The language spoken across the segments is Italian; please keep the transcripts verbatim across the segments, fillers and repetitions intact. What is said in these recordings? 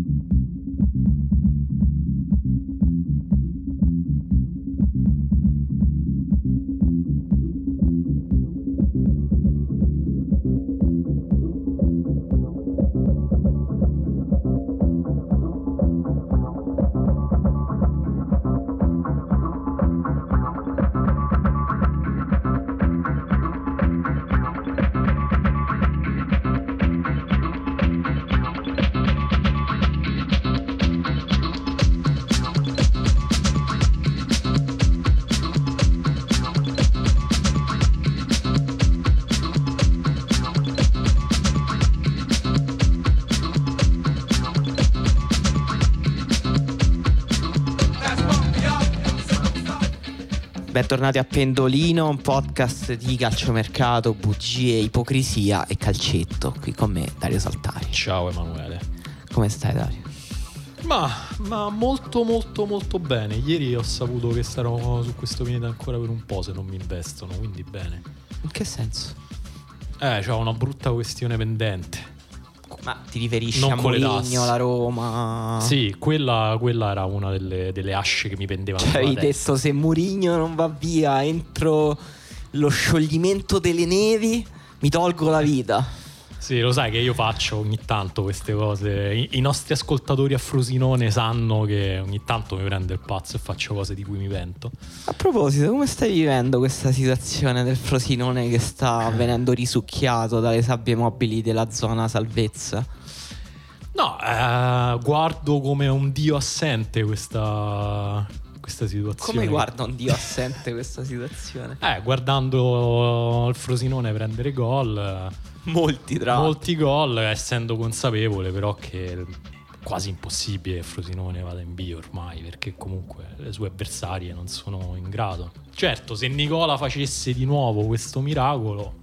Bentornati a Pendolino, un podcast di calciomercato, bugie, ipocrisia e calcetto. Qui con me Dario Saltari. Ciao Emanuele. Come stai, Dario? Ma, ma molto molto molto bene. Ieri ho saputo che starò su questo pianeta ancora per un po' se non mi investono, quindi bene. In che senso? Eh, c'ho una brutta questione pendente. Ma ti riferisci non a Mourinho, la Roma? Sì, quella, quella era una delle, delle asce che mi pendevano. Cioè, hai dalla testa. detto, se Mourinho non va via entro lo scioglimento delle nevi, mi tolgo la vita. Sì, lo sai che io faccio ogni tanto queste cose. I, i nostri ascoltatori a Frosinone sanno che ogni tanto mi prendo il pazzo e faccio cose di cui mi pento. A proposito, come stai vivendo questa situazione del Frosinone che sta venendo risucchiato dalle sabbie mobili della zona salvezza? No, eh, guardo come un dio assente questa, questa situazione. Come guarda un dio assente questa situazione? Eh, guardando il Frosinone prendere gol, molti tra molti gol, essendo consapevole però che è quasi impossibile che Frosinone vada in B ormai, perché comunque le sue avversarie non sono in grado. Certo, se Nicola facesse di nuovo questo miracolo,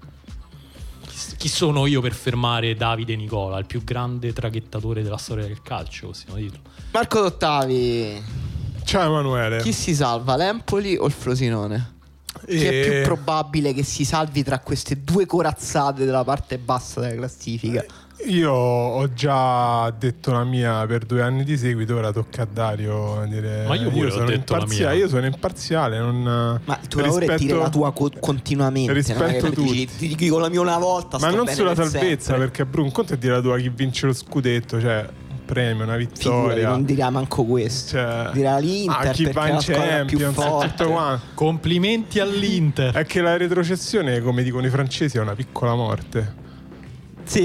chi sono io per fermare Davide Nicola, il più grande traghettatore della storia del calcio, possiamo dirlo. Marco Dottavi. Ciao Emanuele. Chi si salva, l'Empoli o il Frosinone? E... Chi è più probabile che si salvi tra queste due corazzate della parte bassa della classifica? Io ho già detto la mia per due anni di seguito, ora tocca a Dario dire. Ma io pure io sono ho detto la mia. Io sono imparziale, non... Ma il tuo lavoro è dire la tua co- continuamente. Rispetto no? tutti. Dici, ti dico la mia una volta. Ma sto non bene sulla per salvezza, sempre. perché Bruno, un conto è dire la tua chi vince lo scudetto, cioè un premio, una vittoria. Figurati, non dirà manco questo. Cioè, dirà l'Inter, ah, chi perché va è in la squadra più Champions, forte. tutto quanto. Complimenti all'Inter. È che la retrocessione, come dicono i francesi, è una piccola morte. Sì.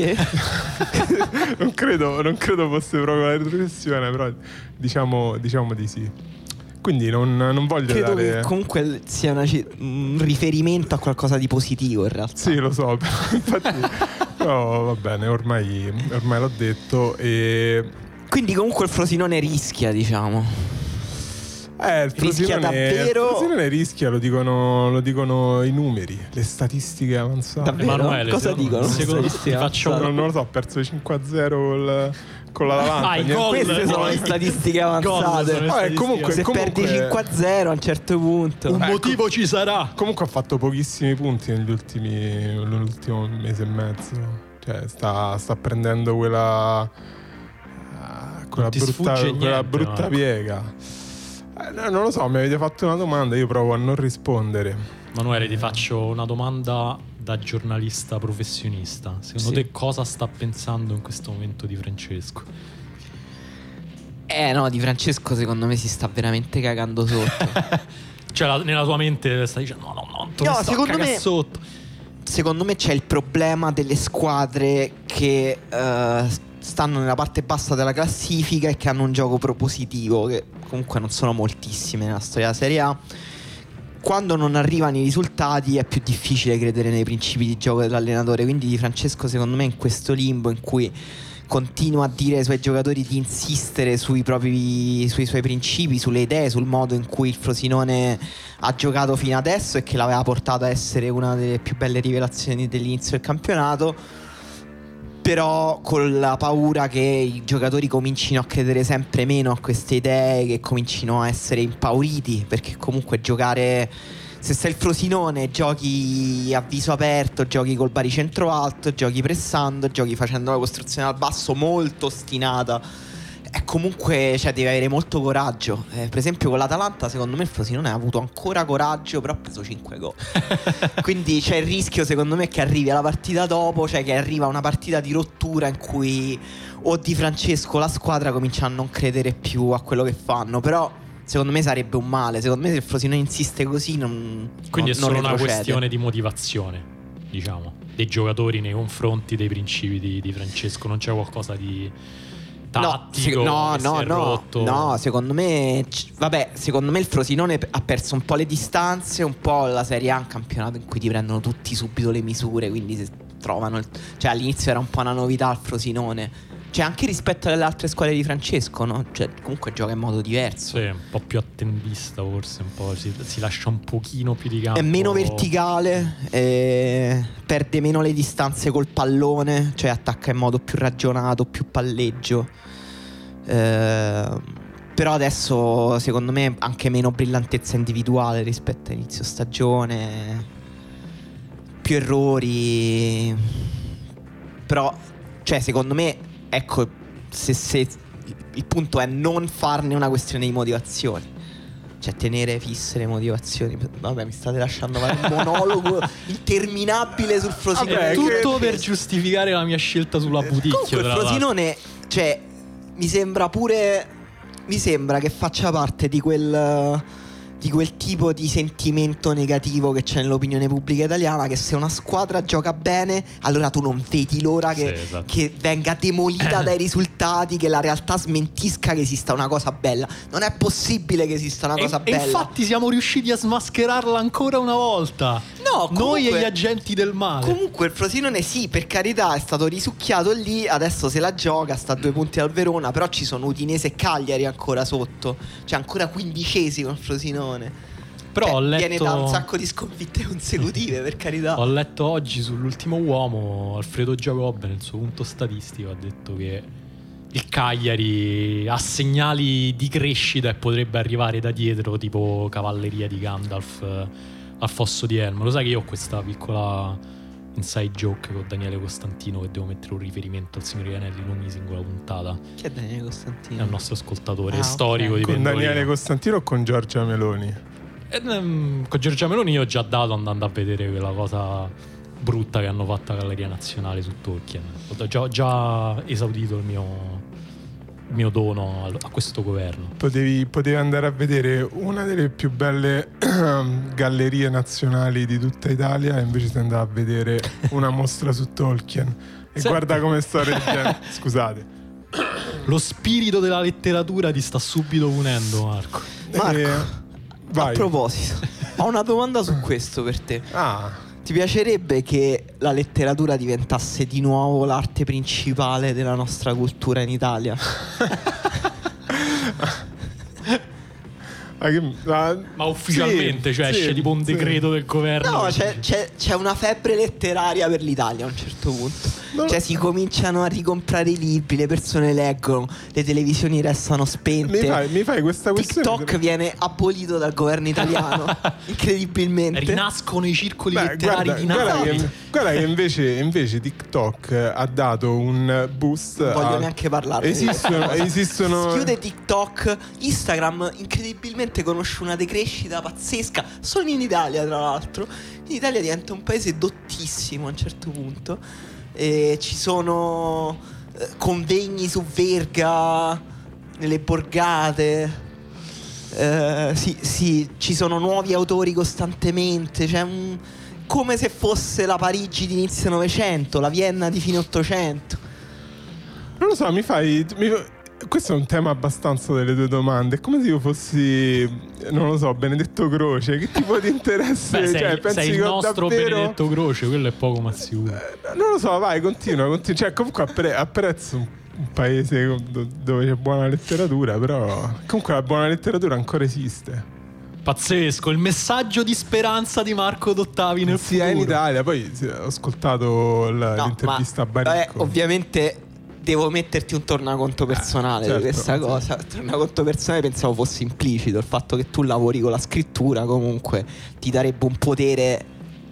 non, credo, non credo fosse proprio la retrocessione, però diciamo, diciamo di sì. Quindi non, non voglio credo dare... che comunque sia una, un riferimento a qualcosa di positivo in realtà. Sì, lo so, però, infatti, però va bene, ormai, ormai l'ho detto. E... Quindi comunque il Frosinone rischia, diciamo. Eh, il rischia Frosinone, davvero. Il Frosinone rischia, lo dicono, lo dicono i numeri, le statistiche avanzate. Davvero? Emanuele, cosa secondo, dicono? Secondo ti faccio non, non lo so, ho perso cinque a zero col, con l'Atalanta. Ah, i Niente- gol. Queste sono le statistiche avanzate. Gol, Vabbè, comunque, Se comunque, perdi cinque a zero a un certo punto. un Ecco. motivo ci sarà. Comunque ha fatto pochissimi punti negli ultimi nell'ultimo mese e mezzo. Cioè sta, sta prendendo quella quella ti brutta, sfugge quella niente, brutta Marco. piega. Eh, no, non lo so, mi avete fatto una domanda, io provo a non rispondere. Manuele, ti faccio una domanda da giornalista professionista. Secondo Sì. te cosa sta pensando in questo momento di Francesco? Eh no, di Francesco secondo me si sta veramente cagando sotto. Cioè la, nella tua mente stai dicendo no no no, No, sto secondo a cagare me- sotto. Secondo me c'è il problema delle squadre che eh, stanno nella parte bassa della classifica e che hanno un gioco propositivo, che comunque non sono moltissime nella storia della Serie A. Quando non arrivano i risultati è più difficile credere nei principi di gioco dell'allenatore. Quindi Di Francesco secondo me è in questo limbo in cui continua a dire ai suoi giocatori di insistere sui propri, sui suoi principi, sulle idee, sul modo in cui il Frosinone ha giocato fino adesso e che l'aveva portato a essere una delle più belle rivelazioni dell'inizio del campionato, però con la paura che i giocatori comincino a credere sempre meno a queste idee, che comincino a essere impauriti, perché comunque giocare, se sei il Frosinone, giochi a viso aperto, giochi col baricentro alto, giochi pressando, giochi facendo la costruzione al basso molto ostinata, è comunque, cioè, devi avere molto coraggio. Eh, per esempio con l'Atalanta secondo me il Frosinone ha avuto ancora coraggio, però ha preso cinque gol. Quindi c'è il rischio secondo me che arrivi alla partita dopo, cioè che arriva una partita di rottura in cui o Di Francesco la squadra comincia a non credere più a quello che fanno. Però secondo me sarebbe un male. Secondo me se il Frosinone insiste così non Quindi non, è solo non una retrocede. questione di motivazione, diciamo, dei giocatori nei confronti dei principi di, di Francesco. Non c'è qualcosa di tattico? No, che no, si è no, rotto? no, secondo me c- vabbè, secondo me il Frosinone ha perso un po' le distanze, un po' la Serie A, un campionato in cui ti prendono tutti subito le misure, quindi se trovano il- cioè all'inizio era un po' una novità il Frosinone. Cioè anche rispetto alle altre squadre di Francesco, no? Cioè comunque gioca in modo diverso. Sì, un po' più attendista forse, un po' si, si lascia un pochino più di campo. È meno verticale, eh, perde meno le distanze col pallone, cioè attacca in modo più ragionato, più palleggio. Eh, però adesso secondo me anche meno brillantezza individuale rispetto a inizio stagione, più errori. Però, cioè secondo me, ecco, se, se il punto è non farne una questione di motivazioni, cioè tenere fisse le motivazioni. Vabbè, mi state lasciando fare un monologo interminabile sul Frosinone. Vabbè, È tutto che- per giustificare la mia scelta sulla Buticchio. Comunque il tra l'altro. Frosinone, cioè, mi sembra pure. Mi sembra che faccia parte di quel. Di quel tipo di sentimento negativo che c'è nell'opinione pubblica italiana, che se una squadra gioca bene, allora tu non vedi l'ora che, Sì, esatto. che venga demolita dai risultati, che la realtà smentisca che esista una cosa bella. Non è possibile che esista una E, cosa e bella. infatti siamo riusciti a smascherarla ancora una volta. No, Noi comunque- e gli agenti del male. Comunque il Frosinone sì, per carità, è stato risucchiato lì, adesso se la gioca, sta a due punti dal Verona, però ci sono Udinese e Cagliari ancora sotto, cioè ancora quindicesimo il Frosinone. Però Cioè, ho letto viene da un sacco di sconfitte consecutive, per carità. Ho letto oggi sull'ultimo uomo Alfredo Giacobbe nel suo punto statistico ha detto che il Cagliari ha segnali di crescita e potrebbe arrivare da dietro, tipo cavalleria di Gandalf eh, al fosso di Helm. Lo sai che io ho questa piccola inside joke con Daniele Costantino, che devo mettere un riferimento al Signore degli Anelli in ogni singola puntata. Chi è Daniele Costantino? È un nostro ascoltatore Ah, storico ok. di Con Pendolino. Daniele Costantino o con Giorgia Meloni? E, ehm, con Giorgia Meloni io ho già dato andando a vedere quella cosa brutta che hanno fatto a Galleria Nazionale su Tolkien. Ho già, ho già esaudito il mio, il mio dono a, a questo governo. Potevi, potevi andare a vedere una delle più belle gallerie nazionali di tutta Italia e invece sei andato a vedere una mostra su Tolkien. E Senti. guarda come sto reggendo. Scusate. Lo spirito della letteratura ti sta subito unendo, Marco. Marco, Eh, a vai. proposito, ho una domanda su questo per te. Ah, Ti piacerebbe che la letteratura diventasse di nuovo l'arte principale della nostra cultura in Italia? ma che- ma- Ma ufficialmente, sì, cioè sì, esce tipo un sì. decreto del governo. No, che c'è, dice- c'è- c'è una febbre letteraria per l'Italia a un certo punto. Non- Cioè si cominciano a ricomprare i libri, le persone leggono, le televisioni restano spente. Mi fai, mi fai questa questione? TikTok viene abolito dal governo italiano, incredibilmente. Rinascono i circoli Beh, letterari guarda, di guarda Napoli. che, guarda che invece, invece TikTok ha dato un boost. Non voglio a- neanche parlarne di Esistono, questa cosa. esistono Si chiude TikTok, Instagram incredibilmente conosce una decrescita pazzesca, solo in Italia tra l'altro. In Italia diventa un paese dottissimo a un certo punto. E ci sono eh, convegni su Verga, nelle borgate. Eh, sì, sì, ci sono nuovi autori costantemente. C'è un, come se fosse la Parigi di inizio Novecento, la Vienna di fine Ottocento. Non lo so, mi fai. mi- questo è un tema abbastanza delle tue domande. È come se io fossi, non lo so, Benedetto Croce. Che tipo di interesse? Beh, sei, cioè, pensi sei il che ho nostro davvero... Benedetto Croce, quello è poco ma sicuro. Non lo so, vai, continua, continua. Cioè, comunque appre- apprezzo un, un paese do- dove c'è buona letteratura, però comunque la buona letteratura ancora esiste. Pazzesco, il messaggio di speranza di Marco Dottavi nel Sia futuro. in Italia, poi sì, ho ascoltato la- No, l'intervista ma, a Baricco. vabbè, ovviamente devo metterti un tornaconto personale certo, di questa sì. cosa. Il tornaconto personale pensavo fosse implicito. Il fatto che tu lavori con la scrittura comunque ti darebbe un potere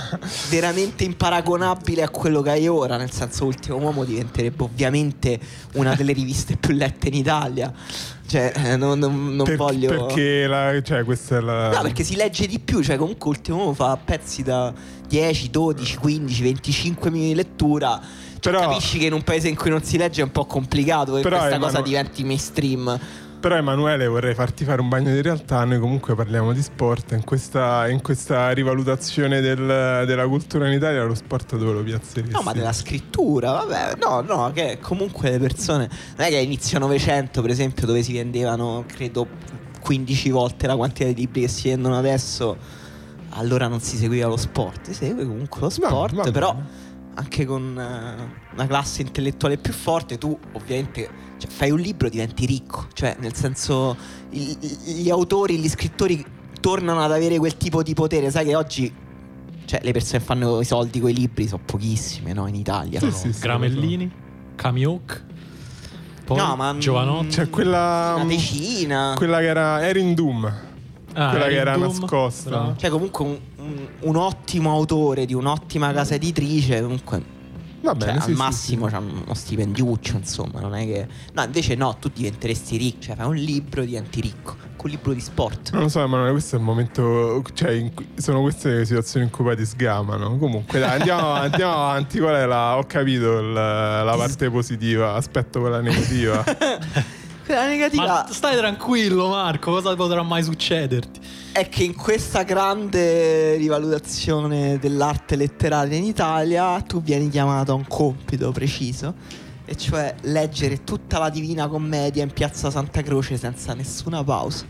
veramente imparagonabile a quello che hai ora. Nel senso, Ultimo Uomo diventerebbe ovviamente una delle riviste più lette in Italia. Cioè, eh, non, non, non per, voglio. Perché la, cioè, questa è la. No, perché si legge di più. Cioè, comunque, Ultimo Uomo fa pezzi da dieci, dodici, quindici, venticinque minuti di lettura. Cioè, però, capisci che in un paese in cui non si legge è un po' complicato che questa Emanuele, cosa diventi mainstream. Però Emanuele, vorrei farti fare un bagno di realtà. Noi comunque parliamo di sport. In questa, in questa rivalutazione del, della cultura in Italia, lo sport dove lo piazzeresti? No, ma della scrittura, vabbè. No, no, che comunque le persone non è che a inizio Novecento, per esempio, dove si vendevano credo quindici volte la quantità di libri che si vendono adesso, allora non si seguiva lo sport. Si segue comunque lo sport, no, però anche con uh, una classe intellettuale più forte, tu ovviamente, cioè, fai un libro, diventi ricco. Cioè, nel senso, il, gli autori, gli scrittori tornano ad avere quel tipo di potere. Sai che oggi, cioè, le persone che fanno i soldi con i libri sono pochissime, no? In Italia. Sì, no? sì, sì, Gramellini, Camioc, poi No, ma Giovanotti. C'è quella. una decina. Quella che era Erin Doom. Ah, quella che Erin era Doom, nascosta. bravo. Cioè, comunque un, un, un ottimo autore di un'ottima casa editrice, comunque, Va cioè, bene, al sì, sì, massimo sì. c'ha uno stipendiuccio, insomma, non è che. No, invece no, tu diventeresti ricco. Cioè, fai un libro, diventi ricco. Con un libro di sport. Non lo so, Emanuele, questo è il momento. Cioè, in cui, sono queste le situazioni in cui poi ti sgamano. Comunque, dai, andiamo, andiamo avanti. Qual è la. Ho capito il, la parte positiva. Aspetto quella negativa. La negativa Ma stai tranquillo, Marco, cosa potrà mai succederti? è che in questa grande rivalutazione dell'arte letteraria in Italia tu vieni chiamato a un compito preciso, e cioè leggere tutta la Divina Commedia in piazza Santa Croce senza nessuna pausa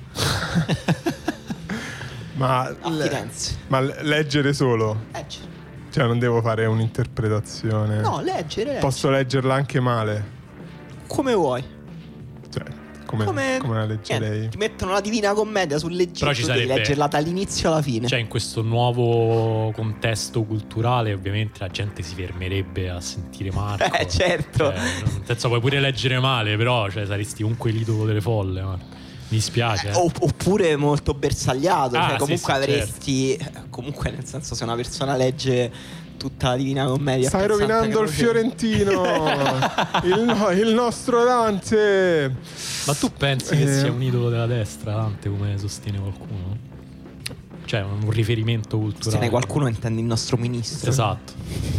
Ma, a le- Firenze. ma le- leggere solo? Leggere. Cioè, non devo fare un'interpretazione. No, leggere, leggere. Posso leggerla anche male? Come vuoi. Cioè, come, Come, come la niente, leggerei? ti mettono la Divina Commedia sull'Egitto, Però ci devi sarebbe- leggerla dall'inizio alla fine. Cioè, in questo nuovo contesto culturale, ovviamente la gente si fermerebbe a sentire Marco. Eh, certo. Cioè, nel senso, puoi pure leggere male, però cioè, saresti comunque l'idolo delle folle, Marco. Mi dispiace. Eh, eh. opp- oppure molto bersagliato. Ah, Cioè, sì, comunque sì, avresti eh, comunque, nel senso, se una persona legge tutta la Divina Commedia, Stai a Santa rovinando il Croce- Fiorentino. il, no- il nostro Dante. Ma tu pensi che Eh. sia un idolo della destra, Dante, come sostiene qualcuno? Cioè, un riferimento culturale. Se ne qualcuno intende il nostro ministro. Esatto.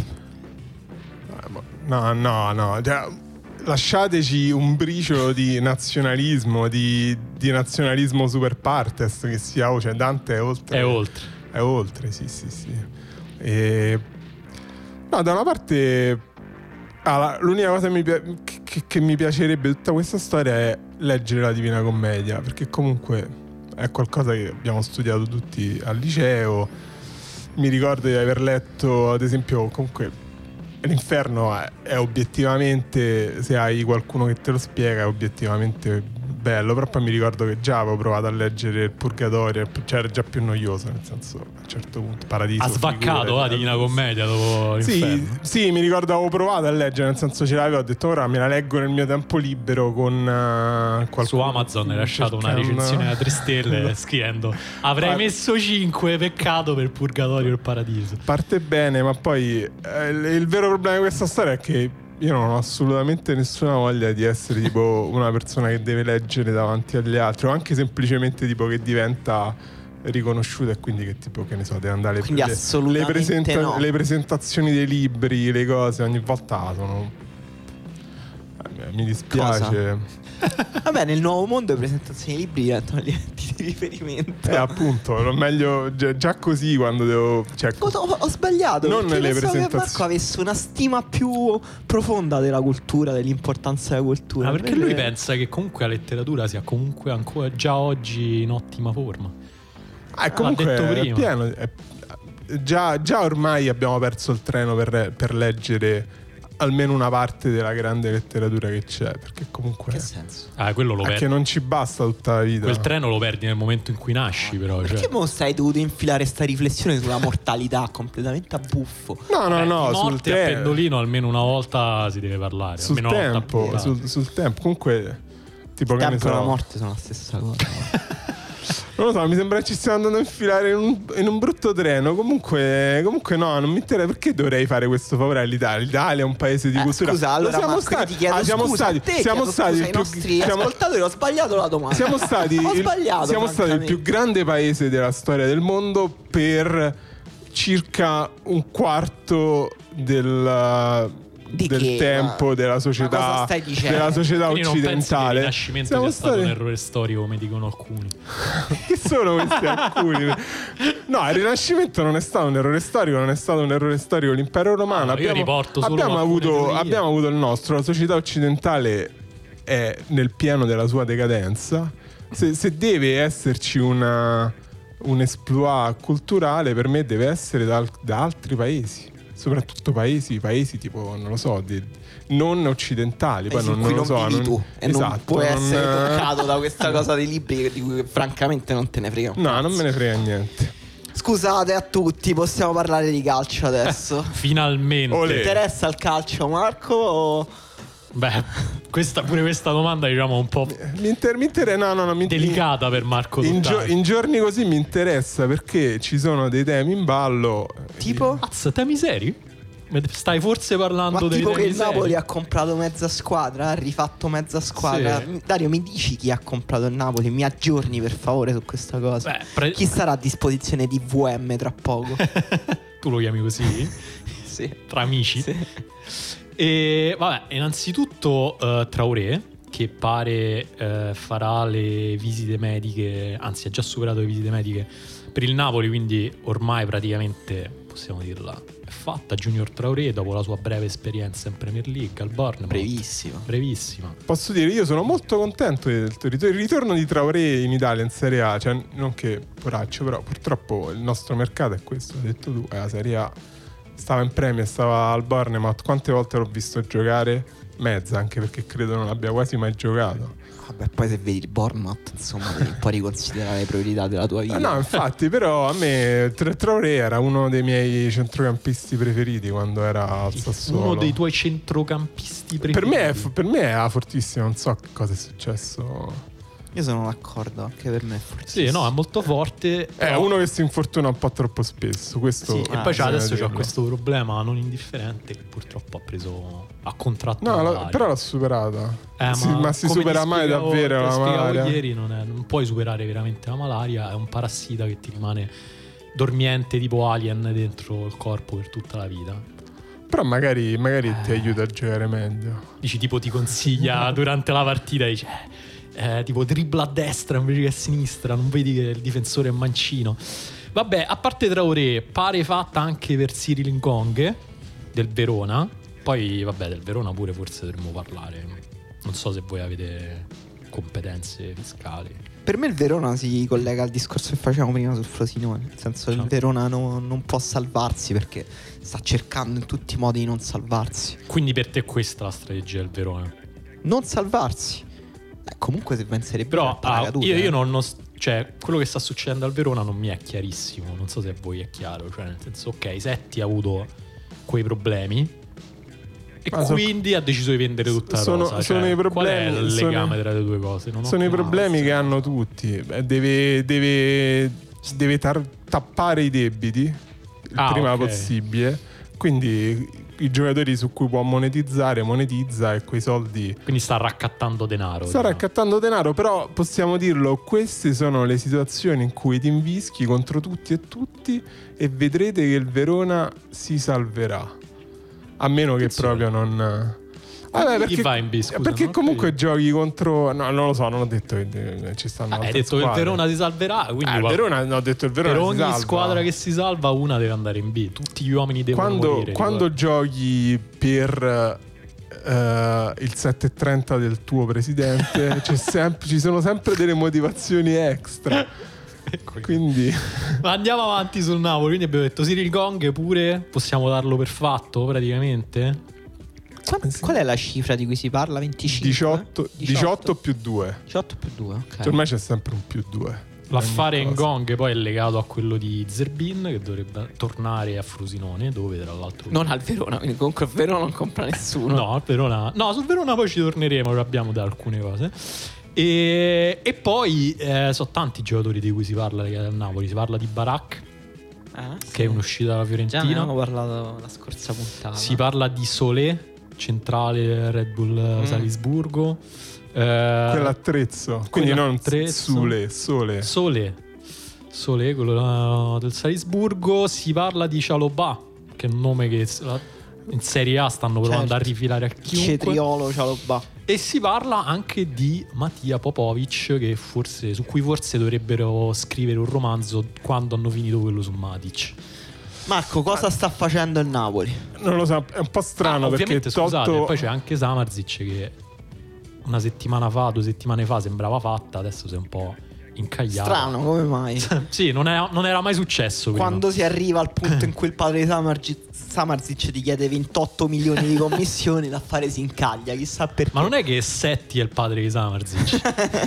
No, no, no. Cioè, lasciateci un briciolo di nazionalismo, di, di nazionalismo super partes che sia. Cioè, Dante è oltre. È oltre. È oltre, sì, sì, sì. E... No, da una parte, ah, l'unica cosa mi pi- che, che mi piacerebbe di tutta questa storia è leggere la Divina Commedia, perché comunque è qualcosa che abbiamo studiato tutti al liceo. Mi ricordo di aver letto, ad esempio, comunque l'inferno è, è obiettivamente, se hai qualcuno che te lo spiega, è obiettivamente bello, però poi mi ricordo che già avevo provato a leggere il Purgatorio, cioè era già più noioso, nel senso, a un certo punto, Paradiso. Ha svaccato figure, la Divina Commedia dopo Sì, l'inferno. sì, mi ricordo avevo provato a leggere, nel senso ce l'avevo, ho detto ora me la leggo nel mio tempo libero con uh, qualcuno. Su Amazon hai lasciato una cercando- recensione da tre stelle scrivendo: avrei Ma- messo cinque, peccato per il Purgatorio e il Paradiso. Parte bene, ma poi eh, il, il vero problema di questa storia è che io non ho assolutamente nessuna voglia di essere tipo una persona che deve leggere davanti agli altri, o anche semplicemente tipo che diventa riconosciuta e quindi che tipo, che ne so, deve andare Quindi le, assolutamente le, presenta- no. le presentazioni dei libri, le cose ogni volta sono eh, mi dispiace. Vabbè, nel nuovo mondo le presentazioni di libri diventano gli enti di riferimento. Eh, appunto, lo meglio già, già così quando devo, cioè, Ho, ho- ho sbagliato. Non perché nelle pensavo che presentazioni. Marco avesse una stima più profonda della cultura, dell'importanza della cultura. Ma perché Invece- lui pensa che comunque la letteratura sia comunque ancora già oggi in ottima forma. Ah, e comunque detto è prima. pieno. è- già, già ormai abbiamo perso il treno per, per leggere almeno una parte della grande letteratura che c'è, perché comunque Che senso? Ah, quello lo è perdi. che non ci basta tutta la vita. Quel treno lo perdi nel momento in cui nasci, però. Perché Cioè. mo stai dovuto infilare sta riflessione sulla mortalità completamente a buffo? No, no, Beh, no, di sul morte a tempo. Pendolino almeno una volta si deve parlare. Sul almeno una volta a tempo, puntata. sul, sul tempo. Comunque, tipo Il che ne tempo e la so. morte sono la stessa cosa. Non lo so, mi sembra che ci stiamo andando a infilare in un, in un brutto treno. Comunque, comunque no, non mi interessa. Perché dovrei fare questo favore all'Italia? L'Italia è un paese di Eh, cultura. scusa, allora siamo Marco, stati, io ti chiedo ah, siamo scusa, stati, a te siamo chiedo stati scusa il ai più, nostri siamo, ascoltatori, ho sbagliato la domanda. siamo stati ho il, sbagliato, siamo stati il più francamente. grande paese della storia del mondo per circa un quarto del, Di del che? tempo Ma- della ma società cosa stai dicendo? della società Quindi non pensi che il occidentale. Rinascimento Siamo sia stato stati- un errore storico, come dicono alcuni. Chi sono questi alcuni? No, il Rinascimento non è stato un errore storico, non è stato un errore storico l'impero romano. Ah, io abbiamo, riporto solo abbiamo alcune avuto, teorie. abbiamo avuto il nostro, la società occidentale è nel pieno della sua decadenza. Se, se deve esserci una, un exploit culturale, per me deve essere da, da altri paesi. Soprattutto paesi, paesi tipo, non lo so, di, non occidentali. Poi Paesi non, in cui non lo non so. vivi non- tu e non esatto, puoi non- essere toccato da questa cosa dei libri di cui francamente non te ne frega un No, cazzo. non me ne frega niente. Scusate a tutti, possiamo parlare di calcio adesso. Finalmente. Olè. Ti interessa il calcio, Marco? O... Beh, questa, pure questa domanda diciamo un po' Mi inter- mi inter- no, no, no, mi delicata per Marco In, gio- Dottari. in giorni così mi interessa perché ci sono dei temi in ballo. Tipo? Mazza, temi seri? Stai forse parlando Ma dei tipo temi che il seri? Napoli ha comprato mezza squadra, ha rifatto mezza squadra. Sì. Dario, mi dici chi ha comprato il Napoli? Mi aggiorni per favore su questa cosa. Beh, pre- Chi sarà a disposizione di V M tra poco? Tu lo chiami così? Sì. Tra amici? Sì. E vabbè, innanzitutto uh, Traoré, che pare uh, farà le visite mediche, anzi ha già superato le visite mediche per il Napoli, quindi ormai praticamente possiamo dirla è fatta. Junior Traoré, dopo la sua breve esperienza in Premier League al Bournemouth, Brevissimo. brevissima. Posso dire, io sono molto contento del rit- il ritorno di Traoré in Italia in Serie A. Cioè, non che poraccio, però purtroppo il nostro mercato è questo. Hai detto tu, è la Serie A. Stava in Premier, stava al Bournemouth. Quante volte l'ho visto giocare? Mezza, anche perché credo non abbia quasi mai giocato. Vabbè, poi se vedi il Bournemouth, insomma, devi un po' riconsiderare le priorità della tua vita. Eh, no, infatti, però a me Tra- Traoré era uno dei miei centrocampisti preferiti quando era al Sassuolo. Uno dei tuoi centrocampisti preferiti. Per me, è, per me era fortissimo, non so cosa è successo. Io sono d'accordo, anche per me è fortissimo. Sì, no, è molto forte. È però- uno che si infortuna un po' troppo spesso. Questo Sì, e Ah, poi c'ha- bisogna adesso c'ha dirlo. questo problema non indifferente che purtroppo ha preso ha contratto No, la la- malaria. però l'ha superata. Eh, Sì, ma si come supera ti mai spiegavo- davvero te lo la spiegavo malaria? ieri, non, è- non puoi superare veramente la malaria, è un parassita che ti rimane dormiente tipo alien dentro il corpo per tutta la vita. Però magari, magari ti Eh. aiuta a giocare meglio. Dici tipo ti consiglia durante la partita, dice eh, tipo dribbla a destra invece che a sinistra, non vedi che il difensore è mancino. Vabbè, a parte Traoré, pare fatta anche per Cyril Ngong del Verona. Poi vabbè, del Verona pure forse dovremmo parlare. Non so se voi avete competenze fiscali. Per me il Verona si collega al discorso che facevamo prima sul Frosinone. Nel senso che il Ciao. Verona no- non può salvarsi perché sta cercando in tutti i modi di non salvarsi. Quindi per te questa è la strategia del Verona. Non salvarsi. Eh, comunque se va in Serie B Però è ah, paracadute, io, io eh. non, non- cioè quello che sta succedendo al Verona non mi è chiarissimo. Non so se a voi è chiaro. Cioè nel senso, ok, Setti ha avuto quei problemi e Ma so- quindi ha deciso di vendere tutta la sono- rosa. sono Cioè, i problemi- qual è il sono- legame tra le due cose? Non ho Sono i capito. problemi che hanno tutti. Beh, Deve, deve, deve tar- tappare i debiti il Ah, prima ok. possibile. Quindi i giocatori su cui può monetizzare, monetizza e quei soldi Quindi sta raccattando denaro. sta diciamo. raccattando denaro. Però possiamo dirlo, queste sono le situazioni in cui ti invischi contro tutti e tutti e vedrete che il Verona si salverà, a meno che Attenzione. proprio non... Vabbè, Chi perché, va in B, scusa, perché non ho comunque capito. giochi contro... No, non lo so, non ho detto che eh, ci stanno Ah, hai altre detto che il squadre. Verona si salverà. Quindi Ah, il va- Verona, no, ho detto il Verona per si ogni salva. squadra che si salva, una deve andare in B. Tutti gli uomini devono Quando, morire. quando ricorda. giochi per eh, il sette e trenta del tuo presidente c'è sempre, ci sono sempre delle motivazioni extra. Ecco. Quindi Ma andiamo avanti sul Napoli. Quindi abbiamo detto Cyril Gong pure. Possiamo darlo per fatto praticamente. Qual, qual è la cifra di cui si parla? venticinque? diciotto, diciotto più due. diciotto più due, ok. Cioè, ormai c'è sempre un più due. L'affare Ogni in cosa. Gong poi è legato a quello di Zerbin, che dovrebbe tornare a Frosinone, dove tra l'altro Non al Verona, quindi comunque il Verona non compra nessuno. No, al Verona. No, sul Verona poi ci torneremo, abbiamo da alcune cose. E, e poi eh, sono tanti giocatori di cui si parla del Napoli. Si parla di Barak, Ah, sì. che è un'uscita dalla Già ne Fiorentina. abbiamo parlato la scorsa puntata. Si parla di Solé, centrale Red Bull Mm. Salisburgo. Eh, Quell'attrezzo. Quindi non quell'attrezzo. Sule, Sole. Solé, Solé, quello del Salisburgo. Si parla di Cialobà, che è un nome che in Serie A stanno provando Certo. a rifilare a chiunque. Cetriolo, Cialobà. E si parla anche di Mattia Popovic, che forse, su cui forse dovrebbero scrivere un romanzo quando hanno finito quello su Matic. Marco, cosa sta facendo il Napoli? Non lo so, è un po' strano Ah, perché ovviamente, scusate, tolto... poi c'è anche Samardzic che una settimana fa, due settimane fa sembrava fatta, adesso si è un po' incagliato. Strano, come mai? Sì, non, è- non era mai successo prima. Quando si arriva al punto in cui il padre di Samardzic, Samardzic ti chiede ventotto milioni di commissioni, l'affare si incaglia, chissà perché. Ma non è che Setti è il padre di Samardzic?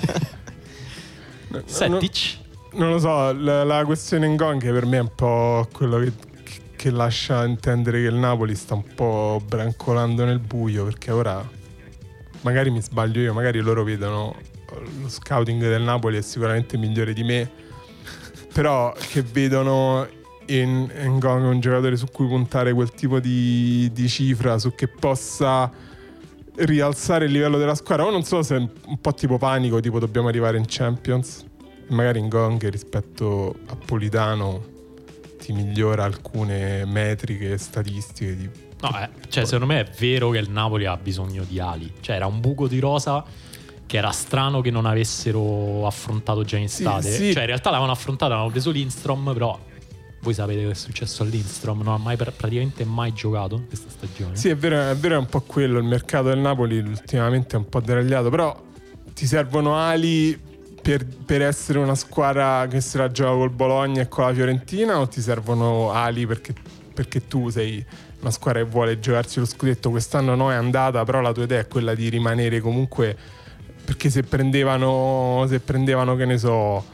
Settic? Non lo so, la, la questione Ngong per me è un po' quello che, che lascia intendere che il Napoli sta un po' brancolando nel buio, perché ora magari mi sbaglio io, magari loro vedono lo scouting del Napoli è sicuramente migliore di me, però che vedono in Ngong un giocatore su cui puntare quel tipo di, di cifra, su che possa rialzare il livello della squadra. O non so se è un po' tipo panico, tipo dobbiamo arrivare in Champions, magari Ngong rispetto a Politano ti migliora alcune metriche statistiche di... No, eh, cioè secondo me è vero che il Napoli ha bisogno di ali. Cioè era un buco di rosa che era strano che non avessero affrontato già in Sì, estate. sì. Cioè in realtà l'avevano affrontato, avevano preso Lindstrom, però voi sapete che è successo a Lindstrom, non ha mai pr- praticamente mai giocato questa stagione. Sì, è vero, è vero, è un po' quello. Il mercato del Napoli ultimamente è un po' deragliato, però ti servono ali per, per essere una squadra che se la gioca col Bologna e con la Fiorentina, o ti servono ali perché, perché tu sei una squadra che vuole giocarsi lo scudetto? Quest'anno no, è andata, però la tua idea è quella di rimanere comunque, perché se prendevano se prendevano che ne so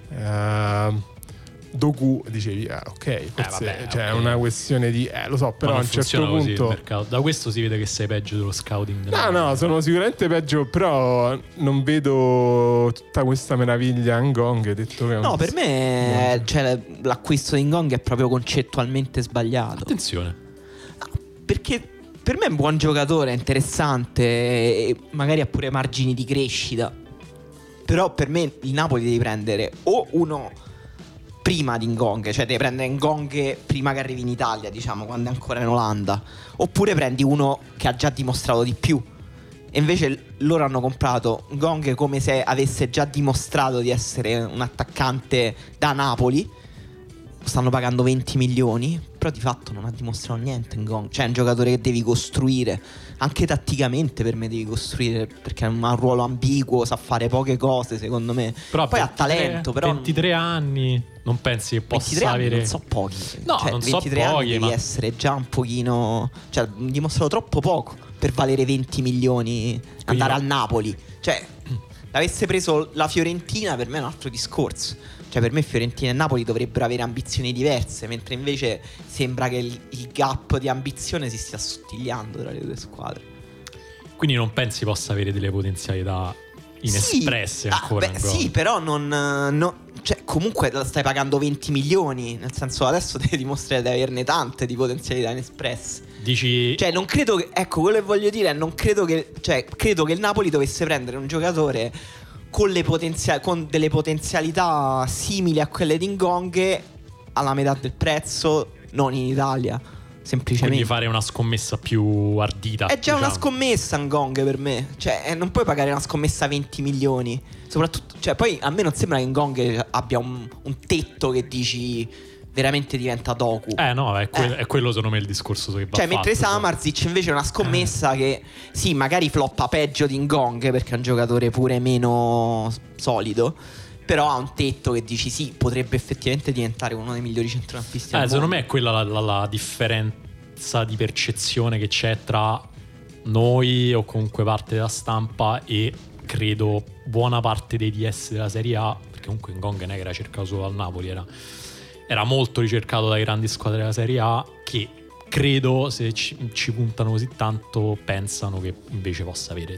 eh, Doku, dicevi ah, ok, forse vabbè, cioè, è ok. una questione di eh, lo so, però Ma a non un certo funziona così il punto mercato. Da questo si vede che sei peggio dello scouting del no Napoli. no sono sicuramente peggio, però non vedo tutta questa meraviglia a Ngong, detto che è un- No, per me cioè, l'acquisto di Ngong è proprio concettualmente sbagliato. Attenzione. Perché per me è un buon giocatore, è interessante e magari ha pure margini di crescita. Però per me il Napoli devi prendere o uno prima di Ngong, cioè devi prendere Ngong prima che arrivi in Italia, diciamo, quando è ancora in Olanda, oppure prendi uno che ha già dimostrato di più. E invece loro hanno comprato Ngong come se avesse già dimostrato di essere un attaccante da Napoli. Stanno pagando venti milioni, però di fatto non ha dimostrato niente Ngong. Cioè è un giocatore che devi costruire. Anche tatticamente per me devi costruire, perché ha un ruolo ambiguo, sa fare poche cose secondo me. Però Poi ha ventitré talento, però ventitré anni, non pensi che possa ventitré anni avere non so pochi. No, Cioè, non so ventitré anni pochi, devi ma- essere già un pochino, cioè ha dimostrato troppo poco per valere venti milioni, andare no. al Napoli. Cioè l'avesse preso la Fiorentina per me è un altro discorso. Cioè per me Fiorentina e Napoli dovrebbero avere ambizioni diverse, mentre invece sembra che il, il gap di ambizione si stia assottigliando tra le due squadre. Quindi non pensi possa avere delle potenzialità inespresse Sì, ancora ah, beh, Ngong? sì, però non, no, cioè comunque la stai pagando venti milioni, nel senso adesso devi dimostrare di averne tante di potenzialità inespresse. Dici Cioè non credo che, ecco, quello che voglio dire è non credo che, cioè credo che il Napoli dovesse prendere un giocatore con, le potenzia- con delle potenzialità simili a quelle di Ngong alla metà del prezzo, non in Italia, semplicemente. quindi fare una scommessa più ardita. È già una diciamo. scommessa Ngong per me. Cioè eh, non puoi pagare una scommessa venti milioni. Soprattutto, cioè poi a me non sembra che Ngong abbia un, un tetto che dici veramente diventa Doku. Eh no, è, que- Eh. è quello secondo me il discorso che va Cioè, mentre fatto, Samardzic invece è una scommessa Eh. che sì, magari floppa peggio di Ngong perché è un giocatore pure meno solido, però ha un tetto che dici sì, potrebbe effettivamente diventare uno dei migliori centrocampisti Eh, al secondo mondo. me è quella la, la- la differenza di percezione che c'è tra noi o comunque parte della stampa e credo buona parte dei D S della Serie A, perché comunque Ngong non è che era cercato solo al Napoli, era, era molto ricercato dai grandi squadre della Serie A, che credo se ci, ci puntano così tanto pensano che invece possa avere de-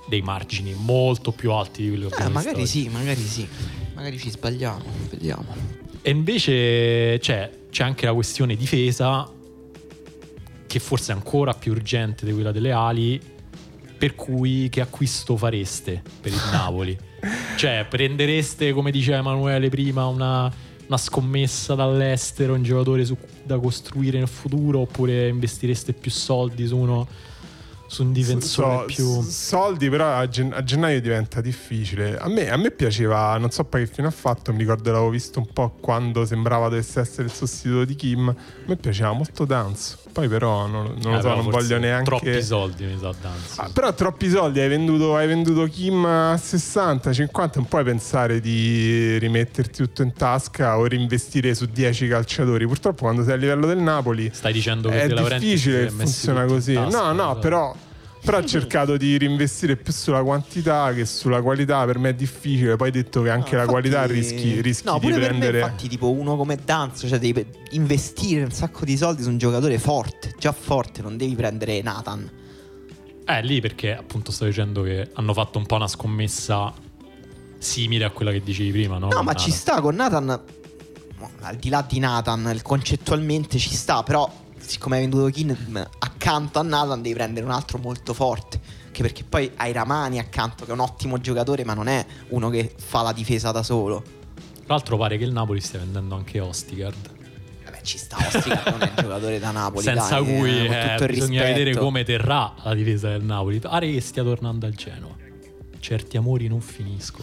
dei margini molto più alti di quelli che Eh, abbiamo magari visto oggi. sì, magari sì. Magari ci sbagliamo, vediamo. E invece c'è, c'è anche la questione difesa, che forse è ancora più urgente di quella delle ali, per cui che acquisto fareste per il Napoli? Cioè, prendereste, come diceva Emanuele prima, una, una scommessa dall'estero, un giocatore su, da costruire nel futuro, oppure investireste più soldi su uno su un difensore So- più... soldi, però a, gen- a gennaio diventa difficile. A me, a me piaceva, non so poi che fine ha fatto, mi ricordo l'avevo visto un po' quando sembrava dovesse essere il sostituto di Kim. A me piaceva molto Danz, poi però non, non Eh, lo so, però non forse voglio neanche... troppi soldi, mi sa, Danzi. Ah, però troppi soldi, hai venduto, hai venduto Kim a sessanta, cinquanta, non puoi pensare di rimetterti tutto in tasca o reinvestire su dieci calciatori. Purtroppo quando sei a livello del Napoli Stai dicendo che è De Laurentiis difficile si è che messi funziona tutti in così. tasca, No, no, so. però, però ha cercato di reinvestire più sulla quantità che sulla qualità. Per me è difficile. Poi hai detto che anche No, la infatti- qualità rischi, rischi no, di pure per prendere. me, infatti, tipo uno come Danz, cioè devi pe- investire un sacco di soldi su un giocatore forte, già forte, non devi prendere Nathan. Eh, lì perché appunto sto dicendo che hanno fatto un po' una scommessa simile a quella che dicevi prima, no? No, Con ma ci Nathan. sta con Nathan. no, Al di là di Nathan, il- concettualmente ci sta, però siccome hai venduto Kim, accanto a Nathan devi prendere un altro molto forte. Anche perché poi hai Ramani accanto, che è un ottimo giocatore, ma non è uno che fa la difesa da solo. Tra l'altro pare che il Napoli stia vendendo anche Ostigard, Vabbè, ci sta, Ostica non è un giocatore da Napoli, senza dai, cui eh, con eh, tutto il bisogna rispetto. vedere come terrà la difesa del Napoli. Pare che stia tornando al Genoa. Certi amori non finiscono.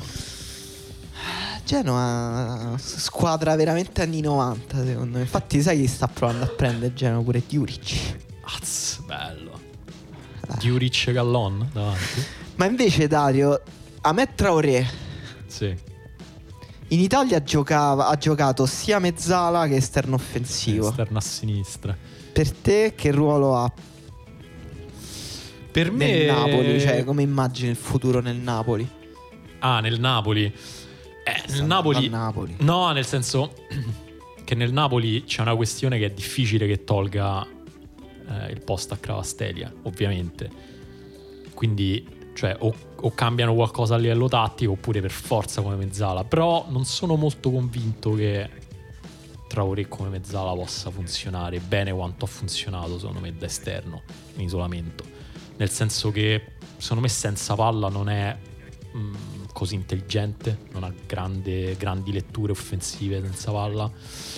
Genoa, squadra veramente anni novanta, secondo me. Infatti, sai chi sta provando a prendere Genoa? Pure Djuric. Az, bello. Ah. Djuric Gallon davanti. Ma invece, Dario, Ahmed Traoré Sì. in Italia giocava, ha giocato sia mezzala che esterno offensivo. Esterno a sinistra. Per te, che ruolo ha Per me nel Napoli? Cioè, come immagini il futuro nel Napoli? Ah, nel Napoli. Eh, Sta nel andando Napoli. al Napoli. No, nel senso che nel Napoli c'è una questione che è difficile che tolga eh, il posto a Cravastelia, ovviamente. Quindi, cioè, o, o cambiano qualcosa a livello tattico oppure per forza come mezzala. Però non sono molto convinto che Traoré come mezzala possa funzionare bene quanto ha funzionato, secondo me, da esterno in isolamento. Nel senso che, secondo me, senza palla non è mh, così intelligente, non ha grande, grandi letture offensive senza palla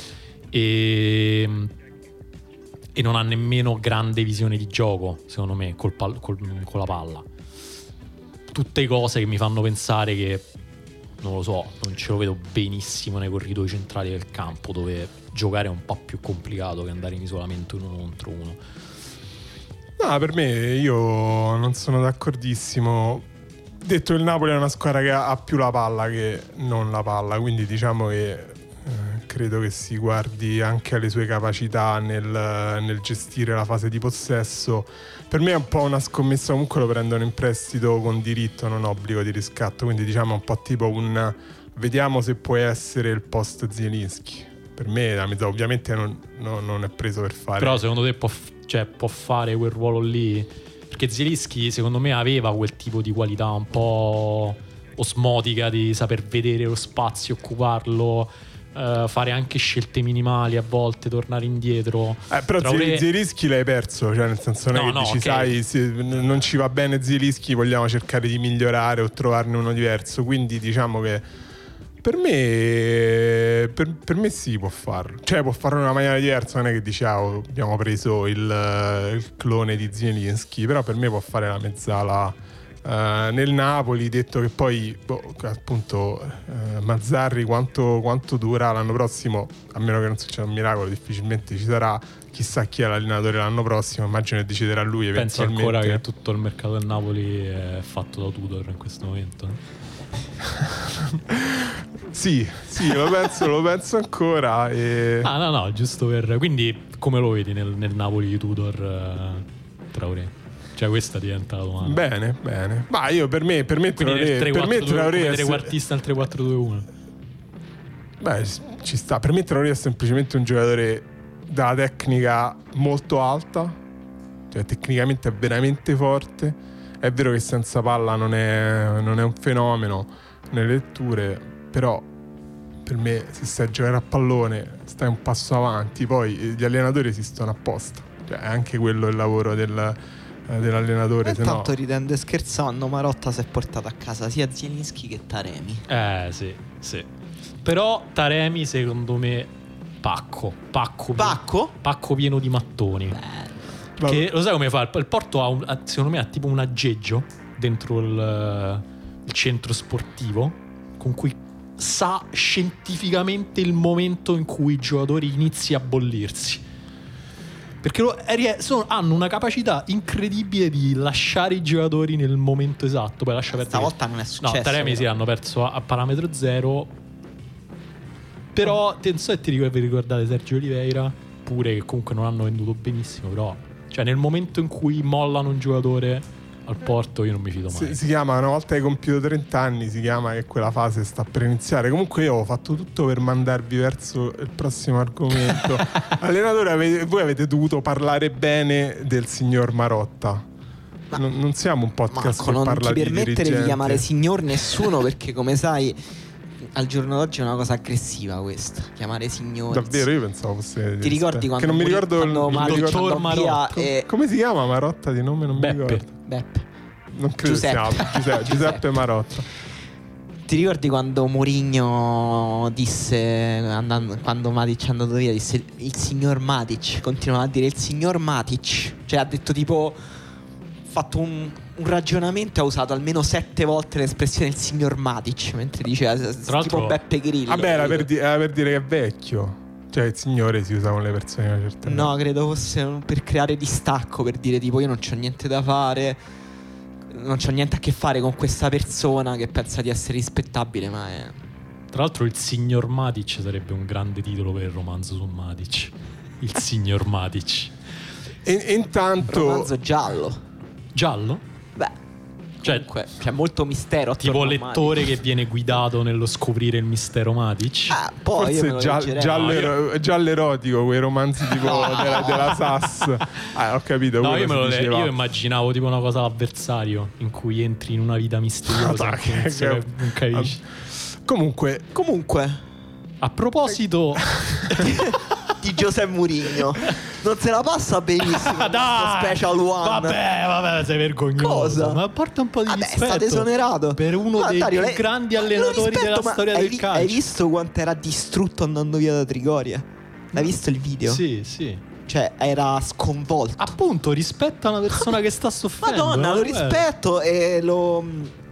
e, e non ha nemmeno grande visione di gioco, secondo me, col pal- col, con la palla. Tutte cose che mi fanno pensare che, non lo so, non ce lo vedo benissimo nei corridoi centrali del campo, dove giocare è un po' più complicato che andare in isolamento in uno contro uno. No, per me io non sono d'accordissimo. Detto, il Napoli è una squadra che ha più la palla che non la palla, quindi diciamo che eh, credo che si guardi anche alle sue capacità nel, nel gestire la fase di possesso. Per me è un po' una scommessa, comunque lo prendono in prestito con diritto, non obbligo di riscatto, quindi diciamo un po' tipo un vediamo se può essere il post Zielinski. Per me la metà ovviamente non, non, non è preso per fare. Però secondo te può, f- cioè, può fare quel ruolo lì? Perché Zielinski secondo me aveva quel tipo di qualità un po' osmotica di saper vedere lo spazio, occuparlo, eh, fare anche scelte minimali a volte, tornare indietro. Eh, però Traoré- Zielinski l'hai perso, cioè nel senso non è No, che no, dici ok. sai se n- non ci va bene Zielinski, vogliamo cercare di migliorare o trovarne uno diverso, quindi diciamo che per me per, per me sì, può farlo, cioè può farlo in una maniera diversa, non è che dici ah, oh, abbiamo preso il, il clone di Zielinski, però per me può fare la mezzala eh, nel Napoli, detto che poi boh, appunto eh, Mazzarri quanto, quanto dura l'anno prossimo, a meno che non succeda un miracolo, difficilmente ci sarà, chissà chi è l'allenatore l'anno prossimo, immagino che deciderà lui Pensi eventualmente. ancora che tutto il mercato del Napoli è fatto da Tudor in questo momento? Sì, sì, lo penso, lo penso ancora. E... Ah, no, no, giusto per... Quindi come lo vedi nel, nel Napoli di Tudor eh, Traoré? Cioè questa diventa la domanda. Bene, bene. Ma io per me, per me Quindi Traoré, nel per me Traoré come è trequartista nel tre quattro due uno. Beh, ci sta. Per me Traoré è semplicemente un giocatore dalla tecnica molto alta, cioè tecnicamente è veramente forte. È vero che senza palla non è, non è un fenomeno nelle letture, però per me se stai a giocare a pallone stai un passo avanti, poi gli allenatori esistono apposta, cioè è anche quello il lavoro del, eh, dell'allenatore. Se Intanto no... ridendo e scherzando Marotta si è portato a casa sia Zielinski che Taremi. Eh sì, sì. Però Taremi secondo me pacco, pacco, Pacco? pacco pieno di mattoni. Beh, Che lo sai come fa? Il Porto ha, un, ha secondo me ha tipo un aggeggio dentro il, il centro sportivo con cui sa scientificamente il momento in cui i giocatori inizi a bollirsi, perché lo, è, sono, hanno una capacità incredibile di lasciare i giocatori nel momento esatto. Poi lascia perdere. stavolta non è successo. No, Taremi sì, hanno perso a, a parametro zero. Però non so se ti ricordi, vi ricordate Sergio Oliveira pure, che comunque non hanno venduto benissimo, però cioè nel momento in cui mollano un giocatore al Porto io non mi fido mai. Si, si chiama, una volta che hai compiuto trenta anni, si chiama che quella fase sta per iniziare. Comunque io ho fatto tutto per mandarvi verso il prossimo argomento. Allenatore, avete, voi avete dovuto parlare bene del signor Marotta. Ma, non, non siamo un podcast Marco, che non parla ti di permettere dirigente. di chiamare signor nessuno, perché come sai al giorno d'oggi è una cosa aggressiva questa, chiamare signore. Davvero, io pensavo fosse. Ti ricordi quando che non mi Muri- ricordo il, quando il Mario dottor andò via Marotta. e- Come si chiama Marotta di nome? Non Beppe. mi ricordo. Beppe. Non credo Giuseppe. si chiami Giuseppe, Giuseppe Marotta. Ti ricordi quando Mourinho disse, andando, quando Matic è andato via, disse il signor Matic, continuava a dire il signor Matic, cioè ha detto tipo, fatto un, un ragionamento, ha usato almeno sette volte l'espressione il signor Matic, mentre diceva tipo l'altro- Beppe Grillo. Vabbè, era per, di- era per dire che è vecchio. Cioè il signore si usa con le persone di una certa età. No, credo fosse per creare distacco, per dire tipo io non c'ho niente da fare, non c'ho niente a che fare con questa persona che pensa di essere rispettabile, ma è... Tra l'altro il signor Matic sarebbe un grande titolo per il romanzo su Matic. Il signor Matic. E, e intanto romanzo giallo. Giallo? Beh, Cioè, comunque c'è molto mistero tipo attorno a lettore Matic. che viene guidato nello scoprire il mistero Matic. Ah, poi io me forse lo gia- leggerei. giallo, No, ero- giallo erotico, quei romanzi tipo della, della Sass. Ah, ho capito. No, quello io, me si lo le- diceva. io immaginavo tipo una cosa all'avversario in cui entri in una vita misteriosa Ah, in cui che- non si- che- non capisci. Comunque, Comunque A proposito, di Giuseppe Mourinho non se la passa benissimo questo dai, special one. vabbè, vabbè, sei vergognoso. Cosa? Ma porta un po' di Vabbè, è rispetto stato esonerato per uno Ma, dei Dario, più lei- grandi ma lo allenatori rispetto, della ma storia hai del vi- calcio. Hai visto quanto era distrutto andando via da Trigoria? Hai visto il video? Sì, sì. Cioè era sconvolto. Appunto, rispetta una persona che sta soffrendo. Madonna, eh, lo vabbè. rispetto e lo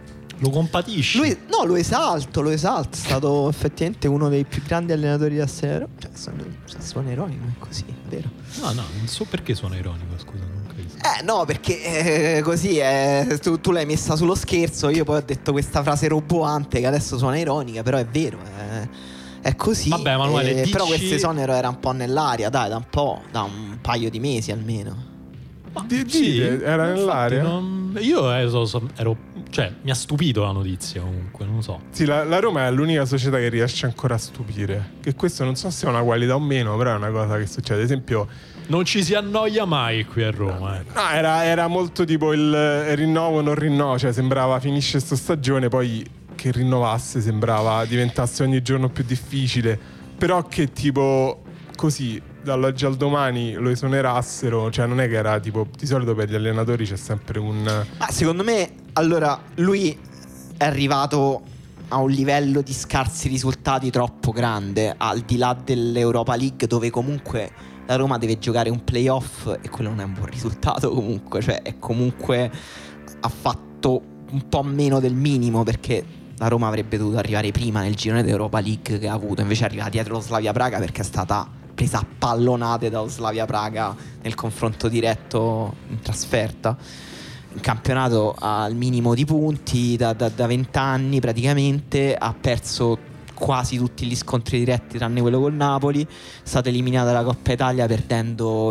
Lo compatisci. lui, no, lo esalto, lo esalto. È stato effettivamente uno dei più grandi allenatori della storia. Cioè, sono, sono ironico, è così, è vero. No, no, non so perché sono ironico, scusa, non capisco. Eh no, perché eh, così eh, tu, tu l'hai messa sullo scherzo. Io poi ho detto questa frase roboante che adesso suona ironica, però è vero, eh, è così. Vabbè, Emanuele, eh, dici- però questo esonero era un po' nell'aria, dai, da un po', da un paio di mesi almeno. di- dite, era infatti nell'aria? non- Io eh, so- so- ero, cioè, mi ha stupito la notizia comunque, non lo so. Sì, la, la Roma è l'unica società che riesce ancora a stupire. Che questo non so se è una qualità o meno, però è una cosa che succede. Ad esempio, Non ci si annoia mai qui a Roma. Eh. no, era, era molto tipo il, il rinnovo non rinnovo, cioè sembrava finisce sta stagione, poi che rinnovasse sembrava diventasse ogni giorno più difficile. Però che tipo così dall'oggi al domani lo esonerassero, cioè non è che era tipo, di solito per gli allenatori c'è sempre un... Ma secondo me, allora, lui è arrivato a un livello di scarsi risultati troppo grande, al di là dell'Europa League, dove comunque la Roma deve giocare un playoff e quello non è un buon risultato comunque, cioè è comunque ha fatto un po' meno del minimo, perché la Roma avrebbe dovuto arrivare prima nel girone d'Europa League che ha avuto, invece arriva dietro lo Slavia Praga perché è stata presa a pallonate dallo Slavia Praga nel confronto diretto in trasferta. In campionato ha il minimo di punti da venti anni praticamente, ha perso quasi tutti gli scontri diretti tranne quello col Napoli, è stata eliminata dalla Coppa Italia perdendo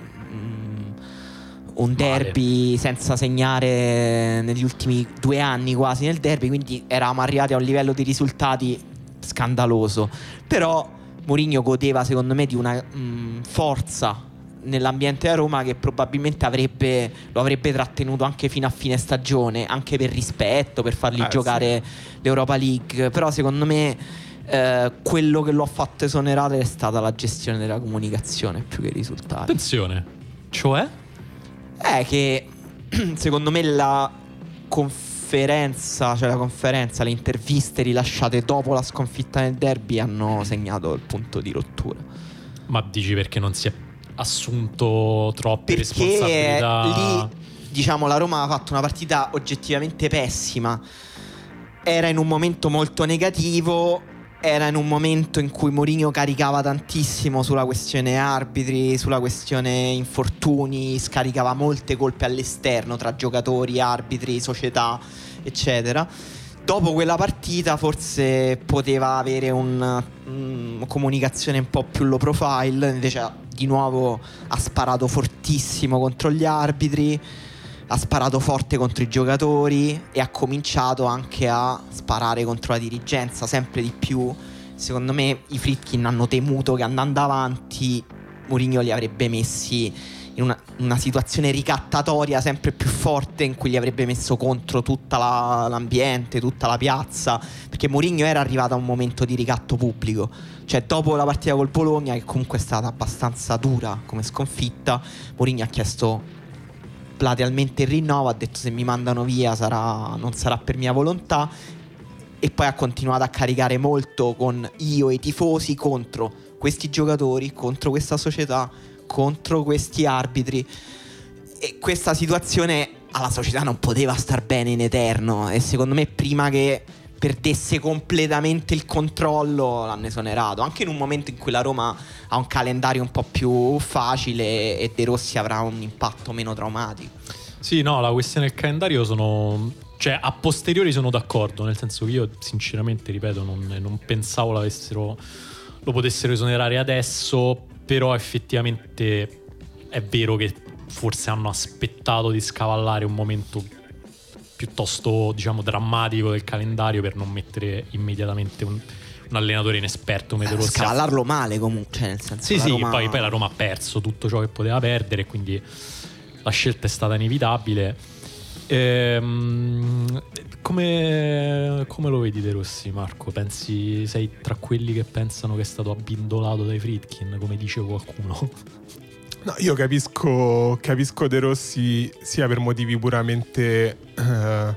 mm, un derby senza segnare negli ultimi due anni quasi nel derby, quindi eravamo arrivati a un livello di risultati scandaloso. Però Mourinho godeva secondo me di una mh, forza nell'ambiente a Roma che probabilmente avrebbe, lo avrebbe trattenuto anche fino a fine stagione, anche per rispetto, per fargli eh, giocare sì. l'Europa League. Però secondo me eh, quello che lo ha fatto esonerare è stata la gestione della comunicazione più che i risultati. Attenzione, cioè? È che secondo me la conferenza, cioè la conferenza, le interviste rilasciate dopo la sconfitta nel derby hanno segnato il punto di rottura. Ma dici perché non si è assunto troppe Perché responsabilità? Lì, diciamo, la Roma ha fatto una partita oggettivamente pessima. Era in un momento molto negativo. Era in un momento in cui Mourinho caricava tantissimo sulla questione arbitri, sulla questione infortuni, scaricava molte colpe all'esterno tra giocatori, arbitri, società, eccetera. Dopo quella partita forse poteva avere una um, comunicazione un po' più low profile, invece di nuovo ha sparato fortissimo contro gli arbitri, ha sparato forte contro i giocatori e ha cominciato anche a sparare contro la dirigenza sempre di più. Secondo me i Friedkin hanno temuto che andando avanti Mourinho li avrebbe messi in una, una situazione ricattatoria sempre più forte, in cui li avrebbe messo contro tutta la, l'ambiente, tutta la piazza, perché Mourinho era arrivato a un momento di ricatto pubblico. Cioè dopo la partita col Bologna, che comunque è stata abbastanza dura come sconfitta, Mourinho ha chiesto platealmente il rinnovo, ha detto se mi mandano via sarà, non sarà per mia volontà, e poi ha continuato a caricare molto con io e i tifosi contro questi giocatori, contro questa società, contro questi arbitri. E questa situazione alla società non poteva star bene in eterno, e secondo me prima che perdesse completamente il controllo l'hanno esonerato, anche in un momento in cui la Roma ha un calendario un po' più facile e De Rossi avrà un impatto meno traumatico. Sì, no, la questione del calendario sono, cioè a posteriori sono d'accordo, nel senso che io sinceramente, ripeto, non, non pensavo l'avessero, lo potessero esonerare adesso, però effettivamente è vero che forse hanno aspettato di scavallare un momento piuttosto, diciamo, drammatico del calendario per non mettere immediatamente un, un allenatore inesperto come De Rossi. Scavallarlo male comunque, cioè nel senso, sì sì Roma... poi, poi la Roma ha perso tutto ciò che poteva perdere, quindi la scelta è stata inevitabile. Ehm, come, come lo vedi De Rossi, Marco? Pensi, sei tra quelli che pensano che è stato abbindolato dai Friedkin, come dice qualcuno? No, io capisco, capisco De Rossi sia per motivi puramente eh,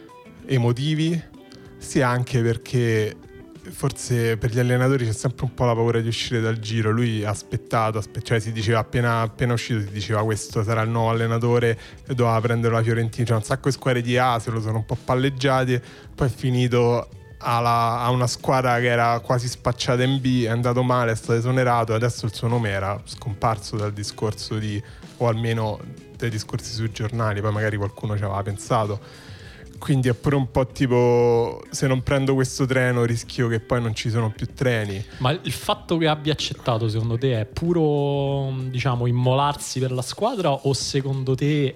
emotivi, sia anche perché forse per gli allenatori c'è sempre un po' la paura di uscire dal giro. Lui ha aspettato, aspe- cioè si diceva appena, appena uscito, si diceva questo sarà il nuovo allenatore e doveva prendere la Fiorentina. C'è un sacco di squadre di A, se lo sono un po' palleggiati, poi è finito a, a una squadra che era quasi spacciata in B, è andato male, è stato esonerato e adesso il suo nome era scomparso dal discorso di, o almeno dai discorsi sui giornali, poi magari qualcuno ci aveva pensato. Quindi è pure un po' tipo, se non prendo questo treno rischio che poi non ci sono più treni. Ma il fatto che abbia accettato, secondo te, è puro, diciamo, immolarsi per la squadra, o secondo te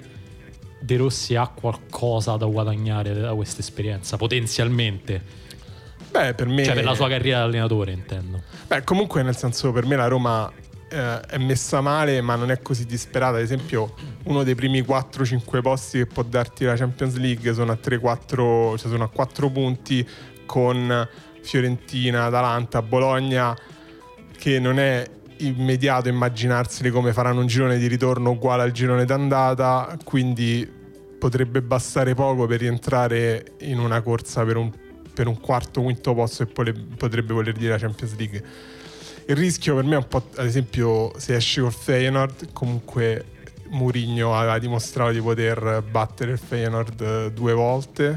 De Rossi ha qualcosa da guadagnare da questa esperienza potenzialmente? Beh, per me, cioè per la sua carriera da allenatore, intendo. Beh, comunque, nel senso, per me la Roma eh, è messa male, ma non è così disperata. Ad esempio, uno dei primi quattro cinque posti che può darti la Champions League sono a tre quattro, cioè sono a quattro punti, con Fiorentina, Atalanta, Bologna, che non è immediato immaginarseli come faranno un girone di ritorno uguale al girone d'andata, quindi potrebbe bastare poco per rientrare in una corsa per un, per un quarto quinto posto, e poi le, potrebbe voler dire la Champions League. Il rischio per me è un po', ad esempio, se esce col Feyenoord, comunque Mourinho aveva dimostrato di poter battere il Feyenoord due volte,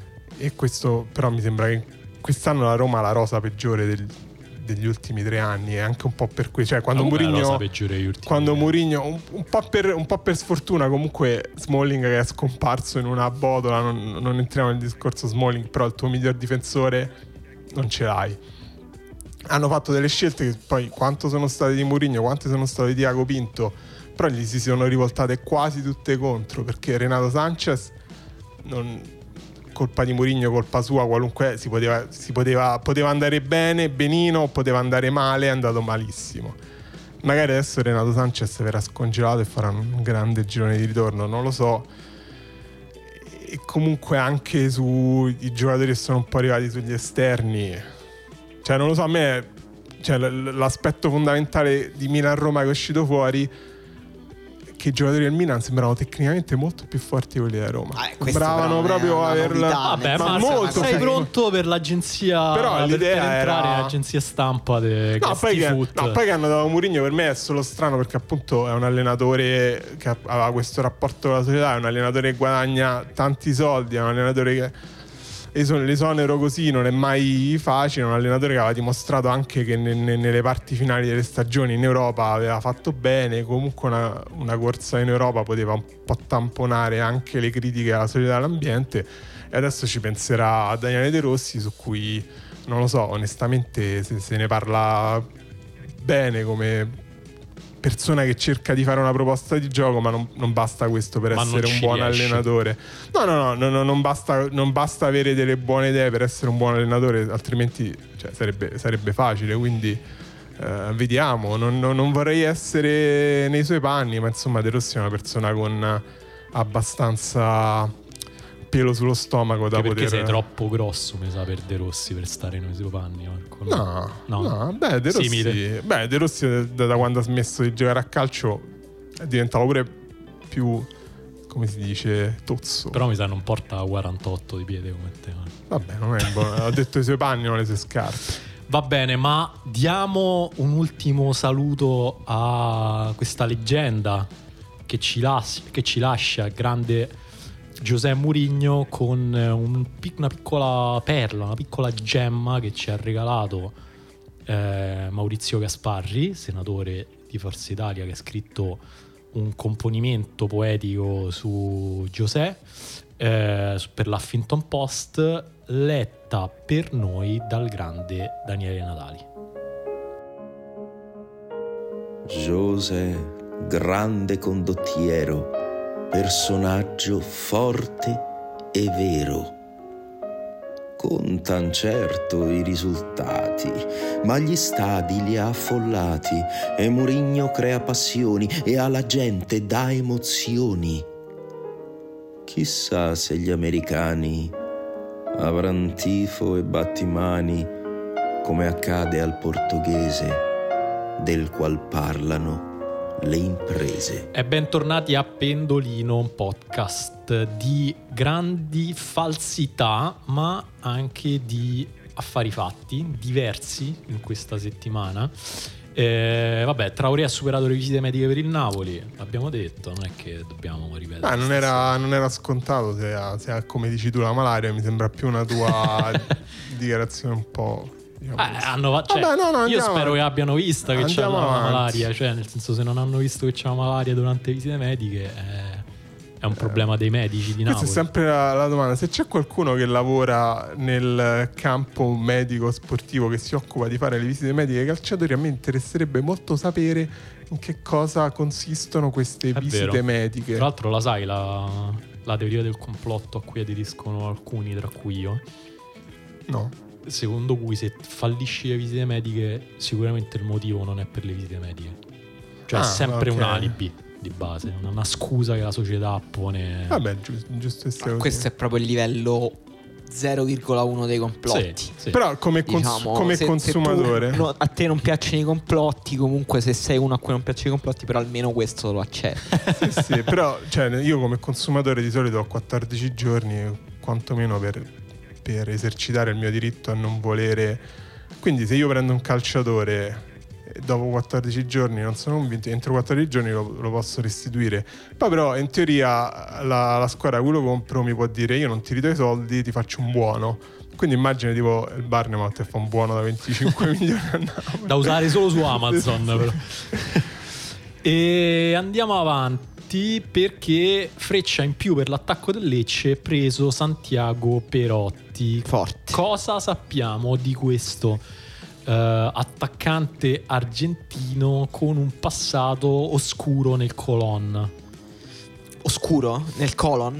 e questo però mi sembra che quest'anno la Roma ha la rosa peggiore del, degli ultimi tre anni, e anche un po' per questo, cioè quando Mourinho quando Mourinho un, un, po' per, un po' per sfortuna, comunque Smalling che è scomparso in una botola, non, non entriamo nel discorso Smalling, però il tuo miglior difensore non ce l'hai. Hanno fatto delle scelte che poi, quanto sono state di Mourinho, quante sono state di Tiago Pinto, però gli si sono rivoltate quasi tutte contro, perché Renato Sanchez, non, colpa di Mourinho, colpa sua, qualunque, si poteva, si poteva, poteva andare bene, benino, poteva andare male, è andato malissimo. magari adesso Renato Sanchez verrà scongelato e farà un grande girone di ritorno, non lo so. E comunque anche sui giocatori che sono un po' arrivati sugli esterni, cioè non lo so, a me, cioè, l'aspetto fondamentale di Milan-Roma che è uscito fuori, che i giocatori del Milan sembravano tecnicamente molto più forti di quelli della Roma. Ah, sembravano proprio averla. Vabbè, ma ma molto sei più. pronto per l'agenzia? Però per, l'idea per entrare era- l'agenzia stampa de No poi, che, no, poi che hanno dato Mourinho per me è solo strano, perché appunto è un allenatore che aveva questo rapporto con la società, è un allenatore che guadagna tanti soldi, è un allenatore che eson- l'esonero così non è mai facile, è un allenatore che aveva dimostrato anche che ne- ne- nelle parti finali delle stagioni in Europa aveva fatto bene, comunque una, una corsa in Europa poteva un po' tamponare anche le critiche alla società e all'ambiente, e adesso ci penserà Daniele De Rossi, su cui non lo so, onestamente se, se ne parla bene come persona che cerca di fare una proposta di gioco, ma non, non basta questo per Ma essere non un ci buon riesce. allenatore. No, no, no, no, no, non basta, non basta avere delle buone idee per essere un buon allenatore, altrimenti cioè, sarebbe, sarebbe facile, quindi eh, vediamo, non, non- non vorrei essere nei suoi panni, ma insomma De Rossi è una persona con abbastanza pelo sullo stomaco da Anche perché poter... sei troppo grosso, mi sa, per De Rossi, per stare nei suoi panni, Marco. No, No. no, beh, De Rossi, Simile. beh, De Rossi da, da quando ha smesso di giocare a calcio è diventato pure più, come si dice, tozzo. Però mi sa non porta quarantotto di piede come te. Marco. Vabbè, non è buono. Ho detto i suoi panni, non le sue scarpe. Va bene, ma diamo un ultimo saluto a questa leggenda che ci, las- che ci lascia, grande José Mourinho, con un pic- una piccola perla, una piccola gemma che ci ha regalato eh, Maurizio Gasparri, senatore di Forza Italia, che ha scritto un componimento poetico su José eh, per l'Huffington Post, letta per noi dal grande Daniele Natali. José, grande condottiero, personaggio forte e vero. Contan certo i risultati, ma gli stadi li ha affollati, e Mourinho crea passioni e alla gente dà emozioni. Chissà se gli americani avran tifo e battimani, come accade al portoghese, del qual parlano le imprese. E bentornati a Pendolino, un podcast di grandi falsità, ma anche di affari fatti, diversi in questa settimana. Eh, vabbè, Traoré ha superato le visite mediche per il Napoli, l'abbiamo detto, non è che dobbiamo ripetere. Ah, non era, non era scontato se ha, se ha, come dici tu, la malaria. Mi sembra più una tua dichiarazione un po'... diciamo Eh, così. hanno, va- cioè, Vabbè, no, no, io andiamo spero avanti. che abbiano visto che c'è la, Andiamo la avanti. malaria, cioè nel senso, se non hanno visto che c'è la malaria durante le visite mediche eh, è un problema dei medici di Questa Napoli. è sempre la, la domanda: se c'è qualcuno che lavora nel campo medico sportivo, che si occupa di fare le visite mediche ai calciatori, a me interesserebbe molto sapere in che cosa consistono queste È visite vero. mediche. Tra l'altro la sai la, la teoria del complotto a cui aderiscono alcuni, tra cui io, No. secondo cui se fallisci le visite mediche sicuramente il motivo non è per le visite mediche, cioè Ah, è sempre ok. un alibi di base, una, una scusa che la società pone. Vabbè, giusto, giusto che sia così. Questo è proprio il livello zero virgola uno dei complotti. Sì, sì. Però come, cons- Diciamo, come se- se consumatore tu no- a te non piacciono i complotti, comunque se sei uno a cui non piacciono i complotti, però almeno questo lo accetti. sì, sì, però cioè, io come consumatore di solito ho quattordici giorni quantomeno per, per esercitare il mio diritto a non volere. Quindi se io prendo un calciatore e dopo quattordici giorni non sono convinto, entro quattordici giorni lo, lo posso restituire. Poi però in teoria la, la squadra a cui lo compro mi può dire: io non ti ridò i soldi, ti faccio un buono. Quindi immagina tipo il Bournemouth fa un buono da venticinque milioni a Napoli. Da usare solo su Amazon. Però. E andiamo avanti, perché freccia in più per l'attacco del Lecce, preso Santiago Perotti. Forte. Cosa sappiamo di questo eh, attaccante argentino con un passato oscuro nel Colon? Oscuro nel colon.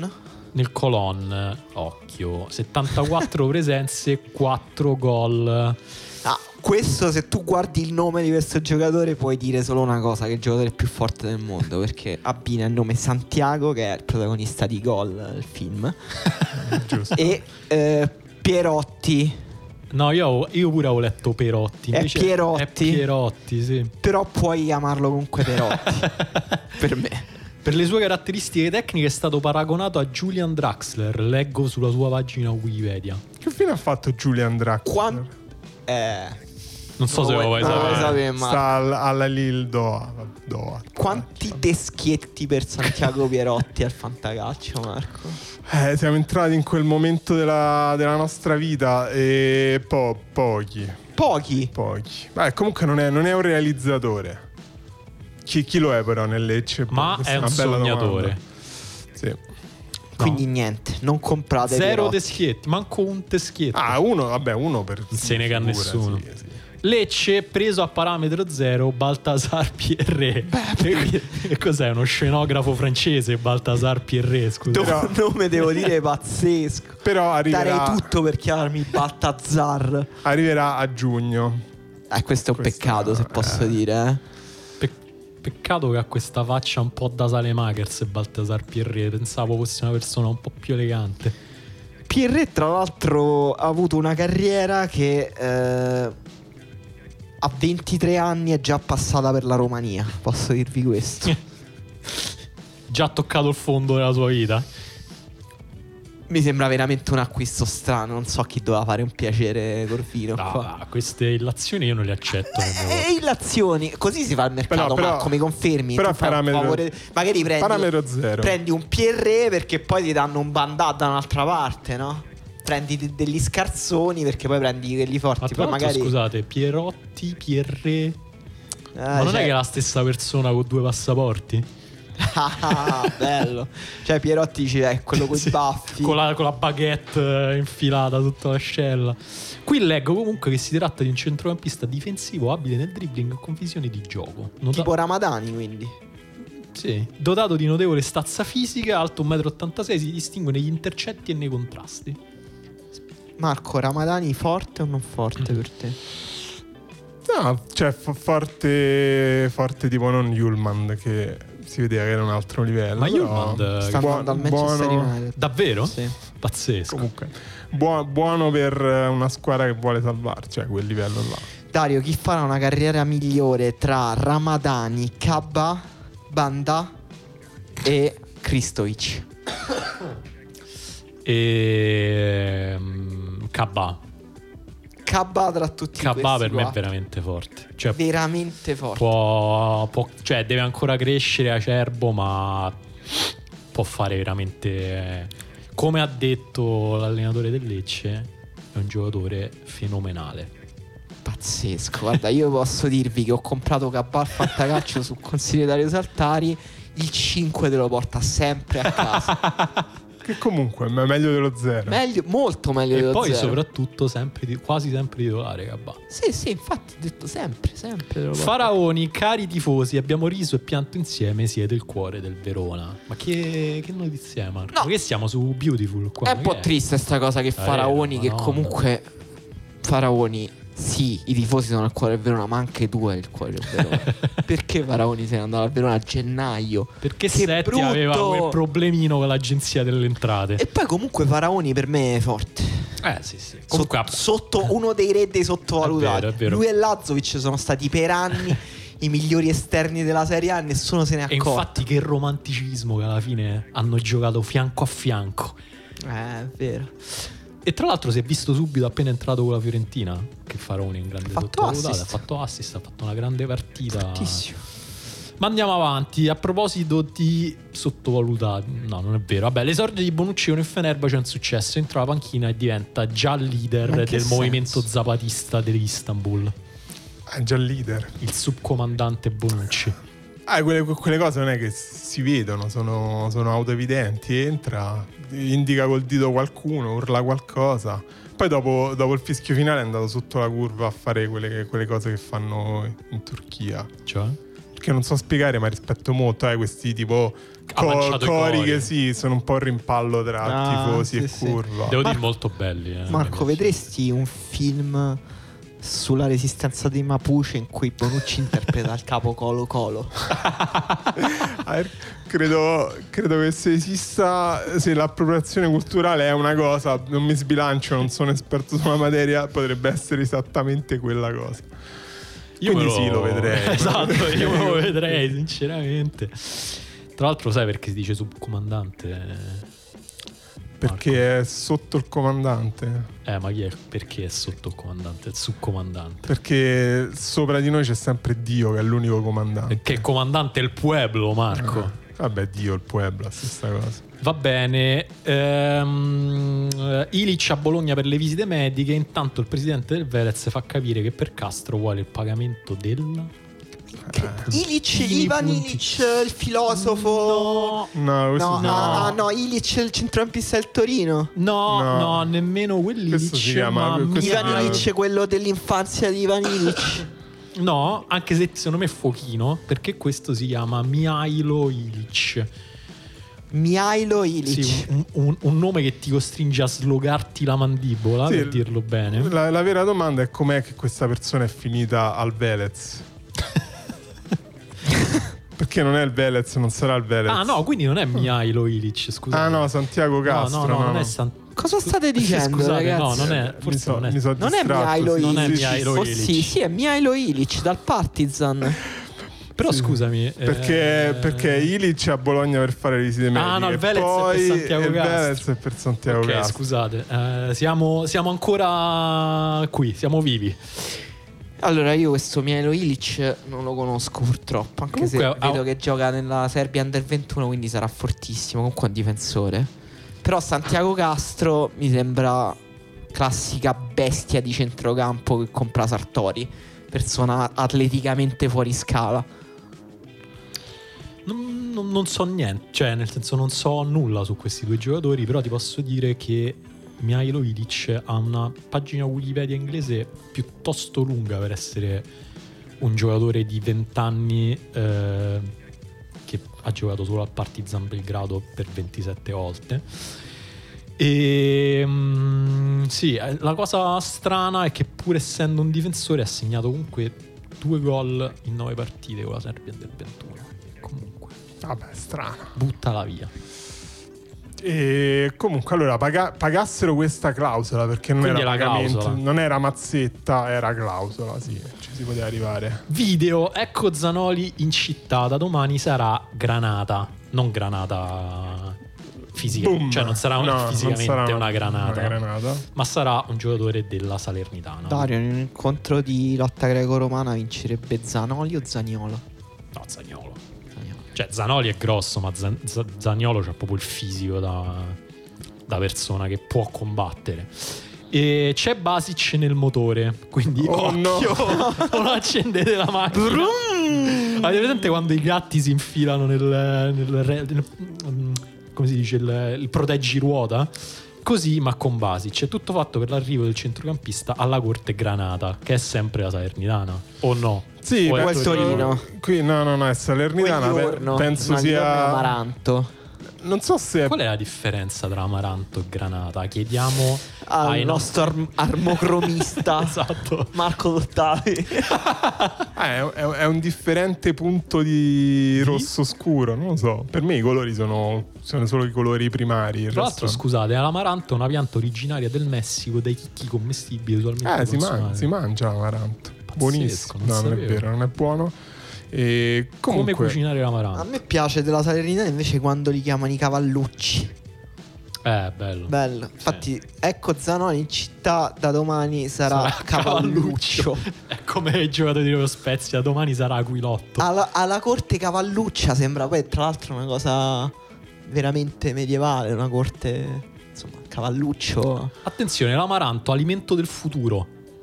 nel Colon, occhio, settantaquattro presenze, quattro gol. Ah, questo, se tu guardi il nome di questo giocatore, puoi dire solo una cosa: che è il giocatore più forte del mondo, perché abbina il nome Santiago, che è il protagonista di Gol, il film. Giusto. E eh, Pierotti. No, io, io pure avevo letto Perotti. È Pierotti. È Pierotti, sì. Però puoi chiamarlo comunque Perotti. Per me. Per le sue caratteristiche tecniche è stato paragonato a Julian Draxler. Leggo sulla sua pagina Wikipedia. Che fine ha fatto Julian Draxler? Quan- eh, Non so se lo vuoi non lo sapere. vuoi sapere, ma Sta al- alla Lille Doha. Doha. quanti teschietti per Santiago Pierotti al fantacalcio, Marco? Eh, siamo entrati in quel momento della, della nostra vita e po- pochi. Pochi. Pochi. Beh, comunque non è, non è un realizzatore. Chi, chi lo è però nel Lecce? Ma Questa è un una bella sognatore. domanda. Sì. Quindi niente, non comprate Zero Pierotti. teschietti, manco un teschetto. Ah, uno, vabbè, uno per... Non se ne nega figura, nessuno. sì, sì. Lecce preso a parametro zero, Baltasar Pierre. E cos'è? Uno scenografo francese, Baltasar Pierre, scusa. Però- Un nome devo dire pazzesco. Però arriverà, Darei tutto per chiamarmi Baltazar. arriverà a giugno. Eh, questo è un Questa- peccato, se posso eh. dire, eh. Pe- peccato che ha questa faccia un po' da Salemakers, Baltasar Pierre. Pensavo fosse una persona un po' più elegante. Pierre, tra l'altro, ha avuto una carriera che eh, a ventitré anni è già passata per la Romania. Posso dirvi questo. Già toccato il fondo della sua vita. Mi sembra veramente un acquisto strano. Non so chi doveva fare un piacere Corvino qua. Ah, queste illazioni io non le accetto. E illazioni, così si fa il mercato. Però- però- Marco, mi confermi? però Tu fai un parametro- favore- magari prendi, parametro zero. prendi un Pierre perché poi ti danno un Bandà da un'altra parte, no? Prendi de- degli scarsoni perché poi prendi quelli forti. Ma tra Poi l'altro, magari scusate, Pierotti, Pierre. Ah, Ma non cioè- è che è la stessa persona con due passaporti? Ah, bello. Cioè Pierotti dice, è quello con i Sì, baffi. con la, con la baguette eh, infilata tutta l'ascella. Qui leggo comunque che si tratta di un centrocampista difensivo abile nel dribbling con visione di gioco. Nota- Tipo Ramadani, quindi. sì. Dotato di notevole stazza fisica, alto uno virgola ottantasei metri, si distingue negli intercetti e nei contrasti. Marco, Ramadani forte o non forte per te? No, cioè fo- forte, forte tipo non Yulman, che si vedeva che era un altro livello. Ma però Yulman, Sta buo- andando al Manchester buono, United. Davvero? Sì. Pazzesco. comunque buo- buono per una squadra che vuole salvarci, cioè quel livello là. Dario, chi farà una carriera migliore tra Ramadani, Kabba, Banda e Kristovic? E Kabba. Kabba tra tutti Kabba questi per me è qua. veramente forte. Cioè Veramente forte. può, può- cioè deve ancora crescere Acerbo, ma può fare veramente eh, come ha detto l'allenatore del Lecce, è un giocatore fenomenale. Pazzesco. Guarda, io posso dirvi che ho comprato Kabba al fantacalcio su consiglio di Dario Saltari. Il cinque te lo porta sempre a casa. Che comunque è meglio dello zero. Meglio, molto meglio E dello poi zero. soprattutto sempre di- quasi sempre titolare Kabba. Sì, sì, infatti ho detto sempre, sempre te lo porta. Faraoni, cari tifosi, abbiamo riso e pianto insieme, siete il cuore del Verona. Ma che, che notizie è, Marco? No. Ma che siamo su Beautiful qua? È un Ma po' che triste sta cosa che Faraoni, Eh, che Madonna. comunque Faraoni, sì, i tifosi sono il cuore del Verona, ma anche tu hai il cuore del Verona. Perché Faraoni se ne è andato al Verona a gennaio? Perché Che Setti brutto! aveva quel problemino con l'agenzia delle entrate. E poi comunque Faraoni per me è forte. Eh sì sì. Sotto, Comunque sotto uno dei re dei sottovalutati. È vero, è vero. Lui e Lazovic sono stati per anni i migliori esterni della Serie A e nessuno se ne è E accorto. infatti che romanticismo che alla fine hanno giocato fianco a fianco. Eh, è vero. E tra l'altro si è visto subito appena entrato con la Fiorentina che Faraoni è un grande Ha fatto sottovalutato, assist. ha fatto assist, ha fatto una grande partita. Fortissimo. Ma andiamo avanti. A proposito di sottovalutati, no, non è vero. Vabbè, l'esordio di Bonucci con il Fenerbahce è un successo. Entra la panchina e diventa già leader Ma in del che senso? movimento zapatista dell'Istanbul. È già leader. Il subcomandante Bonucci. Ah, quelle, quelle cose non è che si vedono, sono, sono autoevidenti. Entra, indica col dito qualcuno, urla qualcosa. Poi dopo, dopo il fischio finale è andato sotto la curva a fare quelle, quelle cose che fanno in Turchia. Cioè? che non so spiegare, ma rispetto molto eh, questi tipo Ha co- lanciato i cori cori. che sì, sono un po' il rimpallo tra Ah, tifosi sì, e sì. curva. Devo Mar- dire molto belli. eh, Marco, mi piace. vedresti un film sulla resistenza dei Mapuche in cui Bonucci interpreta il capo Colo Colo? Ah, credo, credo che se esista, se l'appropriazione culturale è una cosa, non mi sbilancio, non sono esperto sulla materia, potrebbe essere esattamente quella cosa. Io Quindi me lo... sì, lo vedrei. Esatto, io me lo vedrei, sinceramente. Tra l'altro, sai perché si dice subcomandante? Perché è sotto il comandante. Eh, ma chi è? Perché è sotto il comandante? Il subcomandante. Perché sopra di noi c'è sempre Dio, che è l'unico comandante. Perché il comandante è il pueblo, Marco. Ah, vabbè, Dio, il pueblo, la stessa cosa. Va bene. Ehm, Ilic a Bologna per le visite mediche. Intanto il presidente del Velez fa capire che per Castro vuole il pagamento del... Ilic, Pochini Ivan punti. Ilic, il filosofo. No, questo No, si chiama- ah, no, Ilic, il centrocampista del Torino. No, no, No. nemmeno quell'Ilic. Questo si chiama- ma questo si Ivan chiama- Ilic, quello dell'infanzia di Ivan Ilic. No, anche se secondo me è Fochino, perché questo si chiama Mihailo Ilic. Mihailo Ilic. Sì, un, un- un nome che ti costringe a slogarti la mandibola, Sì, per dirlo bene. La, la vera domanda è com'è che questa persona è finita al Velez. Perché non è il Velez, non sarà il Velez. Ah no, quindi non è Mihailo Ilic, scusa. Ah no, Santiago Castro. No, no, no, non è San... Cosa state dicendo, Scusate, ragazzi? no, non è, Mi forse so- non è. mi so Non è distratto, Mihailo sì, Ilic. Non è sì, sì, Mihailo Oh, Ilic. sì, sì, è Mihailo Ilic dal Partizan. Però Sì. scusami, Perché, eh, perché Ilic a Bologna per fare le visite mediche. Ah, no, il Velez è poi per Santiago il Castro. Velez è per Santiago ok, Castro. scusate, eh, siamo, siamo ancora qui, siamo vivi. Allora, io questo Mihailo Ilic non lo conosco purtroppo. Anche Comunque, se ha- vedo che gioca nella Serbia Under ventuno, quindi sarà fortissimo. Comunque è un difensore. Però Santiago Castro mi sembra classica bestia di centrocampo che compra Sartori. Persona atleticamente fuori scala. Non, non- non so niente, cioè nel senso non so nulla su questi due giocatori, però ti posso dire che Mihailo Ilic ha una pagina Wikipedia inglese piuttosto lunga per essere un giocatore di venti anni eh, che ha giocato solo al Partizan Belgrado per ventisette volte. E mm, sì, eh, la cosa strana è che pur essendo un difensore ha segnato comunque due gol in nove partite con la Serbia del ventuno. Comunque, Vabbè, strano. buttala via. E comunque allora paga- pagassero questa clausola, perché non Quindi era è la pagamento, clausola. non era mazzetta, era clausola, sì, ci si poteva arrivare. Video, ecco Zanoli in città, da domani sarà Granata, non Granata fisica, Boom. cioè non sarà un- No, non fisicamente sarà una, granata, una granata. ma sarà un giocatore della Salernitana. Dario, in un incontro di lotta greco-romana vincerebbe Zanoli o Zaniolo? No, Zaniolo. Zaniolo. Cioè Zanoli è grosso, ma Zan- Z- Zaniolo c'ha proprio il fisico da, da persona che può combattere. E c'è Basic nel motore, quindi Oh, occhio, no. non accendete la macchina. Avete presente quando i gatti si infilano nel, nel, re- nel- mm, come si dice, il, il proteggiruota? Così, ma con Basic. È tutto fatto per l'arrivo del centrocampista alla corte Granata, che è sempre la Salernitana, o no? Sì, O è o è penso- Torino. Qui no, no, no, è Salernitana, pe- Quell'orno, penso no, Livorno e sia Amaranto. non so se è Qual è la differenza tra Amaranto e Granata? Chiediamo Al ai nostro arm- armocromista Esatto. Marco Dottavi. Ah, è, è- è un differente punto di rosso scuro, non lo so. Per me i colori sono, sono solo i colori primari. il Tra l'altro, resto- scusate, l'amaranto è una pianta originaria del Messico dai chicchi commestibili usualmente Eh, si, man- consumati. si mangia l'amaranto. Pazzesco, Buonissimo. non No, non è sapevo. vero, non è buono. E comunque, Come cucinare A l'amaranto? me piace della Salernitana invece quando li chiamano i cavallucci. Eh, bello. Bello. Infatti, ecco Zanoni in città, da domani sarà, Sarà cavalluccio. È come i giocatori dello Spezia, domani sarà Aquilotto. Alla, alla corte cavalluccia sembra poi tra l'altro una cosa veramente medievale, una corte, insomma, cavalluccio. Attenzione, l'amaranto, alimento del futuro.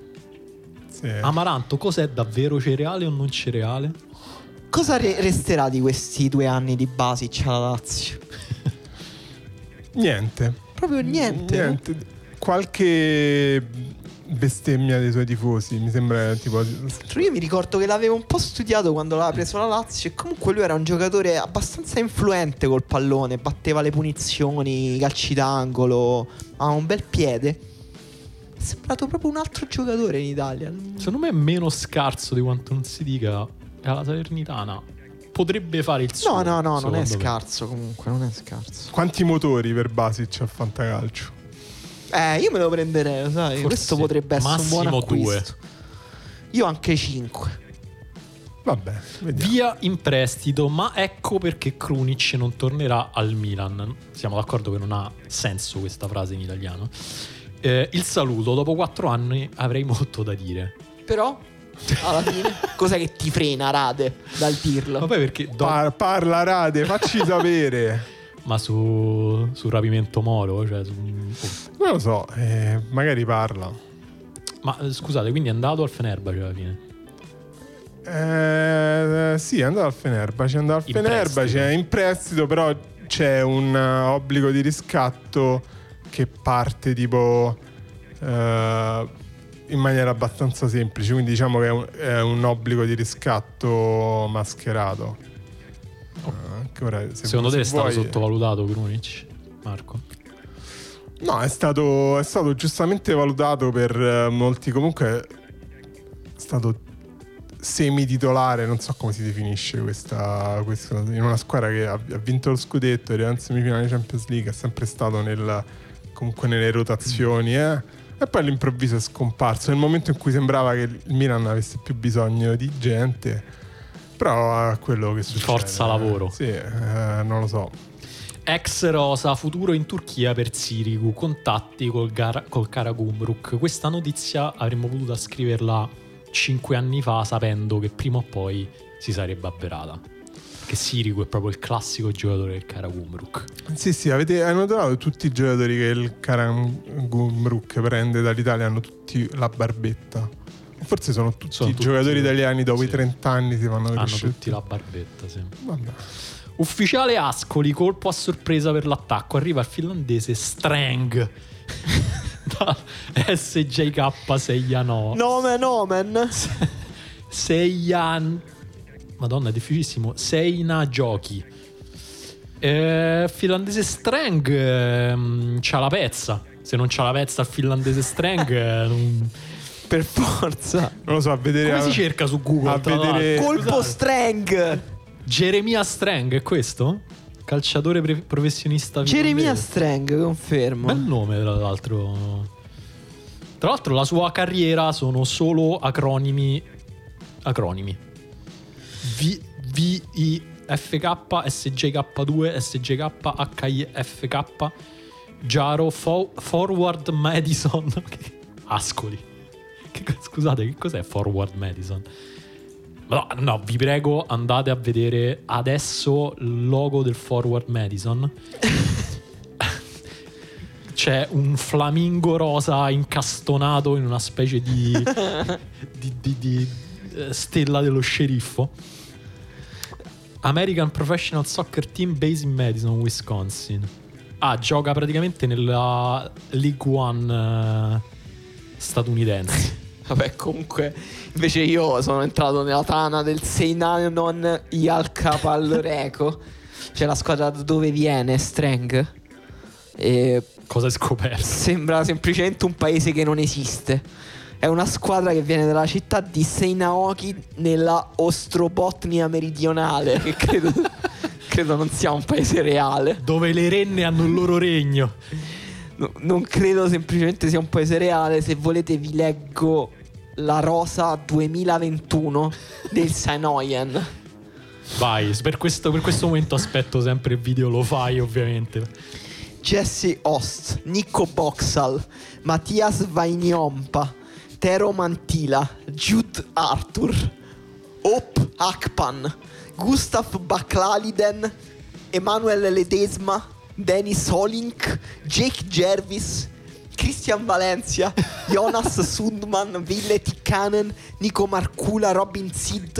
sì. Amaranto, cos'è davvero, cereale o non cereale? Cosa re- resterà di questi due anni di Basic alla Lazio? niente. Proprio niente. Niente. Qualche bestemmia dei suoi tifosi. Mi sembra tipo. Io mi ricordo che l'avevo un po' studiato quando l'aveva preso la Lazio, e comunque lui era un giocatore abbastanza influente col pallone, batteva le punizioni, i calci d'angolo, ha un bel piede. È sembrato proprio un altro giocatore in Italia. Secondo me è meno scarso di quanto non si dica. Alla Salernitana potrebbe fare il suo. No, no, no, non è secondo me. scarso comunque, non è scarso. Quanti motori per Basic a Fantacalcio? Eh, io me lo prenderei, lo sai. Forse Questo potrebbe essere un buon massimo acquisto. Io anche cinque. Vabbè, vediamo. Via in prestito, ma ecco perché Krunic non tornerà al Milan. Siamo d'accordo che non ha senso questa frase in italiano. Eh, il saluto, dopo quattro anni avrei molto da dire. Però alla fine cos'è che ti frena, Rade, dal dirlo? Ma poi perché do- Par- parla Rade, facci sapere. Ma su, su rapimento Moro, cioè su... Non lo so, eh, magari parla. Ma eh, scusate, quindi è andato al Fenerbahce alla fine? Eh, sì, è andato al Fenerbahce, è andato al In Fenerbahce, prestito. è in prestito, però c'è un uh, obbligo di riscatto che parte tipo uh, in maniera abbastanza semplice, quindi diciamo che è un, è un obbligo di riscatto mascherato. Uh, anche ora, se Secondo te se è stato vuoi- sottovalutato Krunic, Marco? No, è stato, è stato giustamente valutato per uh, molti, comunque è stato semi-titolare, non so come si definisce questa, questa in una squadra che ha, ha vinto lo scudetto, è arrivato in semifinale di Champions League, è sempre stato nel, comunque nelle rotazioni, eh? E poi all'improvviso è scomparso nel momento in cui sembrava che il Milan avesse più bisogno di gente, però è quello che succede. Forza lavoro. Sì, eh, non lo so. Ex rosa, futuro in Turchia per Sirigu, contatti col, Gar- col Karagümrük. Questa notizia avremmo potuto scriverla cinque anni fa, sapendo che prima o poi si sarebbe avverata. Che Sirigu è proprio il classico giocatore del Karagümrük. Sì, sì, avete hai notato che tutti i giocatori che il Karagümrük prende dall'Italia hanno tutti la barbetta? Forse sono tutti Sono i tutti- giocatori italiani dopo sì. i trenta anni si fanno Hanno crescere. tutti la barbetta, sì. Vabbè. Ufficiale Ascoli, colpo a sorpresa per l'attacco. Arriva il finlandese Strang da S J K Seiano. Nomen, nomen. Seiyan. Madonna, è difficilissimo. Seina Giochi. Eh, finlandese Strang ehm, c'ha la pezza. Se non c'ha la pezza il finlandese Strang eh, non... Per forza. Non lo so, a vedere Come a, si cerca su Google? a tra vedere- l'altro? Colpo Scusate. Strang. Jeremia Strang, è questo? Calciatore pre- professionista Jeremia finlandese. Strang, confermo. Bel nome, tra l'altro. Tra l'altro la sua carriera sono solo acronimi. Acronimi. V, V I F K, S J K due, S J K, H I F K, Jaro, Fo- Forward Madison. Ascoli. Che, scusate, che cos'è Forward Madison? No, no, vi prego, andate a vedere adesso il logo del Forward Madison. C'è un flamingo rosa incastonato in una specie di, di, di, di eh, stella dello sceriffo. American Professional Soccer Team based in Madison, Wisconsin. Ah, gioca praticamente nella League One eh, statunitense. Vabbè, comunque, invece io sono entrato nella tana del Seinanon Jalkapalloreco, cioè la squadra da dove viene Strang. E Cosa hai scoperto? sembra semplicemente un paese che non esiste. È una squadra che viene dalla città di Seinaoki nella Ostrobotnia meridionale, che credo, credo non sia un paese reale. Dove le renne hanno il loro regno. No, non credo semplicemente sia un paese reale. Se volete vi leggo la rosa duemilaventuno del Sainoyen. Vai, per questo, per questo momento aspetto sempre il video, lo fai ovviamente. Jesse Ost, Nico Boxall, Mattias Vainiompa, Tero Mantila, Jude Arthur, Op Akpan, Gustav Baklaliden, Emanuel Ledesma, Dennis Holink, Jake Jervis, Christian Valencia, Jonas Sundman, Ville Tikkanen, Nico Marcula, Robin Sid,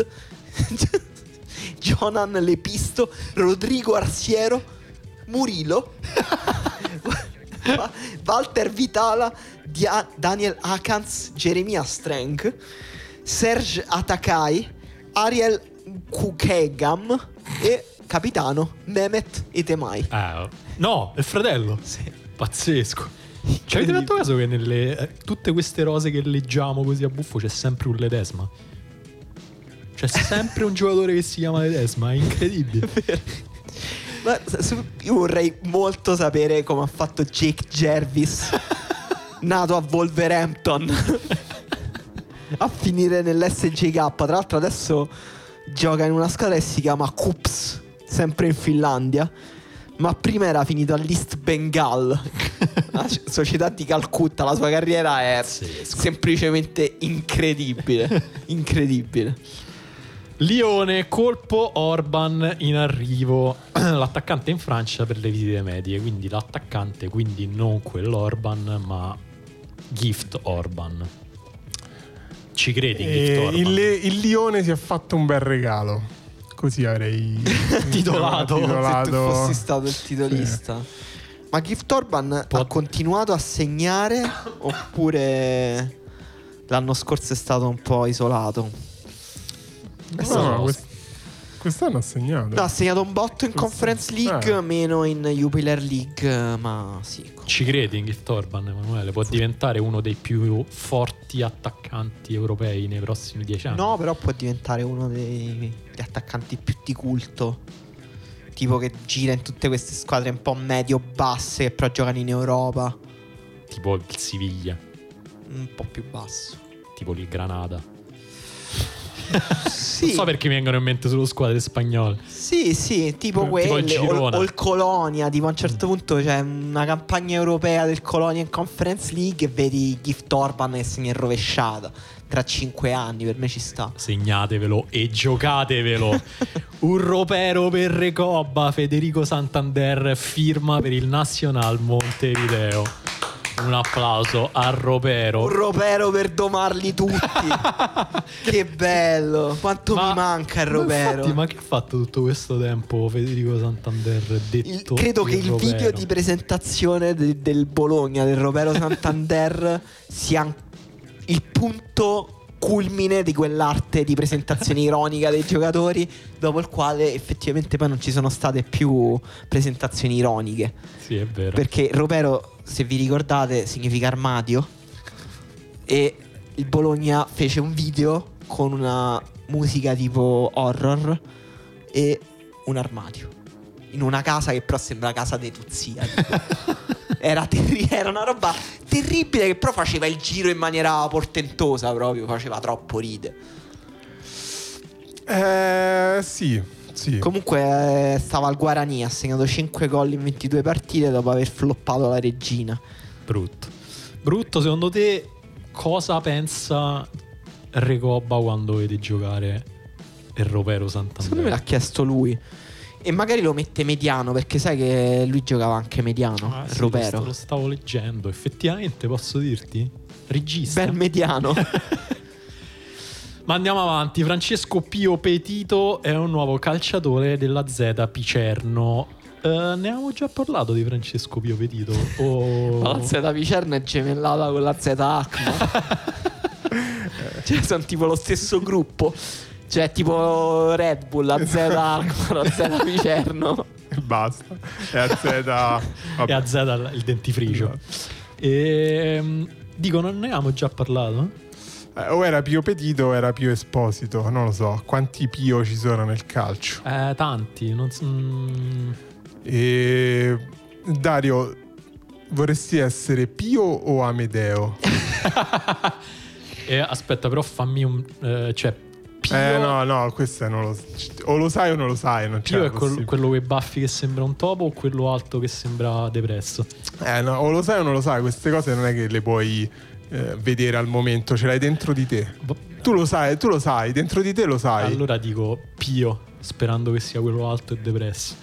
Jonan Lepisto, Rodrigo Arsiero, Murilo, Walter Vitala, Dia- Daniel Akans, Jeremia Strang, Serge Atakai, Ariel Kukegam e capitano Mehmet Etemai. Eh, no, è il fratello. Sì. Pazzesco. Ci avete fatto caso che nelle eh, tutte queste rose che leggiamo così a buffo c'è sempre un Ledesma? C'è sempre un giocatore che si chiama Ledesma, è incredibile. Ma io vorrei molto sapere come ha fatto Jake Jarvis, nato a Wolverhampton, a finire nell'S J K. Tra l'altro adesso gioca in una squadra che si chiama Kups, sempre in Finlandia, ma prima era finito all'East Bengal, la società di Calcutta. La sua carriera è Pazzesco. semplicemente incredibile. Incredibile. Lione, colpo Orban in arrivo. L'attaccante in Francia per le visite medie. Quindi l'attaccante, quindi non quell'Orban, ma Gift Orban. Ci credi, Gift E Orban? il, il Lione si è fatto un bel regalo. Così avrei Titolato. titolato. Se tu fossi stato il titolista. Ma Gift Orban Può- ha continuato a segnare oppure l'anno scorso è stato un po' isolato? No, stato- no, quest- quest'anno ha segnato. No, ha segnato un botto in Questo- Conference League, eh. meno in Jupiler League, ma sì. Ci credi in Gift Orban, Emanuele? Può diventare uno dei più forti attaccanti europei nei prossimi dieci anni? No, però può diventare uno dei, degli attaccanti più di culto. Tipo che gira in tutte queste squadre un po' medio-basse che però giocano in Europa. Tipo il Siviglia, Un po' più basso. tipo il Granada. Sì. Non so perché mi vengono in mente solo squadre spagnole. Sì, sì, tipo Tipo quelle il o, Girona. o il Colonia. Tipo a un certo punto c'è una campagna europea del Colonia in Conference League e vedi Gift Orban che segna in rovesciata. Tra cinque anni, per me ci sta. Segnatevelo e giocatevelo. Un ropero per Recoba. Federico Santander firma per il Nacional Montevideo. Un applauso a Ropero. Un ropero per domarli tutti. Che bello. Quanto Ma- mi manca il ma ropero. infatti, ma che ha fatto tutto questo tempo Federico Santander detto Il- credo che il Ropero? video di presentazione de- del Bologna, del Ropero Santander, sia il punto culmine di quell'arte di presentazione ironica dei giocatori, dopo il quale effettivamente poi non ci sono state più presentazioni ironiche. Sì, è vero. Perché Ropero, se vi ricordate, significa armadio, e il Bologna fece un video con una musica tipo horror e un armadio in una casa che però sembra casa dei Tuzia. Era, terri- era una roba terribile, che però faceva il giro in maniera portentosa, proprio faceva troppo ride. Eh, sì, sì. Comunque eh, stava al Guarani, ha segnato cinque gol in ventidue partite dopo aver floppato la regina. Brutto. Brutto, secondo te cosa pensa Recoba quando vede giocare il Ropero Santander? Secondo me l'ha chiesto lui. E magari lo mette mediano, perché sai che lui giocava anche mediano, Ah, il sì, Ropero. Lo, st- lo stavo leggendo. Effettivamente, posso dirti? Regista. Bel mediano. Ma andiamo avanti. Francesco Pio Petito è un nuovo calciatore della Z Picerno. Eh, ne avevamo già parlato di Francesco Pio Petito? O... Ma la Z Picerno è gemellata con la Z Acma. Cioè sono tipo lo stesso gruppo. Cioè tipo Red Bull, la Z Acma, la Z Picerno. E basta. E a Z. e vabbè. a Z il dentifricio. Esatto. E, dico, non ne avevamo già parlato? Eh, o era Pio Petito o era Pio Esposito, non lo so. Quanti Pio ci sono nel calcio? Eh, tanti. Non so, mm, E Dario, vorresti essere Pio o Amedeo? e aspetta, però fammi un. Eh, cioè, Pio, Eh no, no, questo è non lo o lo sai o non lo sai, non c'è Pio è quel- possibile. quello con i baffi che sembra un topo o quello alto che sembra depresso? Eh no, o lo sai o non lo sai, queste cose non è che le puoi eh, vedere al momento, ce l'hai dentro di te. Tu lo sai, tu lo sai, dentro di te lo sai. Allora dico Pio, sperando che sia quello alto e depresso.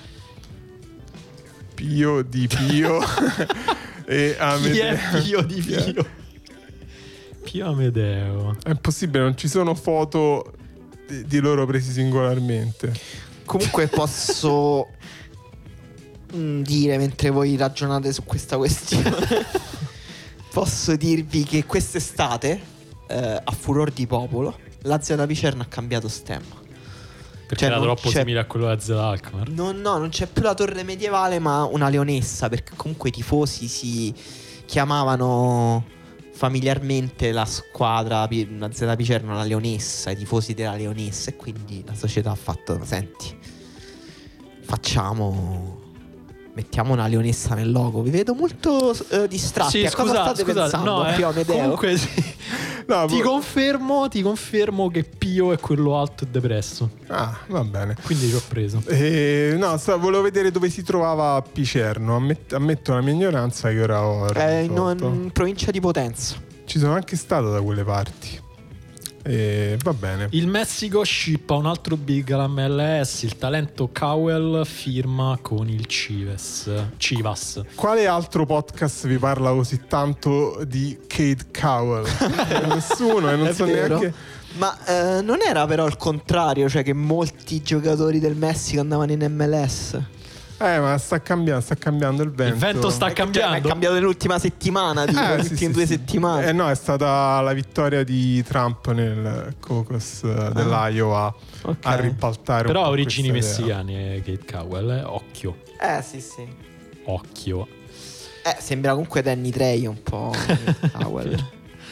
Pio di Pio e Chi Amedeo. è Pio di Pio? Pio Amedeo. È possibile, non ci sono foto di, di loro presi singolarmente. Comunque posso mm, dire mentre voi ragionate su questa questione? Posso dirvi che quest'estate, eh, a furor di popolo, la Z Picerno ha cambiato stemma. Perché Cioè, era non troppo c'è- simile a quello della Z Alkmaar. No, no, non c'è più la torre medievale, ma una leonessa, perché comunque i tifosi si chiamavano familiarmente la squadra, pi- la Z Picerno, la leonessa, i tifosi della leonessa, e quindi la società ha fatto, senti, facciamo, mettiamo una leonessa nel logo. Vi vedo molto eh, distratti. Sì, a cosa scusa, state scusa, pensando? no, eh, Pio Amedeo? comunque sì. No, ti vo- confermo, ti confermo che Pio è quello alto e depresso. Ah, va bene. Quindi ci ho preso. Eh, no, sta- volevo vedere dove si trovava Picerno. Ammet- ammetto la mia ignoranza che ora ho Eh, in, risolto. in provincia di Potenza. Ci sono anche stato da quelle parti. E va bene. Il Messico shippa un altro big all'M L S. Il talento Cowell firma con il Chivas. Chivas. Quale altro podcast vi parla così tanto di Cade Cowell? Nessuno, e non È so vero. neanche. Ma eh, non era però il contrario, cioè che molti giocatori del Messico andavano in M L S? Eh, ma sta cambiando, sta cambiando il vento. Il vento sta Cioè, ma cambiando. è cambiato nell'ultima settimana, tipo, Eh, le sì, ultime sì, due sì. settimane. Eh no, è stata la vittoria di Trump nel caucus eh, dell'Iowa ok. a ribaltare Però un ha po' origini questa idea. messicane, Kate Cowell. Eh? Occhio, Eh sì sì. occhio. Eh, sembra comunque Danny Trejo un po'. Cowell.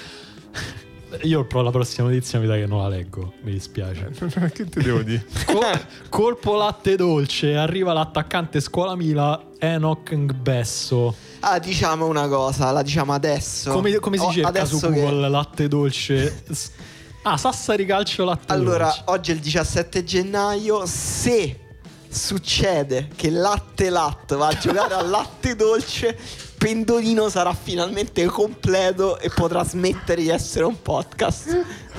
Io però la prossima notizia mi sa che non la leggo. Mi dispiace. Che ti devo dire? Col- colpo latte dolce. Arriva l'attaccante scuola Mila Enoch Ngbesso. Ah, diciamo una cosa, la diciamo adesso. Come, come si Oh, cerca adesso su che- Google latte dolce? S- Ah, Sassari Calcio latte Allora, dolce. oggi è il diciassette gennaio. Se succede che Latte Latte va a giocare al latte dolce, Pendolino sarà finalmente completo e potrà smettere di essere un podcast.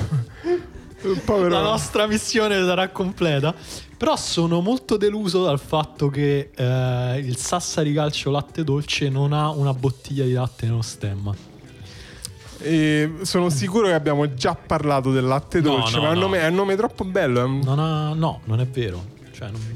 Povero. La nostra missione sarà completa. Però sono molto deluso dal fatto che eh, il Sassari Calcio latte dolce non ha una bottiglia di latte nello stemma. E sono sicuro che abbiamo già parlato del latte No, dolce, no, ma è un, no. nome, è un nome troppo bello. È un- Non ha, no, non è vero. Cioè, non...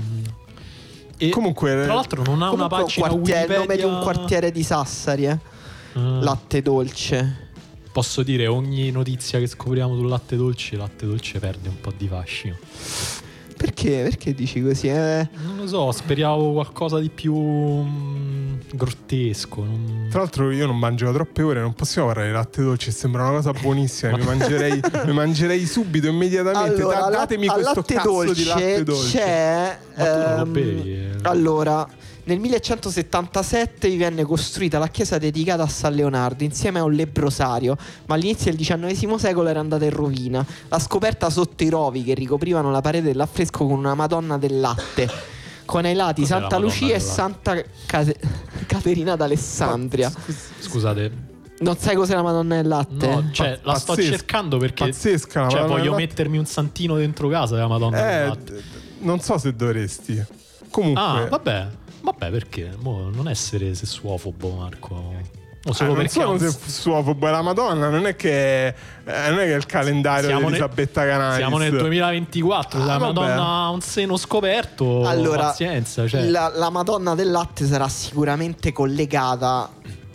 E Comunque, tra l'altro non ha una Comunque un pagina quartiere, il nome di Wikipedia. un quartiere di Sassari, eh. Eh, Latte dolce. Posso dire, ogni notizia che scopriamo sul latte dolce, il latte dolce perde un po' di fascino. Perché? Perché dici così? Eh? Non lo so, speriamo qualcosa di più mm, grottesco. non- Tra l'altro io non mangio da troppe ore, non possiamo parlare di latte dolce, sembra una cosa buonissima, mi mangerei, mi mangerei subito, immediatamente. Allora, Da- al- datemi al questo latte cazzo dolce di latte dolce. c'è Ma tu non lo ehm, bevi, eh. allora, nel millecentosettantasette vi venne costruita la chiesa dedicata a San Leonardo insieme a un lebbrosario, ma all'inizio del diciannovesimo secolo era andata in rovina. La scoperta sotto i rovi che ricoprivano la parete dell'affresco con una Madonna del latte, con ai lati Cos'è la Santa Madonna Lucia e del latte? Santa Cate- Caterina d'Alessandria. Scusate, Non sai cos'è la Madonna del latte? no, cioè la sto Pazzesca. cercando perché Pazzesca la cioè, Madonna voglio del latte. mettermi un santino dentro casa della Madonna del Eh, latte. d- non so se dovresti. Comunque, Ah, vabbè, vabbè, perché? Mo non essere sessuofobo, Marco. O eh, solo non perché ha sono un- sessuofobo, è la Madonna, non è che eh, non è che è il calendario Siamo di nel- Elisabetta Canalis. siamo nel duemilaventiquattro. Ah, la vabbè. Madonna ha un seno scoperto. Allora, pazienza, cioè. la, la Madonna del latte sarà sicuramente collegata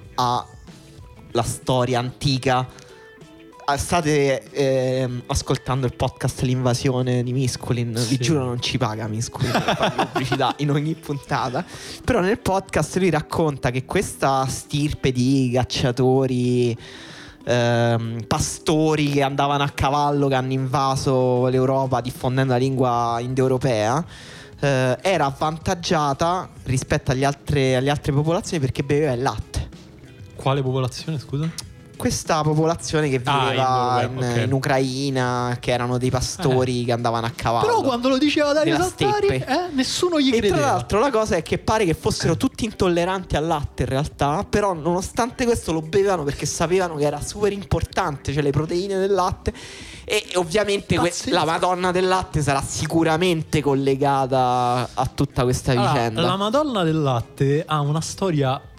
alla storia antica. Ah, state ehm, ascoltando il podcast L'invasione di Misculin. Sì. Vi giuro non ci paga Misculin per fare pubblicità in ogni puntata. Però nel podcast lui racconta che questa stirpe di cacciatori, ehm, pastori che andavano a cavallo, che hanno invaso l'Europa diffondendo la lingua indoeuropea, eh, era avvantaggiata rispetto agli altre, alle altre popolazioni perché beveva il latte. Quale popolazione, scusa? Questa popolazione che Ah, viveva in, indoeuropea, ok. in Ucraina, che erano dei pastori che andavano a cavallo. Però quando lo diceva Dario Della Sassari, steppe. eh, nessuno gli E tra credeva. l'altro la cosa è che pare che fossero tutti intolleranti al latte in realtà, però nonostante questo lo bevevano perché sapevano che era super importante, cioè le proteine del latte. E ovviamente que- Pazzesco. la Madonna del latte sarà sicuramente collegata a tutta questa Allora, vicenda. la Madonna del latte ha una storia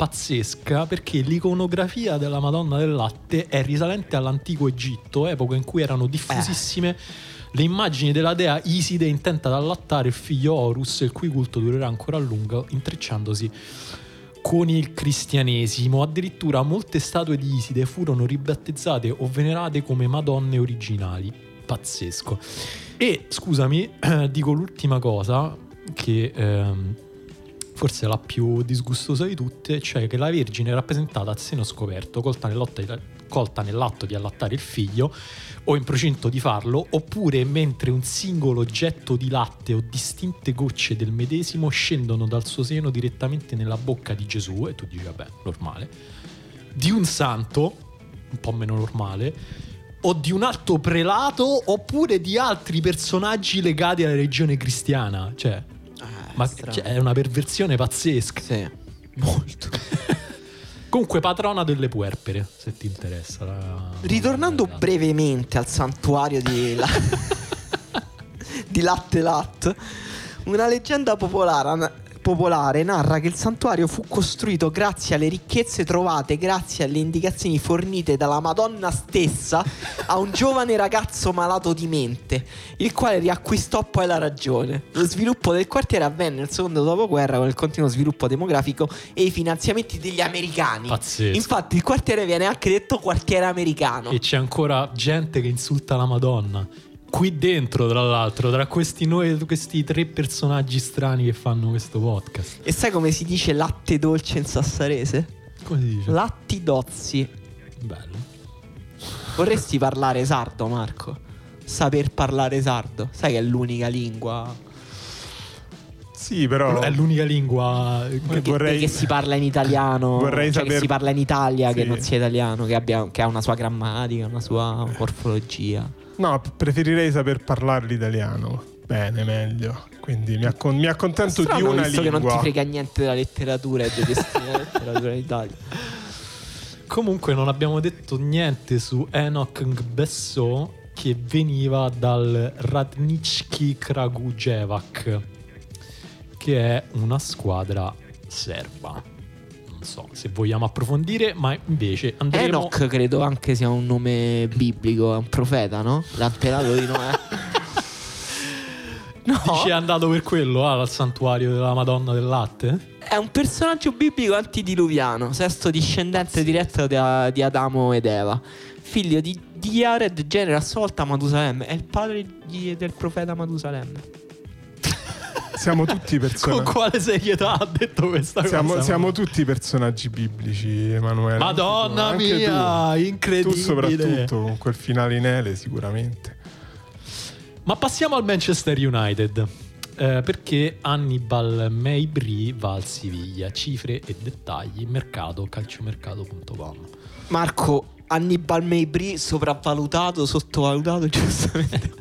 pazzesca perché l'iconografia della Madonna del Latte è risalente all'antico Egitto, epoca in cui erano diffusissime eh. le immagini della dea Iside intenta ad allattare il figlio Horus, il cui culto durerà ancora a lungo, intrecciandosi con il cristianesimo. Addirittura molte statue di Iside furono ribattezzate o venerate come madonne originali. Pazzesco. E scusami, eh, dico l'ultima cosa che ehm, forse è la più disgustosa di tutte, cioè che la Vergine è rappresentata a seno scoperto, colta nell'otto di colta nell'atto di allattare il figlio o in procinto di farlo, oppure mentre un singolo oggetto di latte o distinte gocce del medesimo scendono dal suo seno direttamente nella bocca di Gesù, e tu dici vabbè, normale, di un santo, un po' meno normale, o di un alto prelato, oppure di altri personaggi legati alla religione cristiana. Cioè, ah, ma cioè, è una perversione pazzesca. Sì, molto. Comunque patrona delle puerpere, se ti interessa la... Ritornando la... brevemente al santuario di, la... di Latte Lat, una leggenda popolare, popolare narra che il santuario fu costruito grazie alle ricchezze trovate grazie alle indicazioni fornite dalla Madonna stessa a un giovane ragazzo malato di mente, il quale riacquistò poi la ragione. Lo sviluppo del quartiere avvenne nel secondo dopoguerra con il continuo sviluppo demografico e i finanziamenti degli americani. Pazzesco. Infatti il quartiere viene anche detto quartiere americano. E c'è ancora gente che insulta la Madonna qui dentro, tra l'altro, tra questi noi, questi tre personaggi strani che fanno questo podcast. E sai come si dice latte dolce in sassarese? Come si dice? Lattidozzi. Bello. Vorresti parlare sardo, Marco? Saper parlare sardo? Sai che è l'unica lingua Sì, però è l'unica lingua che, vorrei... che si parla in italiano, vorrei cioè saper... che si parla in Italia, sì. che non sia italiano, che, abbia, che ha una sua grammatica, una sua morfologia. No, preferirei saper parlare l'italiano bene, meglio. Quindi mi, accon- mi accontento Strano, di una visto lingua. che non ti frega niente della letteratura e detesti la letteratura in Italia. Comunque non abbiamo detto niente su Enoch Ngbesso, che veniva dal Radnički Kragujevac, che è una squadra serba. Non so se vogliamo approfondire, ma invece andremo... Enoch credo anche sia un nome biblico, è un profeta, no? L'antelato di Noè. No, Dici è andato per quello ah, al santuario della Madonna del Latte? è un personaggio biblico antidiluviano, sesto discendente diretto da- di Adamo ed Eva, figlio di, di Jared, genere a sua volta Matusalemme. È il padre di- del profeta Matusalemme. Siamo tutti Con personaggi. quale serietà ha detto questa Siamo, cosa? siamo tutti personaggi biblici, Emanuele. Madonna Anche tu. mia, Anche tu. incredibile. Tu soprattutto, con quel finale in ele, sicuramente. Ma passiamo al Manchester United, eh, perché Hannibal Mejbri va al Siviglia. Cifre e dettagli, mercato, calciomercato punto com. Marco, Hannibal Mejbri sopravvalutato, sottovalutato, giustamente.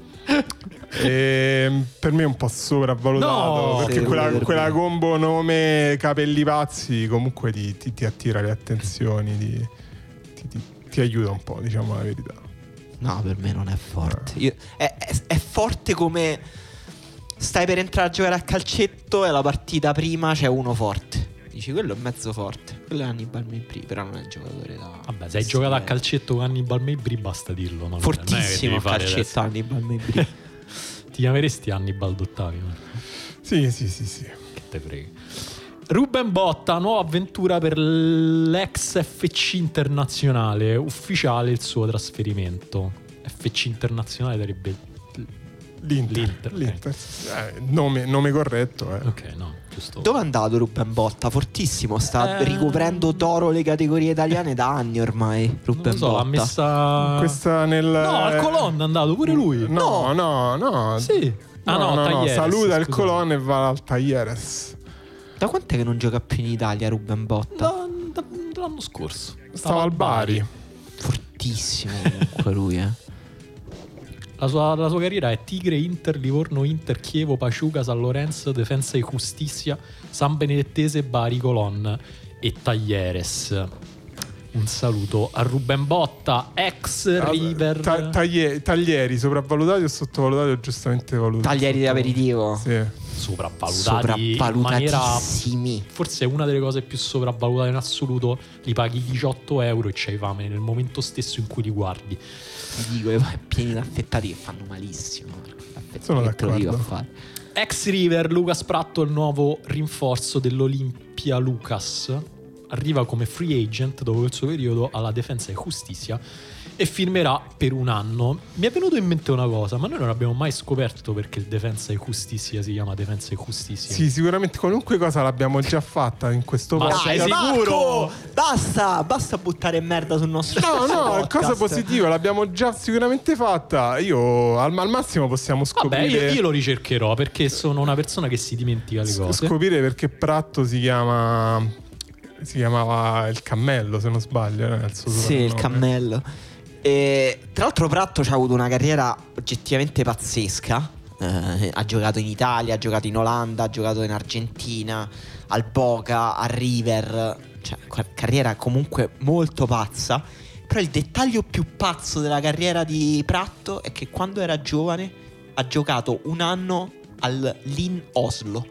E per me è un po' sopravvalutato, No, perché sì, quella, per quella me. combo nome capelli pazzi comunque ti, ti- ti attira le attenzioni, ti, ti- ti- ti aiuta un po', diciamo la verità. No, per me non è forte. Io- è, è- è forte come stai per entrare a giocare a calcetto e la partita prima c'è uno forte. Dici, quello è mezzo forte. Quello è Hannibal Mejbri, però non è un giocatore da... Vabbè, se hai giocato a calcetto con Hannibal Mejbri basta dirlo, no? Fortissimo a Non è che devi fare calcetto Hannibal Mejbri. adesso. Ti chiameresti Hannibal Dottavio? Sì, sì, sì, sì. Che te frega. Ruben Botta, nuova avventura per l'ex F C Internazionale, ufficiale il suo trasferimento. F C Internazionale sarebbe L'Inter, L'Inter, l'Inter. Eh, nome, nome corretto, eh. ok, no, giusto. Dove è andato Ruben Botta? Fortissimo, sta Eh. ricoprendo d'oro le categorie italiane da anni ormai. Non Ruben lo so, Botta. l'ha messa Questa nel No, al Colonna è andato pure lui. No, no, no. Sì. Ah no, no, no, Talleres, saluta il scusate. Colonna e va al Talleres. Da quant'è che non gioca più in Italia Ruben Botta? Da- da- dall'anno scorso. Stava al Bari. Fortissimo comunque lui, eh. La sua, la sua carriera è Tigre, Inter, Livorno, Inter, Chievo, Paciuca, San Lorenzo, Defensa e Giustizia, San Benedettese, Bari, Colonna e Taglieres. Un saluto a Ruben Botta, ex River. Ta- taglie- taglieri sopravvalutati o sottovalutati o giustamente valutati? Taglieri di aperitivo. Sì. sopravvalutati in maniera, sopravvalutatissimi. forse è una delle cose più sopravvalutate in assoluto. Li paghi diciotto euro e c'hai fame nel momento stesso in cui li guardi. Ti dico, e poi pieni di affettati che fanno malissimo. Sono Che te lo dico a d'accordo. fare. Ex River, Lucas Pratto, il nuovo rinforzo dell'Olimpia Lucas, arriva come free agent dopo il suo periodo alla Defensa e Justicia e firmerà per un anno. Mi è venuto in mente una cosa, ma noi non abbiamo mai scoperto perché il Defensa e Justicia si chiama Defensa e Justicia. Sì, sicuramente qualunque cosa l'abbiamo già fatta in questo Ma podcast. sei sicuro? Marco, basta, basta buttare merda sul nostro No, no, podcast. cosa positiva, l'abbiamo già sicuramente fatta. Io al, al massimo possiamo Vabbè, scoprire io, io lo ricercherò perché sono una persona che si dimentica le cose. scoprire perché Pratto si chiama si chiamava il cammello, se non sbaglio, era il suo Sì, il soprannome. cammello. E, tra l'altro Pratto ha avuto una carriera oggettivamente pazzesca. Eh, ha giocato in Italia, ha giocato in Olanda, ha giocato in Argentina, al Boca, a River. Cioè, carriera comunque molto pazza. Però il dettaglio più pazzo della carriera di Pratto è che quando era giovane ha giocato un anno al Lyn Oslo.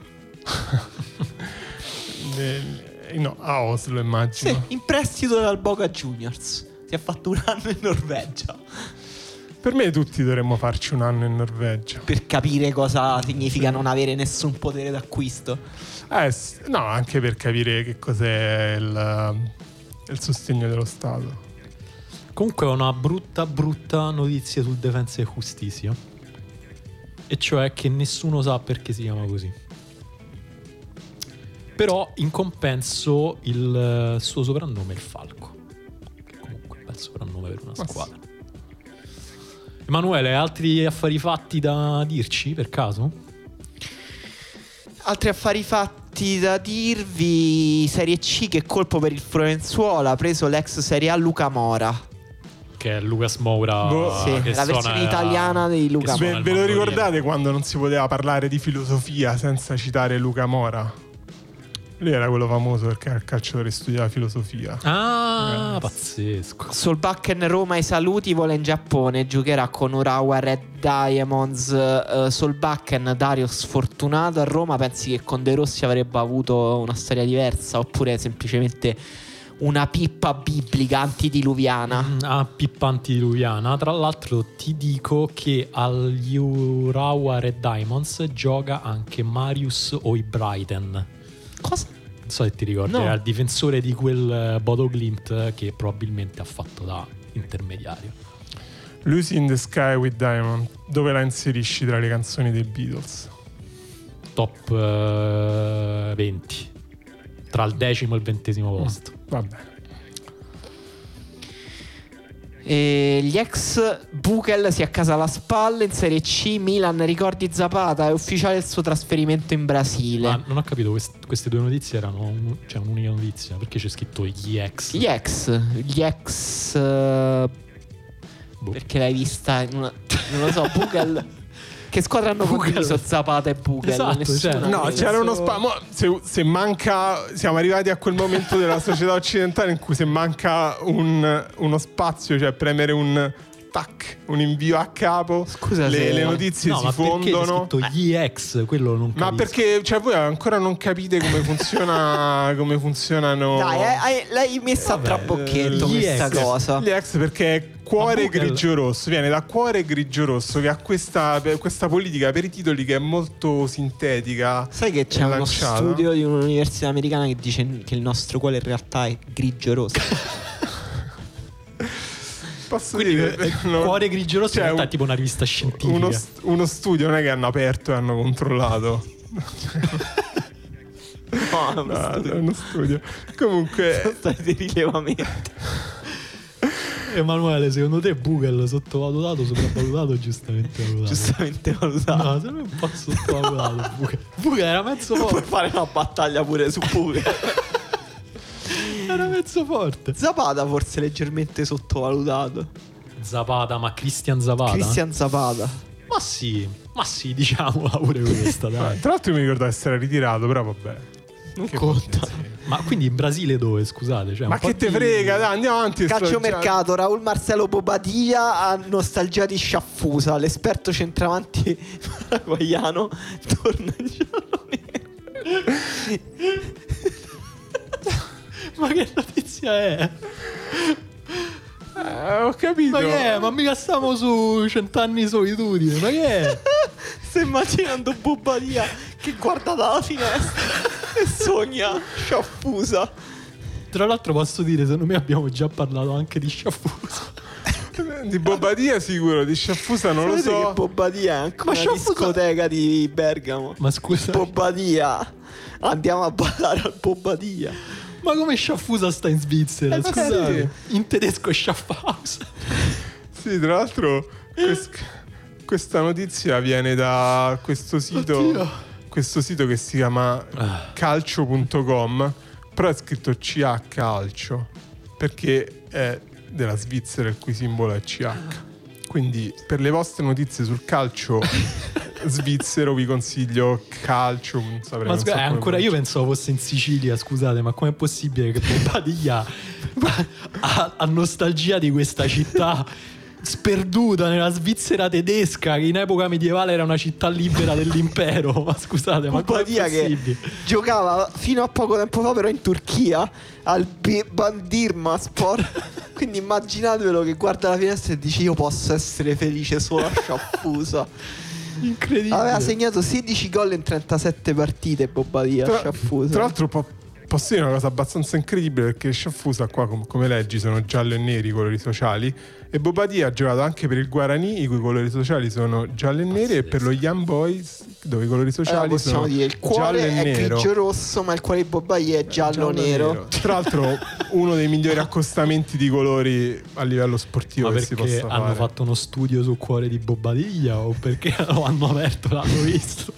Eh, no, a Oslo immagino. Sì, in prestito dal Boca Juniors. Si è fatto un anno in Norvegia Per me tutti dovremmo farci un anno in Norvegia. per capire cosa significa non avere nessun potere d'acquisto. Eh, s- no, anche per capire che cos'è il, il sostegno dello Stato. Comunque ho una brutta brutta notizia sul Defensa e Justicia, e cioè che nessuno sa perché si chiama così. Però in compenso il suo soprannome è il Falco, che comunque è un bel soprannome per una Ma squadra. Emanuele, altri affari fatti da dirci per caso? Altri affari fatti da dirvi: Serie C, che colpo per il Fiorenzuola, ha preso l'ex Serie A Luca Mora. Che è Lucas Moura, Boh, sì, che la suona- versione italiana di Luca che suona Ve, il ve lo mandolino. ricordate quando non si poteva parlare di filosofia senza citare Luca Mora? Lui era quello famoso perché era il calciatore che studiava filosofia. Ah, Eh. pazzesco. Solbakken Roma ai saluti, vola in Giappone, giocherà con Urawa Red Diamonds. uh, Solbakken, Dario sfortunato a Roma. Pensi che con De Rossi avrebbe avuto una storia diversa oppure semplicemente una pippa biblica antidiluviana? Mm, Ah, pippa antidiluviana. Tra l'altro ti dico che agli Urawa Red Diamonds gioca anche Marius Oibreiten. Cosa? Non so se ti ricordi, No. era il difensore di quel eh, Bodo Glimt che probabilmente ha fatto da intermediario. Lucy in the Sky with Diamond. Dove la inserisci tra le canzoni dei Beatles? Top eh, venti, tra il decimo e il ventesimo posto. Va bene. E gli ex Buchel si accasa alla spalla in Serie C. Milan, ricordi Zapata, è ufficiale il suo trasferimento in Brasile. Ma non ho capito, quest- queste due notizie erano un- cioè un'unica notizia. Perché c'è scritto gli ex? Gli ex, gli ex eh, Boh. perché l'hai vista in una, non lo so, Buchel. Che squadra hanno Buchel. condiviso Zapata e Buchel? Esatto, Nessuna. cioè, No, penso- c'era uno spazio. Se, se manca, siamo arrivati a quel momento della società occidentale in cui se manca un, uno spazio, cioè premere un tac, un invio a capo, Scusa le, se- le notizie No, si ma perché c'è fondono. scritto gli ex? Quello non Ma capisco. perché cioè, voi ancora non capite come funziona come funzionano Dai, eh, hai- l'hai messa a trabocchetto gli questa ex. cosa. gli ex, perché è cuore Ma Buchel- grigio rosso, viene da cuore grigio rosso che ha questa, questa politica per i titoli che è molto sintetica. Sai che c'è e uno lanciata. studio di un'università americana che dice che il nostro cuore in realtà è grigio rosso. Posso Quindi dire eh, no, Cuore grigio rosso cioè, in realtà un- è tipo una rivista scientifica. uno, st- uno studio non è che hanno aperto e hanno controllato. No, è uno No, studio. è uno studio. Comunque Stai di rilevamento. Emanuele, secondo te Buchel sottovalutato, sopravvalutato o giustamente valutato? Giustamente valutato. No, secondo me un po' sottovalutato Buchel. Buchel era mezzo Puoi forte. fare una battaglia pure su Buchel. Era mezzo forte. Zapata forse leggermente sottovalutato. Zapata, ma Christian Zapata? Christian Zapata. Ma sì, ma sì, diciamola pure questa, dai. tra l'altro mi ricordo essere ritirato, però vabbè. Non Che conta. sì. Ma quindi in Brasile dove, scusate? Cioè, Ma un po' che te di- frega, dai, andiamo avanti. sto già- Calciomercato, Raul Marcelo Bobadilla ha nostalgia di Sciaffusa. L'esperto centravanti paraguaiano torna in giallo nero. Ma che notizia è? Eh, ho capito. Ma che è? Ma mica stiamo su Cent'anni di solitudine. Ma che è? Sto immaginando Bobadilla che guarda dalla finestra e sogna Sciaffusa. Tra l'altro posso dire, secondo me abbiamo già parlato anche di Sciaffusa. Di Bobadilla sicuro, di Sciaffusa non lo Sapete so. che Bobadilla è anche Ma una Sciaffusa- discoteca di Bergamo. Ma scusa, Bobadilla. Andiamo a ballare al Bobadilla. ma come Sciaffusa sta in Svizzera? Eh, Scusate. sì. In tedesco è Schaffhaus. Sì, tra l'altro quest- questa notizia viene da questo sito, Oddio. questo sito che si chiama Ah. calcio punto com, però è scritto C H calcio perché è della Svizzera il cui simbolo è C H. Quindi per le vostre notizie sul calcio svizzero vi consiglio calcio, non saprei, Ma non so scusa, è come ancora io pronunciare. pensavo fosse in Sicilia, scusate, ma com'è possibile che Bobadilla ha, ha nostalgia di questa città sperduta nella Svizzera tedesca, che in epoca medievale era una città libera dell'impero? Ma scusate, ma com'è Bobadilla che possibile? giocava fino a poco tempo fa però in Turchia al B- Bandırmaspor. Quindi immaginatevelo che guarda la finestra e dice io posso essere felice solo a Sciaffusa. Incredibile. Aveva segnato sedici gol in trentasette partite Bobadilla a Tra, Sciaffusa. tra l'altro po- posso dire una cosa abbastanza incredibile, perché Sciaffusa qua com- come leggi sono giallo e neri i colori sociali, e Bobadilla ha giocato anche per il Guarani i cui colori sociali sono giallo e neri, e per lo Young Boys dove i colori Allora, sociali possiamo sono dire il giallo cuore e è nero. grigio rosso, ma il cuore di Bobadilla è giallo, nero. Tra l'altro uno dei migliori accostamenti di colori a livello sportivo Ma che si perché possa hanno fare. fatto uno studio sul cuore di Bobadilla o perché lo hanno aperto, l'hanno visto?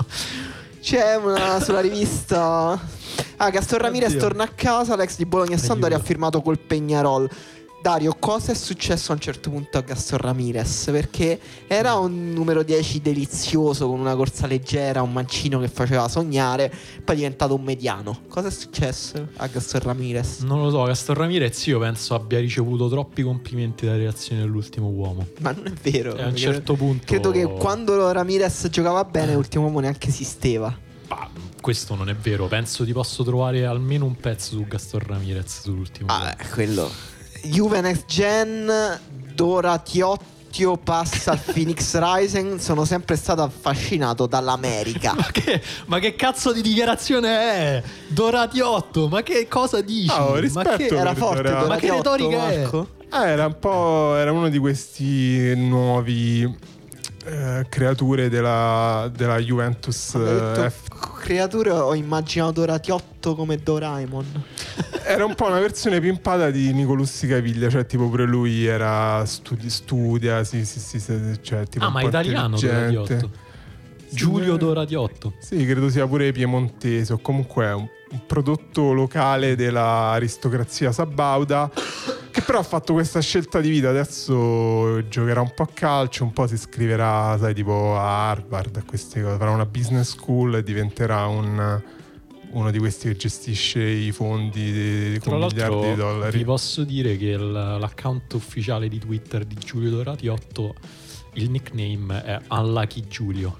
C'è una sulla rivista. Ah, Gaston Ramirez Oddio. torna a casa. L'ex di Bologna Sampdoria ha Aiuto. firmato col Peñarol. Dario, cosa è successo a un certo punto a Gaston Ramirez? Perché era un numero dieci delizioso con una corsa leggera, un mancino che faceva sognare, poi è diventato un mediano. Cosa è successo a Gaston Ramirez? Non lo so, Gaston Ramirez io penso abbia ricevuto troppi complimenti dalle reazioni dell'ultimo uomo. Ma non è vero. E a un Credo- certo punto Credo che quando Ramirez giocava bene, l'ultimo uomo neanche esisteva. Bah, questo non è vero. Penso ti posso trovare almeno un pezzo su Gaston Ramirez sull'ultimo uomo. Ah, quello. Juve Next Gen, Dora Tiottio passa al Phoenix Rising. Sono sempre stato affascinato dall'America. Ma che, ma che cazzo di dichiarazione è? Doratiotto, ma che cosa dici? Ah, oh, ma rispetto che, per Era forte Dora- Dora Ma che Tiotto, retorica è? Marco? Ah, era un po'. Era uno di questi nuovi eh, creature della, della Juventus. Ho detto, eh, F- creature, ho immaginato Dora Tiotto come Doraemon. Era un po' una versione pimpata di Nicolussi Caviglia, cioè tipo pure lui era studi- studia, sì, sì, sì, sì, cioè tipo Ah, un ma po' italiano intelligente. Doratiotto. Sì, Giulio eh, Doratiotto. Sì, credo sia pure piemontese o comunque è un, un prodotto locale dell'aristocrazia sabauda, che però ha fatto questa scelta di vita. Adesso giocherà un po' a calcio, un po' si iscriverà, sai, tipo a Harvard, a queste cose, farà una business school e diventerà un, uno di questi che gestisce i fondi di, Tra con miliardi di l'altro dollari. vi posso dire che il- l'account ufficiale di Twitter di Giulio Doratiotto, il nickname è Unlucky Giulio.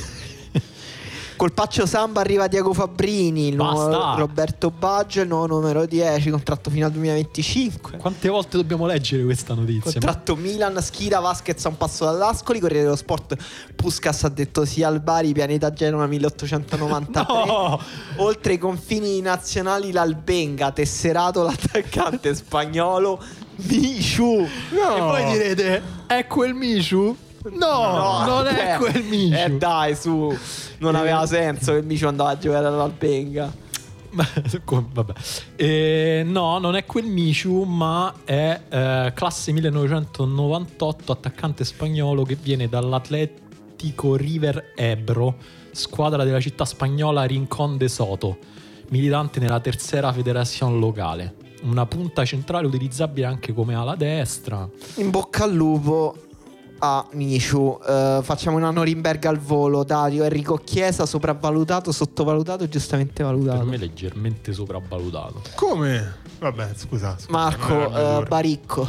Colpaccio Samba arriva Diego Fabbrini, il nuovo Basta. Roberto Baggio, il nuovo numero dieci, contratto fino al duemilaventicinque. Quante volte dobbiamo leggere questa notizia? Contratto Milan, Schida, Vasquez a un passo dall'Ascoli, Corriere dello Sport, Puskas ha detto sì al Bari, Pianeta Genova milleottocentonovantatré. No! Oltre i confini nazionali l'Albenga, tesserato l'attaccante spagnolo Michu. No! E poi direte, è quel Michu? No, non è eh, quel Michu. Eh dai, su, non aveva senso che il Michu andava a giocare all'Albenga. Ma- come- Vabbè. Eh, no, non è quel Michu, ma è eh, classe millenovecentonovantotto, attaccante spagnolo che viene dall'Atlético River Ebro, squadra della città spagnola Rincón de Soto, militante nella tercera federazione locale. Una punta centrale utilizzabile anche come ala destra. In bocca al lupo a Micio. Uh, facciamo una Norimberga al volo. Dario, Enrico Chiesa, sopravvalutato, sottovalutato, giustamente valutato? Per me leggermente sopravvalutato. Come? Vabbè, scusa. scusa Marco, uh, Baricco.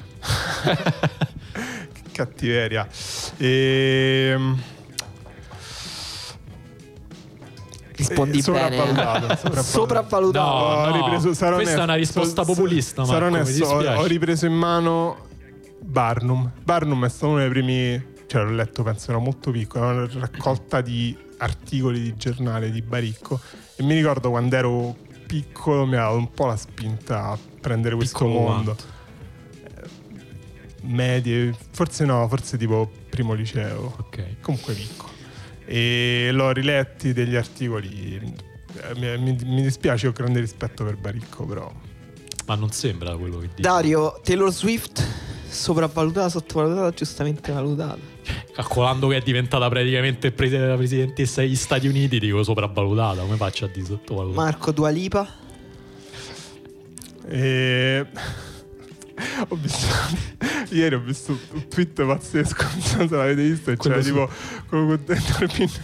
Che cattiveria. Ehm... Rispondi eh, sopravvalutato, bene. sopravvalutato. sopravvalutato. No, ho no. ripreso, sarò Questa onesto, è una risposta so- populista, sarò Marco, mi onesto, ho, dispiace. ho ripreso in mano Barnum. Barnum è stato uno dei primi, cioè l'ho letto, penso era molto piccolo, una raccolta di articoli di giornale di Baricco, e mi ricordo quando ero piccolo mi ha dato un po' la spinta a prendere questo Piccolo mondo. Medie, forse no, forse tipo primo liceo. Ok. Comunque piccolo. E l'ho riletti degli articoli. Mi, mi, mi dispiace, ho grande rispetto per Baricco, però. Ma non sembra quello che dici. Dario, Taylor Swift, sopravvalutata, sottovalutata, giustamente valutata? Calcolando che è diventata praticamente pres- la presidentessa degli Stati Uniti, dico sopravvalutata. Come faccio a dire sottovalutata? Marco, Dua Lipa? E... ho visto ieri ho visto un tweet pazzesco, non so se l'avete visto, e c'era Quello tipo quello con dentro il pin-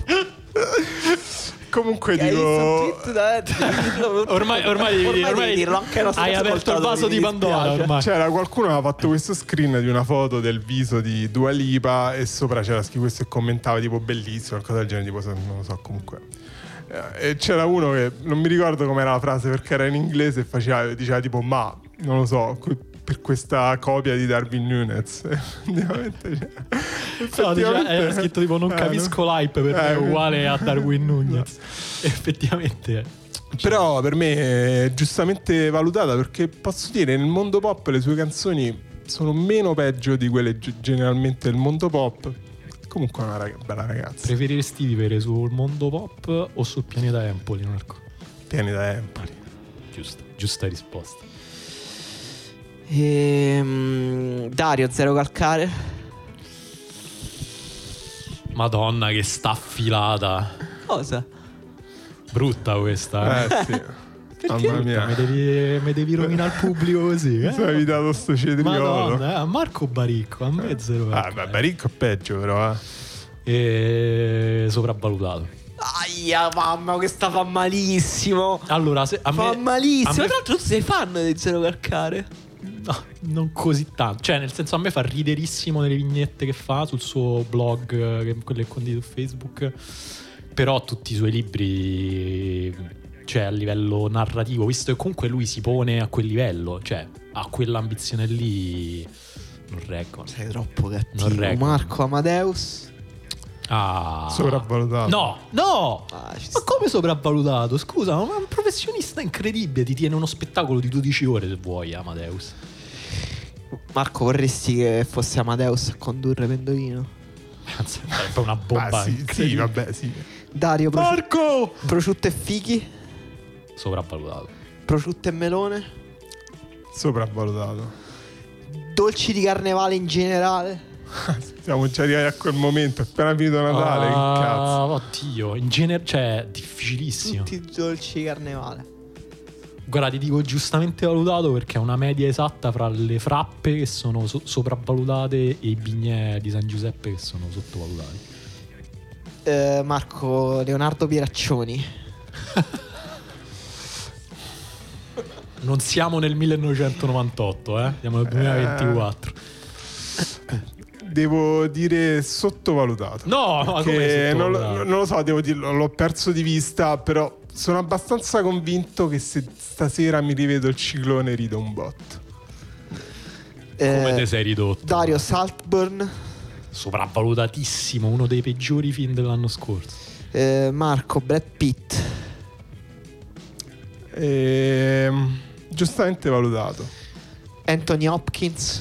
comunque Hai dico visto un tweet da- Ormai, ormai, devi- Ormai ormai devi dirlo anche ai nostri hai aperto il ascoltatori, vaso mi di Pandora dispiace. ormai. c'era qualcuno che aveva fatto questo screen di una foto del viso di Dua Lipa e sopra c'era scritto questo e commentava tipo bellissimo, qualcosa del genere, tipo non lo so, comunque. E c'era uno che non mi ricordo com'era la frase perché era in inglese e faceva, diceva tipo ma non lo so, per questa copia di Darwin Núñez. Effettivamente, No, diceva, era scritto tipo non eh, capisco no? l'hype per Eh, me è uguale a Darwin Núñez. Effettivamente. però per me è giustamente valutata, perché posso dire nel mondo pop le sue canzoni sono meno peggio di quelle ge- generalmente del mondo pop. Comunque è una rag- bella ragazza. Preferiresti vivere sul mondo pop o sul pianeta Empoli, Marco? Pieni da Empoli. Giusta, giusta risposta. Ehm, Dario, Zero Calcare? Madonna che sta affilata. Cosa? Brutta questa. Eh sì. Mamma mia. Mi devi, mi devi rovinare il pubblico così, eh? Mi sono evitato sto cetriolo. Madonna, eh, a Marco Baricco, a me zero. Ah, beh, Baricco è peggio però, eh. E sopravvalutato. Aia, mamma, questa fa malissimo. Allora, se a Fa me, malissimo. a Tra me- l'altro tu sei fan di Zero Calcare? no, non così tanto. Cioè, nel senso, a me fa riderissimo nelle vignette che fa sul suo blog, che, quelle che condivido su Facebook. Però tutti i suoi libri, cioè a livello narrativo, visto che comunque lui si pone a quel livello, cioè a quell'ambizione lì, non reggono. Sei troppo Non cattivo. reggo. Marco, Amadeus? Ah, Sopravvalutato. No, no. Ah, ci Ma sta. come sopravvalutato? Scusa, ma un professionista incredibile. Ti tiene uno spettacolo di dodici ore se vuoi, Amadeus. Marco, vorresti che fosse Amadeus a condurre Pendolino? Anzi, è proprio una Ah, bomba. sì, sì, incredibile. vabbè, sì. Dario, prosci- Marco! prosciutto e fichi? Sopravvalutato. Prosciutto e melone? Sopravvalutato. Dolci di carnevale in generale? Siamo già arrivati a quel momento, appena finito Natale, Ah, che cazzo. oddio, in genere, cioè, difficilissimo. Tutti i dolci di carnevale. Guarda, ti dico giustamente valutato perché è una media esatta fra le frappe che sono so- sopravvalutate e i bignè di San Giuseppe che sono sottovalutati. Eh, Marco, Leonardo Pieraccioni? Non siamo nel millenovecentonovantotto, eh? Siamo nel duemilaventiquattro. Devo dire sottovalutato. No, ma come Che non, lo- sottovalutato? non lo so, devo dirlo, l'ho perso di vista, però sono abbastanza convinto che se stasera mi rivedo il ciclone rido un botto. Come Eh, te sei ridotto? Dario Saltburn? Sopravvalutatissimo, uno dei peggiori film dell'anno scorso. Eh, Marco, Brad Pitt? Ehm, giustamente valutato. Anthony Hopkins?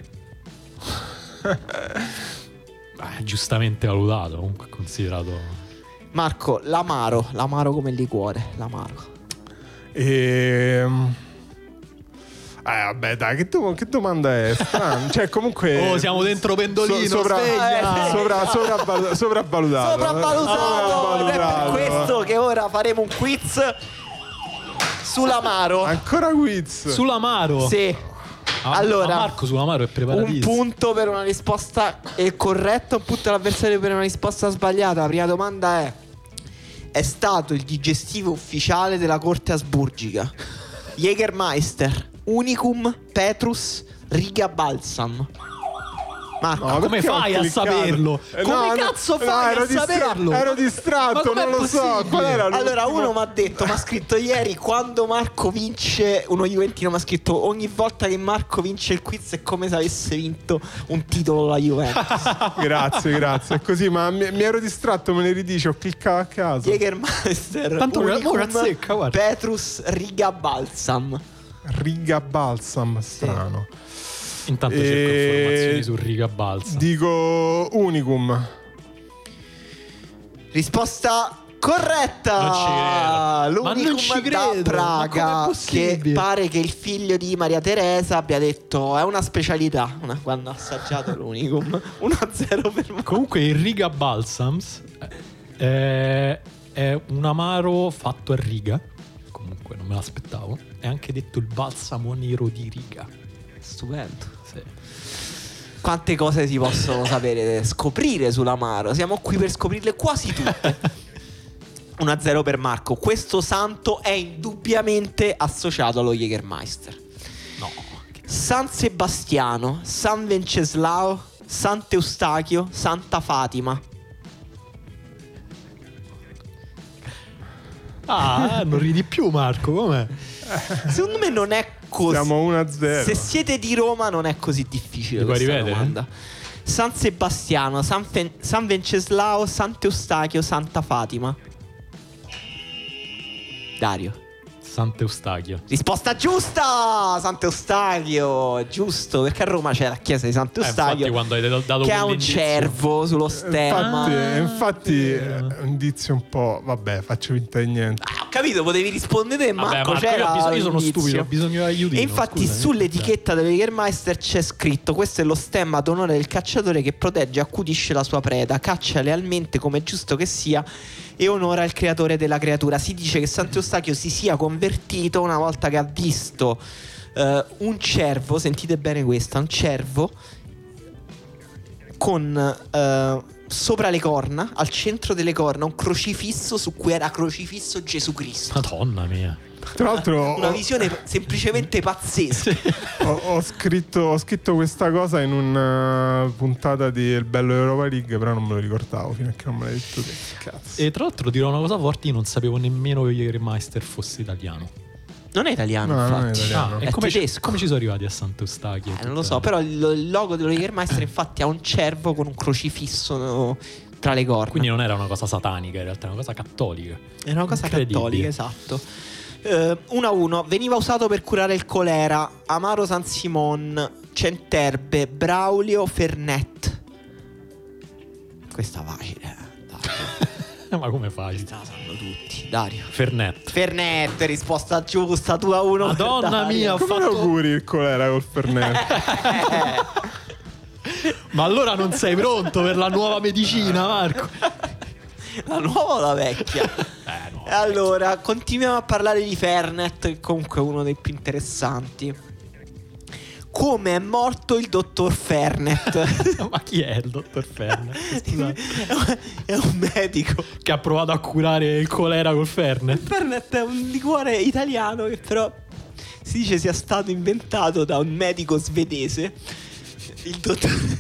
Eh, giustamente valutato, comunque considerato. Marco, l'amaro, l'amaro come il liquore, l'amaro. Ehm... Eh vabbè dai, che, do- che domanda è strana. Cioè comunque Oh, siamo dentro Pendolino, sopra- sveglia! Eh, sopra- sopravvalu- sopravvalutato. Sopravvalutato! Ed è per Sopravvalutato. questo che ora faremo un quiz sull'amaro. Ancora quiz. Sull'amaro. Sì. Ah, Allora, ah, Marco sull'amaro è preparatissimo. un punto per una risposta è corretta, un punto all'avversario per una risposta sbagliata. La prima domanda è: è stato il digestivo ufficiale della corte asburgica Jägermeister, Unicum, Petrus, Riga Balsam? Marco, No, come perché ho fai a cliccato? saperlo? Eh, Come no, no, cazzo no, fai ero a distra- saperlo? Ero Ma distratto, com'è non lo so. possibile? Qual era allora l'ultima- uno mi ha detto, mi ha scritto ieri, quando Marco vince, uno juventino mi ha scritto: ogni volta che Marco vince il quiz è come se avesse vinto un titolo la Juventus. Grazie, grazie. È così, ma mi, mi ero distratto, me ne ridici, ho cliccato a caso. Jägermeister, Tanto ora- Unicum, ora azzecca, guarda. Petrus, Riga Balsam. Riga Balsam, strano. Intanto cerco E- informazioni su Riga Balsa. Dico Unicum. Risposta corretta. Non ci credo. Ma L'Unicum non ci da credo. Ma com'è Praga, che possibile? pare che il figlio di Maria Teresa abbia detto: è una specialità una- quando ha assaggiato l'Unicum. uno a zero per Marco. Comunque il Riga Balsams è, è un amaro fatto a riga. Comunque non me l'aspettavo. È anche detto il balsamo nero di Riga. Stupendo. Sì. Quante cose si possono sapere, scoprire sull'amaro. Siamo qui per scoprirle quasi tutte. uno a zero per Marco. Questo santo è indubbiamente associato allo Jägermeister. No. San Sebastiano, San Venceslao, Sant'Eustachio, Santa Fatima. Ah, non ridi più Marco, com'è? Secondo me non è così. Siamo uno a zero. Se siete di Roma non è così difficile Mi puoi questa ripetere? domanda. San Sebastiano, San, Fe- San Venceslao, Sant'Eustachio, Santa Fatima. Dario. Sant'Eustachio. Risposta giusta! Sant'Eustachio, giusto, perché a Roma c'è la chiesa di Eh, infatti Sant'Eustachio, quando hai dato che ha un quell'indizio- cervo sullo stemma. Infatti, infatti Ah, è un indizio un po'. Vabbè, faccio finta di niente. Ah, ho capito, potevi rispondere, Vabbè, Marco, Marco, c'era io, ho bisogno- io sono l'indizio. stupido, ho bisogno di aiutino. E infatti scusami. sull'etichetta del Jägermeister c'è scritto: questo è lo stemma d'onore del cacciatore che protegge e accudisce la sua preda, caccia lealmente come è giusto che sia e onora il creatore della creatura. Si dice che Sant'Eustachio si sia convertito una volta che ha visto eh, un cervo, sentite bene questa, un cervo con eh, sopra le corna, al centro delle corna, un crocifisso su cui era crocifisso Gesù Cristo. Madonna mia. Tra l'altro Una ho, visione semplicemente pazzesca. ho- ho scritto, ho scritto questa cosa in una puntata di Il Bello Europa League, però non me lo ricordavo fino a che non me l'hai detto te. Cazzo. E tra l'altro dirò una cosa forte, io non sapevo nemmeno che Jägermeister fosse italiano. Non è italiano, No, non è infatti. italiano. Ah, È e come ci, tedesco. come ci sono arrivati a Sant'Eustachio? Eh, non lo so, però il, il logo dello Jägermeister infatti ha un cervo con un crocifisso no, tra le corna. Quindi non era una cosa satanica, in realtà è una cosa cattolica. È una cosa Incredibile. cattolica, esatto. Eh, uno a uno. Veniva usato per curare il colera. Amaro San Simon, Centerbe, Braulio, Fernet. Questa facile, eh, Dario. Ma come fai? Questa la sanno tutti. Dario. Fernet. Fernet, risposta giusta, due a uno. Madonna Dario. mia, ho Come fatto... lo curi il colera col Fernet? Ma allora non sei pronto per la nuova medicina, Marco? La nuova o la vecchia? Eh no. E allora, continuiamo a parlare di Fernet, che comunque è uno dei più interessanti. Come è morto il dottor Fernet? Ma chi è il dottor Fernet? Scusate. È un medico. Che ha provato a curare il colera col Fernet. Fernet è un liquore italiano che però si dice sia stato inventato da un medico svedese. Il dottor...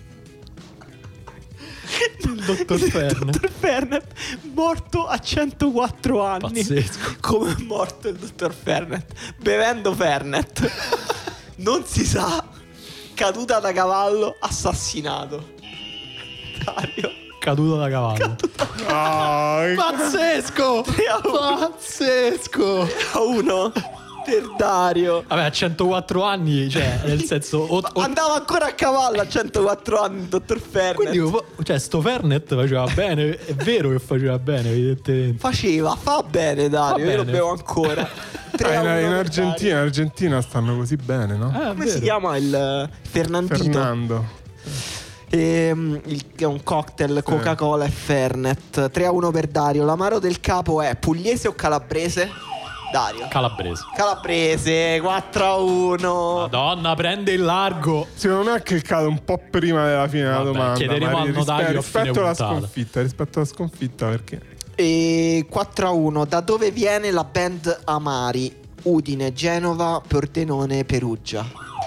Il dottor Il Fernet. dottor Fernet morto a centoquattro anni. Pazzesco. Come è morto il dottor Fernet? Bevendo Fernet. Non si sa. Caduta da cavallo, assassinato. Dario. Caduto da cavallo. Ah, Pazzesco! tre a uno. Pazzesco! A uno per Dario. Vabbè, a centoquattro anni, cioè, nel senso... o- o- Andava ancora a cavallo a centoquattro anni il dottor Fernet. quindi, cioè, sto Fernet faceva bene. È vero che faceva bene, evidentemente. Faceva, fa bene Dario. Fa Io lo bene. bevo ancora. tre a in, uno in per Argentina, in Argentina stanno così bene, no? Eh, è Come si vero. chiama il eh, Fernandito? Fernando. Ehm, il- che è un cocktail Coca-Cola e Fernet. tre a uno per Dario. L'amaro del capo è pugliese o calabrese? Dario. Calabrese. Calabrese, quattro a uno. Madonna, prende il largo. Secondo me ha cliccato un po' prima della fine della Vabbè, domanda. chiederemo ma al ris- notaio a fine rispetto alla puntata. sconfitta, rispetto alla sconfitta perché E quattro a uno. Da dove viene la band Amari? Udine, Genova, Pordenone, Perugia.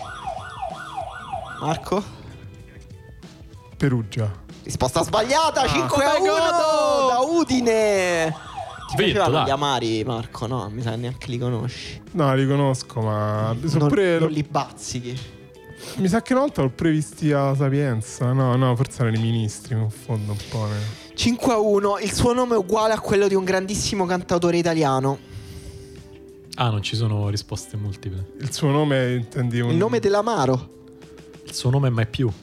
Marco? Perugia. Risposta sbagliata, Ah. cinque a uno da Udine. Ti Vinto, piacevano dai. gli Amari, Marco? No, mi sa neanche li conosci. No, li conosco, ma sono Non, pure- non li bazzichi. mi sa che una volta l'ho previsti a Sapienza. No, no, forse erano i ministri, mi confondo un po'. ne- cinque a uno. Il suo nome è uguale a quello di un grandissimo cantautore italiano. Ah, non ci sono risposte multiple. Il suo nome intendi un... Il nome dell'Amaro. Il suo nome è mai più.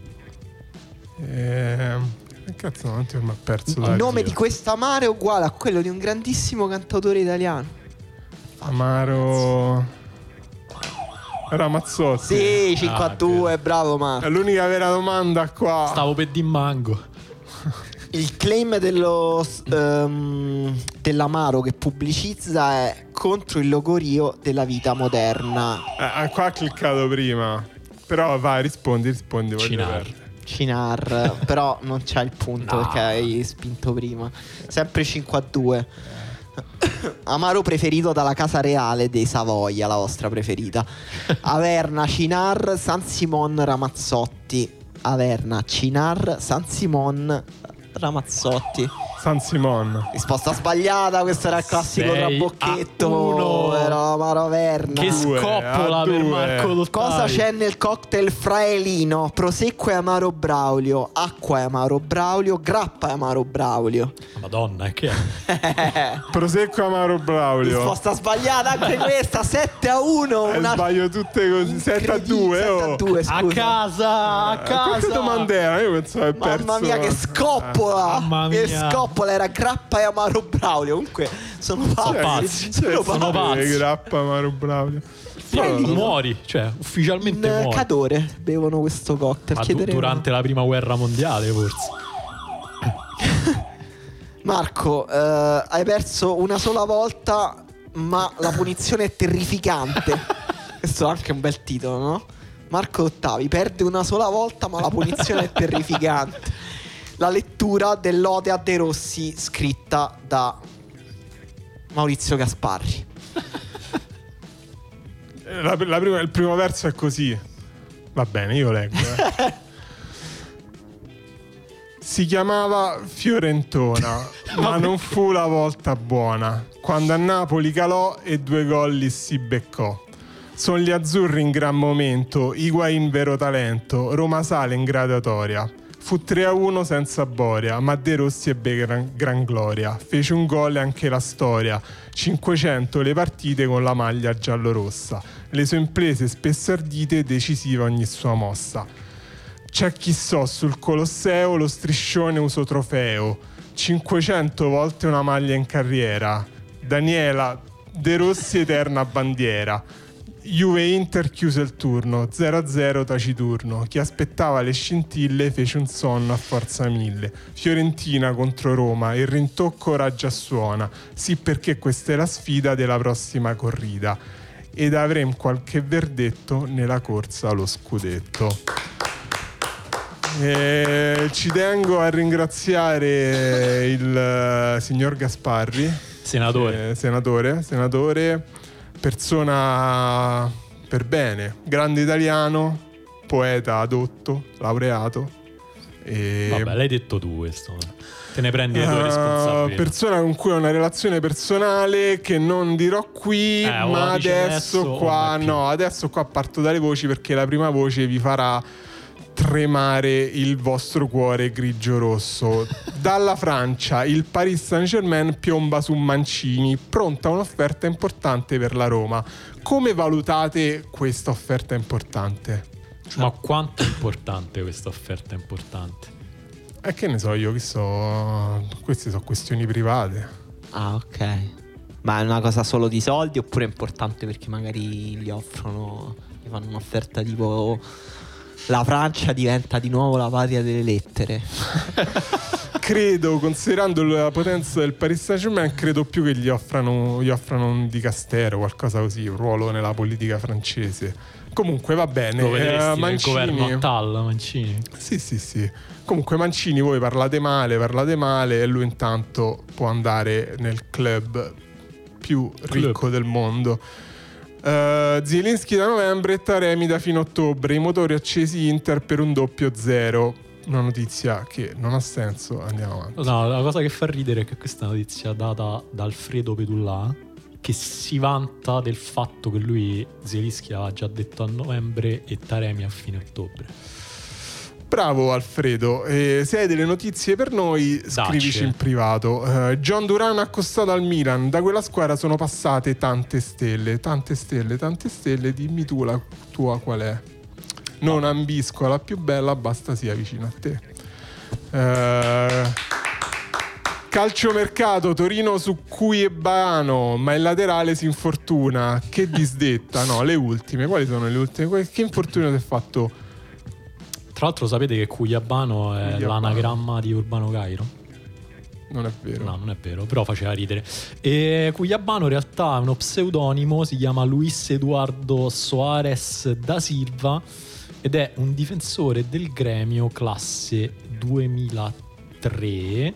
Eh... Che cazzo, non ti mi ha perso. Il dai. nome Dio. di quest'Amaro è uguale a quello di un grandissimo cantautore italiano. Amaro... Ramazzotti. Sì, cinque a Ah, due, bravo È Marco. l'unica vera domanda qua. Stavo per di mango. Il claim dello, ehm, dell'Amaro che pubblicizza è contro il logorio della vita moderna. Eh, qua ha cliccato prima. Però vai, rispondi, rispondi. voglio Cinar. perdere. Cinar, però non c'è il punto No. perché hai spinto prima. Sempre cinque a due. Amaro preferito dalla casa reale dei Savoia, la vostra preferita. Averna, Cinar, San Simon, Ramazzotti. Averna, Cinar, San Simon, Ramazzotti. San Simon. Risposta sbagliata, questo era il classico sei trabocchetto. a uno. Era Amaro Averna. Che Due, scoppola a per due. Marco Dottari. Cosa c'è nel cocktail Fraelino? Prosecco e amaro Braulio, acqua e amaro Braulio, grappa e amaro Braulio. Madonna, che è? Prosecco Amaro Braulio. Risposta sbagliata anche questa, sette a uno. Eh, Una... sbaglio tutte così. sette a due. sette a Oh. due, A scusa. casa, a Eh, Quante casa. domande erano? Io pensavo che perso. Mamma mia che scoppola. Mamma Che mia. scoppola, era grappa e amaro Braulio. Comunque sono pazzi. pazzi. Sono Sono pazzi. pazzi. Che grappa Amaro Braulio. Sì, muori, cioè ufficialmente In muori. Cadore bevono questo cocktail. Ma du- Chiederemo- durante la prima guerra mondiale forse. Marco, eh, hai perso una sola volta, ma la punizione è terrificante. Questo è anche un bel titolo, no? Marco Ottavi perde una sola volta, ma la punizione è terrificante. La lettura dell'Ode a De Rossi scritta da Maurizio Gasparri. La, la prima- il primo verso è così. Va bene, io leggo. eh. Si chiamava Fiorentona, ma non fu la volta buona. Quando a Napoli calò e due gol li si beccò. Sono gli azzurri in gran momento, Higuain vero talento, Roma sale in graduatoria. Fu tre a uno senza Boria, ma De Rossi ebbe gran, gran gloria. Fece un gol e anche la storia. cinquecento le partite con la maglia giallorossa. Le sue imprese spesso ardite, decisiva ogni sua mossa. C'è chi so sul Colosseo lo striscione uso trofeo. cinquecento volte una maglia in carriera. Daniela De Rossi eterna bandiera. Juve Inter chiuse il turno, zero a zero taciturno. Chi aspettava le scintille fece un sonno a forza mille. Fiorentina contro Roma, il rintocco ora già suona. Sì, perché questa è la sfida della prossima corrida. Ed avremo qualche verdetto nella corsa allo scudetto. E ci tengo a ringraziare il eh, signor Gasparri, Senatore. eh, senatore, senatore, persona per bene, grande italiano, poeta adotto, laureato. E Vabbè, l'hai detto tu questo. Te ne prendi le tue eh, responsabilità. persona con cui ho una relazione personale che non dirò qui, Eh, o ma la dici adesso adesso o qua mai più. no, adesso qua parto dalle voci perché la prima voce vi farà tremare il vostro cuore grigio-rosso. Dalla Francia il Paris Saint-Germain piomba su Mancini, pronta un'offerta importante per la Roma. Come valutate questa offerta importante? Ma quanto è importante questa offerta importante? E che ne so io, che so, queste sono questioni private. Ah, ok. Ma è una cosa solo di soldi oppure è importante perché magari gli offrono, gli fanno un'offerta tipo la Francia diventa di nuovo la patria delle lettere? credo, considerando la potenza del Paris Saint-Germain, credo più che gli offrano, gli offrano un dicastero, qualcosa così, un ruolo nella politica francese. Comunque va bene. Lo vedresti eh, nel Mancini, governo Attal, Mancini. Sì, sì, sì. Comunque Mancini, voi parlate male, parlate male e lui intanto può andare nel club più ricco Club. del mondo. Uh, Zielinski da novembre e Taremi da fine ottobre. I motori accesi Inter per un doppio zero. Una notizia che non ha senso. Andiamo avanti. No, la cosa che fa ridere è che questa notizia data da Alfredo Pedullà, che si vanta del fatto che lui Zielinski aveva già detto a novembre e Taremi a fine ottobre. Bravo Alfredo, eh, se hai delle notizie per noi scrivici Dacci. in privato. uh, John Duran accostato al Milan. Da quella squadra sono passate tante stelle. Tante stelle, tante stelle. Dimmi tu la tua qual è. Non ambisco alla più bella, basta sia vicino a te. uh, Calciomercato, Torino su Cuiebano, ma il laterale si infortuna. Che disdetta. No, le ultime. Quali sono le ultime? Che infortunio ti è fatto? Tra l'altro sapete che Cuiabano è Cuiabano. l'anagramma di Urbano Cairo? Non è vero. No, non è vero, però faceva ridere. E Cuiabano in realtà è uno pseudonimo, si chiama Luis Eduardo Soares da Silva ed è un difensore del Gremio classe duemilatré.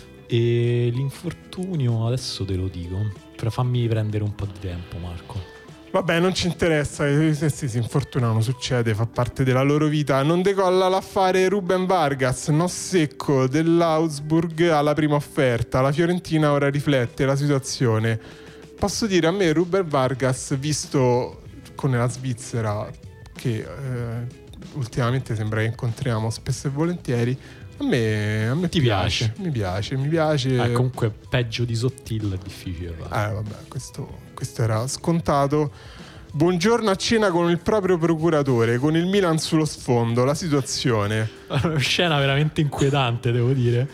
E l'infortunio adesso te lo dico, però fammi prendere un po' di tempo, Marco. Vabbè, non ci interessa, se si si infortunano, succede, fa parte della loro vita. Non decolla l'affare Ruben Vargas, no secco dell'Augsburg alla prima offerta. La Fiorentina ora riflette la situazione. Posso dire, a me Ruben Vargas, visto con la Svizzera, che eh, ultimamente sembra che incontriamo spesso e volentieri, a me, a me Ti piace, piace? mi piace, mi piace. Eh, comunque peggio di Sottil è difficile fare. Eh vabbè, questo, questo era scontato. Buongiorno a cena con il proprio procuratore, con il Milan sullo sfondo, la situazione. Una scena veramente inquietante, devo dire.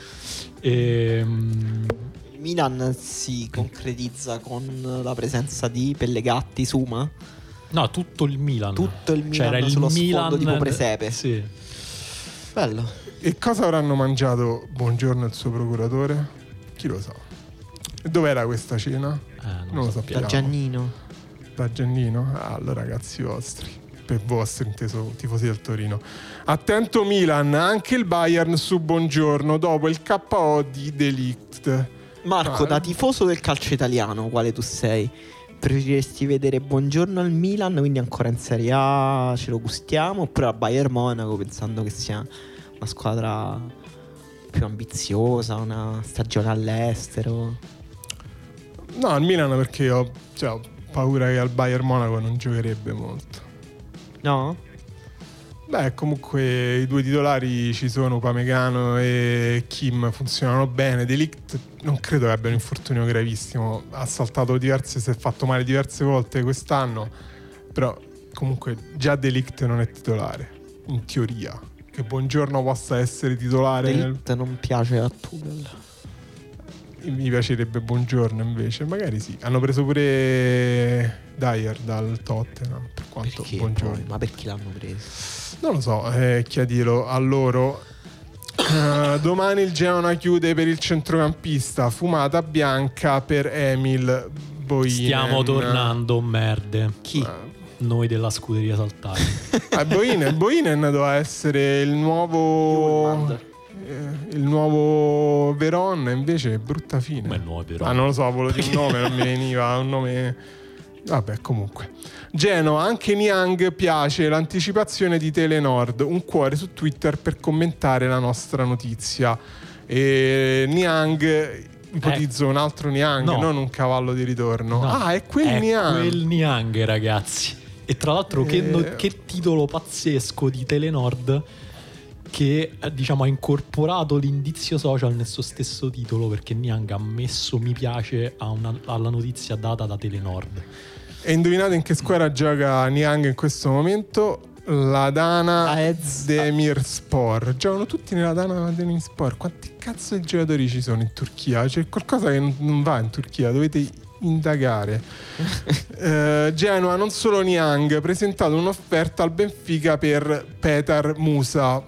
E, Il Milan si concretizza con la presenza di Pellegatti, Suma. no, tutto il Milan. Tutto il Cioè, Milan era il sullo Milan sfondo tipo presepe. Sì. Bello. E cosa avranno mangiato Buongiorno e il suo procuratore? Chi lo sa. E dov'era questa cena? Eh, non, Non lo sappiamo. Da sappiamo. Giannino. Da Giannino? Ah, allora ragazzi vostri, per vostri inteso tifosi del Torino. Attento Milan, anche il Bayern su Buongiorno dopo il K O di De Ligt. Marco, Ah, da tifoso del calcio italiano, quale tu sei, preferiresti vedere Buongiorno al Milan, quindi ancora in Serie A, ce lo gustiamo, oppure a Bayern Monaco, pensando che sia una squadra più ambiziosa, una stagione all'estero? No, al Milan perché ho, cioè, ho paura che al Bayern Monaco non giocherebbe molto. No? Beh, comunque i due titolari ci sono, Upamecano e Kim, funzionano bene. De Ligt non credo che abbia un infortunio gravissimo, ha saltato diverse, si è fatto male diverse volte quest'anno, però comunque già De Ligt non è titolare, in teoria. Che Buongiorno possa essere titolare nel... Delite non piace a Tuchel. Mi piacerebbe Buongiorno invece, magari sì. Hanno preso pure Dyer dal Tottenham, per quanto Perché Buongiorno. poi? Ma perché l'hanno preso? Non lo so, eh, chiedilo a loro. Uh, domani il Genoa chiude per il centrocampista. Fumata bianca per Emil Boinen. Stiamo tornando, merde. Chi? Noi della scuderia Saltari. Ah, Boinen, Boinen doveva essere il nuovo Jurmand. eh, il nuovo Veron, invece brutta fine. Come il nuovo però. Ah, non lo so, volevo dire un nome, non mi veniva un nome. Vabbè, comunque. Genoa, anche Niang piace l'anticipazione di Telenord. Un cuore su Twitter per commentare la nostra notizia. E Niang, ipotizzo un altro Niang, no. non un cavallo di ritorno. No, Ah, è quel è Niang. quel Niang, ragazzi. E tra l'altro che, Eh. no- che titolo pazzesco di Telenord, che eh, diciamo ha incorporato l'indizio social nel suo stesso titolo, perché Niang ha messo mi piace a una- alla notizia data da Telenord. E indovinate in che squadra gioca Niang in questo momento? La Dana Aez. Demirspor. Giocano tutti nella Dana Demirspor. Quanti cazzo di giocatori ci sono in Turchia? C'è qualcosa che non- non va in Turchia, dovete indagare. eh, Genoa, non solo Niang, ha presentato un'offerta al Benfica per Petar Musa.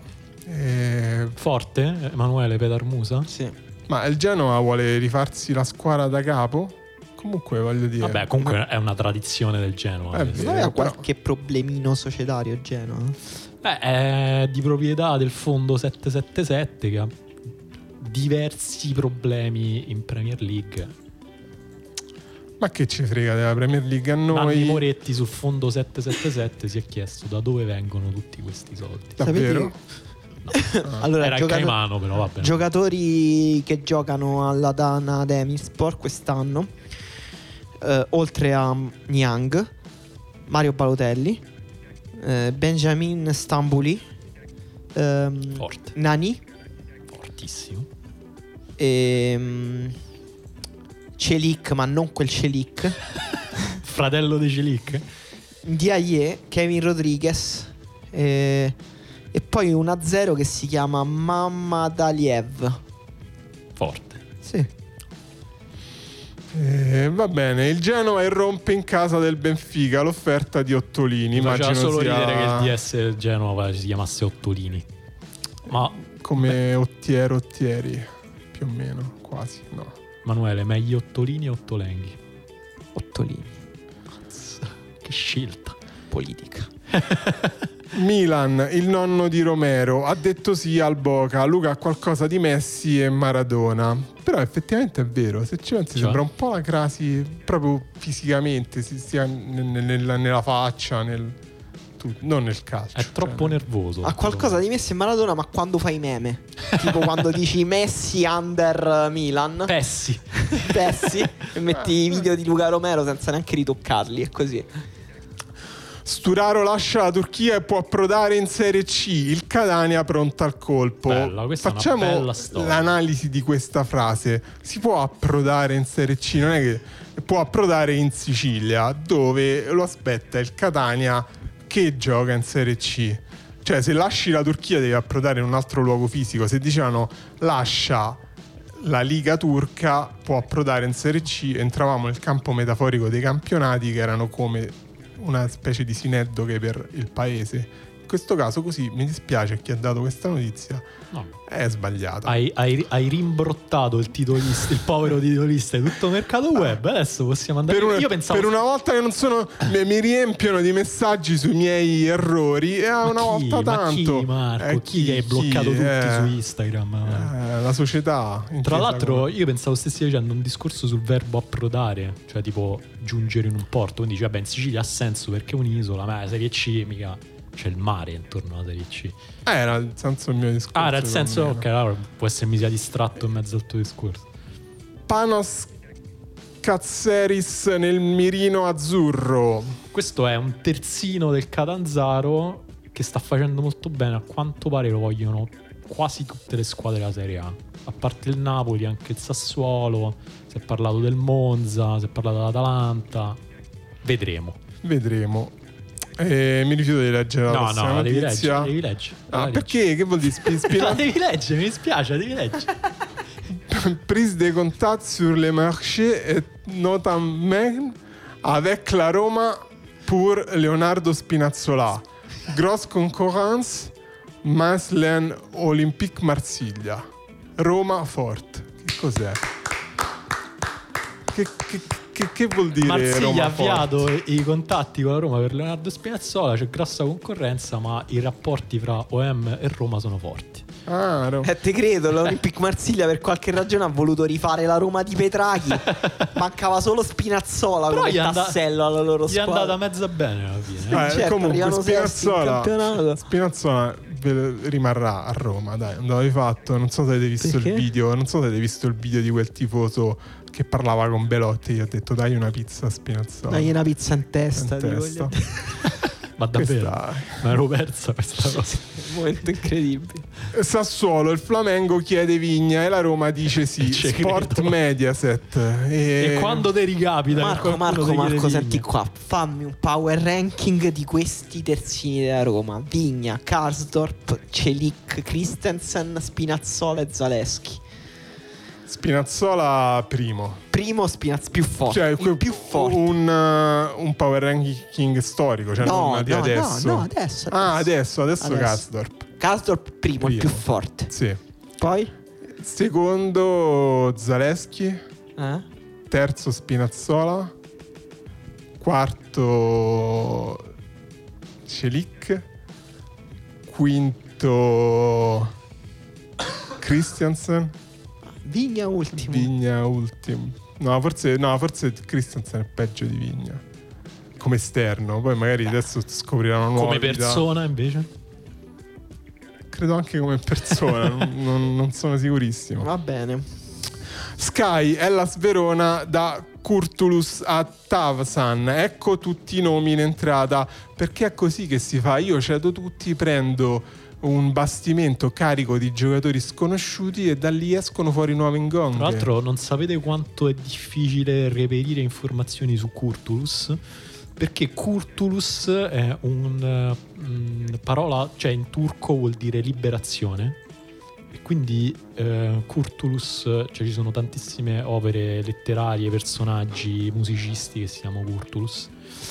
E... Forte, Emanuele Petarmusa? Sì. Ma il Genoa vuole rifarsi la squadra da capo? Comunque voglio dire... Vabbè, comunque ma... è una tradizione del Genoa. Eh, questa. Non aveva però... qualche problemino societario Genoa? Beh, è di proprietà del fondo sette sette sette che ha diversi problemi in Premier League. Ma che ci frega della Premier League a noi? Nanni Moretti sul fondo sette sette sette si è chiesto da dove vengono tutti questi soldi. Davvero? No. Allora, Era il giocato- Caimano, però va bene. Giocatori che giocano alla Dana Demirspor quest'anno, eh, oltre a Niang, Mario Balotelli, eh, Benjamin Stambouli, ehm, Forte. Nani Fortissimo. e mm, Celik, ma non quel Celik, Fratello di Celic. Ndiaye, Kevin Rodriguez e, e poi un a zero che si chiama Mamadaliev. Forte. Sì. Eh, va bene, il Genoa irrompe in casa del Benfica l'offerta di Ottolini. Mi faceva Immagino solo sia ridere che il D S del Genova si chiamasse Ottolini. Ma come Ottiero Ottieri, più o meno, quasi, no. Manuele, meglio Ottolini o Ottolenghi? Ottolini. Che scelta. Politica. Milan, il nonno di Romero, ha detto sì al Boca. Luca ha qualcosa di Messi e Maradona. Però effettivamente è vero, se ci pensi Cioè? sembra un po' la Crasi proprio fisicamente, si- sia nel- nel- nella faccia, nel, tu- non nel calcio. È troppo cioè, nervoso. Ha qualcosa di Messi e Maradona, ma quando fai meme? Tipo quando dici Messi under Milan, Pessi. Pessi, e metti i video di Luca Romero senza neanche ritoccarli, è così. Sturaro lascia la Turchia e può approdare in Serie C. Il Catania pronta al colpo. Bella, questa è una Facciamo bella storia. l'analisi di questa frase. Si può approdare in Serie C, non è che può approdare in Sicilia, dove lo aspetta il Catania che gioca in Serie C. Cioè, se lasci la Turchia devi approdare in un altro luogo fisico. Se dicevano lascia la Liga turca, può approdare in Serie C. Entravamo nel campo metaforico dei campionati che erano come una specie di sineddoche per il paese. In questo caso così mi dispiace a chi ha dato questa notizia, No. è sbagliata. Hai, hai, hai rimbrottato il titolista, il povero titolista di tutto il mercato web. Adesso possiamo andare. Per una, Io pensavo per una volta che non sono mi, mi riempiono di messaggi sui miei errori, e Ma una chi? volta Ma tanto chi, Marco? Eh, chi, che hai bloccato chi? tutti Eh, su Instagram? eh, la società Tra intesa l'altro come- io pensavo stessi dicendo un discorso sul verbo approdare, cioè tipo giungere in un porto. Quindi dici vabbè, in Sicilia ha senso perché è un'isola, ma la Serie C mica c'è il mare intorno alla Serie C. Eh, era il senso del mio discorso. Ah, era il senso, almeno. ok, allora può essere mi sia distratto in mezzo al tuo discorso. Panos Cazzeris nel mirino azzurro. Questo è un terzino del Catanzaro che sta facendo molto bene. A quanto pare lo vogliono quasi tutte le squadre della Serie A. A parte il Napoli, anche il Sassuolo. Si è parlato del Monza, si è parlato dell'Atalanta. Vedremo. Vedremo. Eh, mi rifiuto di leggere la No, prossima no, la devi notizia. leggere, devi leggere. Ah, La leggi. perché? Che vuol dire? Spi- La spina- devi leggere, mi dispiace, la devi leggere. Prise de contact sur le marchés et notamment avec la Roma pour Leonardo Spinazzola. Grosse concurrence, mais l'en Olympique Marsiglia. Roma Fort. Che cos'è? Che, che, che, che vuol dire Marsiglia Roma ha avviato Fort? i contatti con la Roma per Leonardo Spinazzola, c'è grossa concorrenza, ma i rapporti fra O M e Roma sono forti. Ah, Roma. Eh, te credo, l'Olympique Marsiglia per qualche ragione ha voluto rifare la Roma di Petraghi. Mancava solo Spinazzola Però come gli è and- tassello alla loro Gli è squadra. andata mezza bene alla fine. Eh, certo, comunque arrivano sesti in Spinazzola, campionato. Spinazzola ve- rimarrà a Roma, dai, non l'avevi fatto. Non so se avete visto Perché? il video, non so se avete visto il video di quel tifoso che parlava con Belotti. Gli ho detto dai una pizza a Spinazzola. Dai una pizza in testa, In ti testa. voglio- Ma davvero? Questa- Me l'ero persa questa cosa. Un momento incredibile. Sassuolo, il Flamengo chiede Vigna e la Roma dice sì. Ci Sport credo. Mediaset. E quando te ricapita che Marco, qualcuno Marco, ti chiede Marco, senti Vigna? qua. Fammi un power ranking di questi terzini della Roma: Vigna, Karsdorp, Celik, Christensen, Spinazzola e Zaleschi. Spinazzola primo. Primo Spinazzola più forte. Cioè, il que- più forte. Un, uh, un power ranking storico, cioè No, non di no, adesso. no, no, adesso, Ah, adesso. adesso, adesso Adesso. Karsdorp. Karsdorp primo, Primo. il più forte. Sì. Poi? Secondo Zaleschi, Eh? terzo Spinazzola, quarto Celik, quinto Christiansen, Vigna ultimo. Vigna ultimo. No, forse no, forse Christiansen è peggio di Vigna come esterno, poi magari adesso scopriranno nuove Come persona invece? Credo anche come persona, non, non- non sono sicurissimo. Va bene. Sky, Hellas Verona, da Kurtulus a Tavsan. Ecco tutti i nomi in entrata. Perché è così che si fa. Io cedo tutti, prendo un bastimento carico di giocatori sconosciuti e da lì escono fuori nuove ingonghe. Tra l'altro non sapete quanto è difficile reperire informazioni su Kurtulus, perché Kurtulus è un mm, parola, cioè in turco vuol dire liberazione, e quindi eh, Kurtulus, cioè ci sono tantissime opere letterarie, personaggi, musicisti che si chiamano Kurtulus.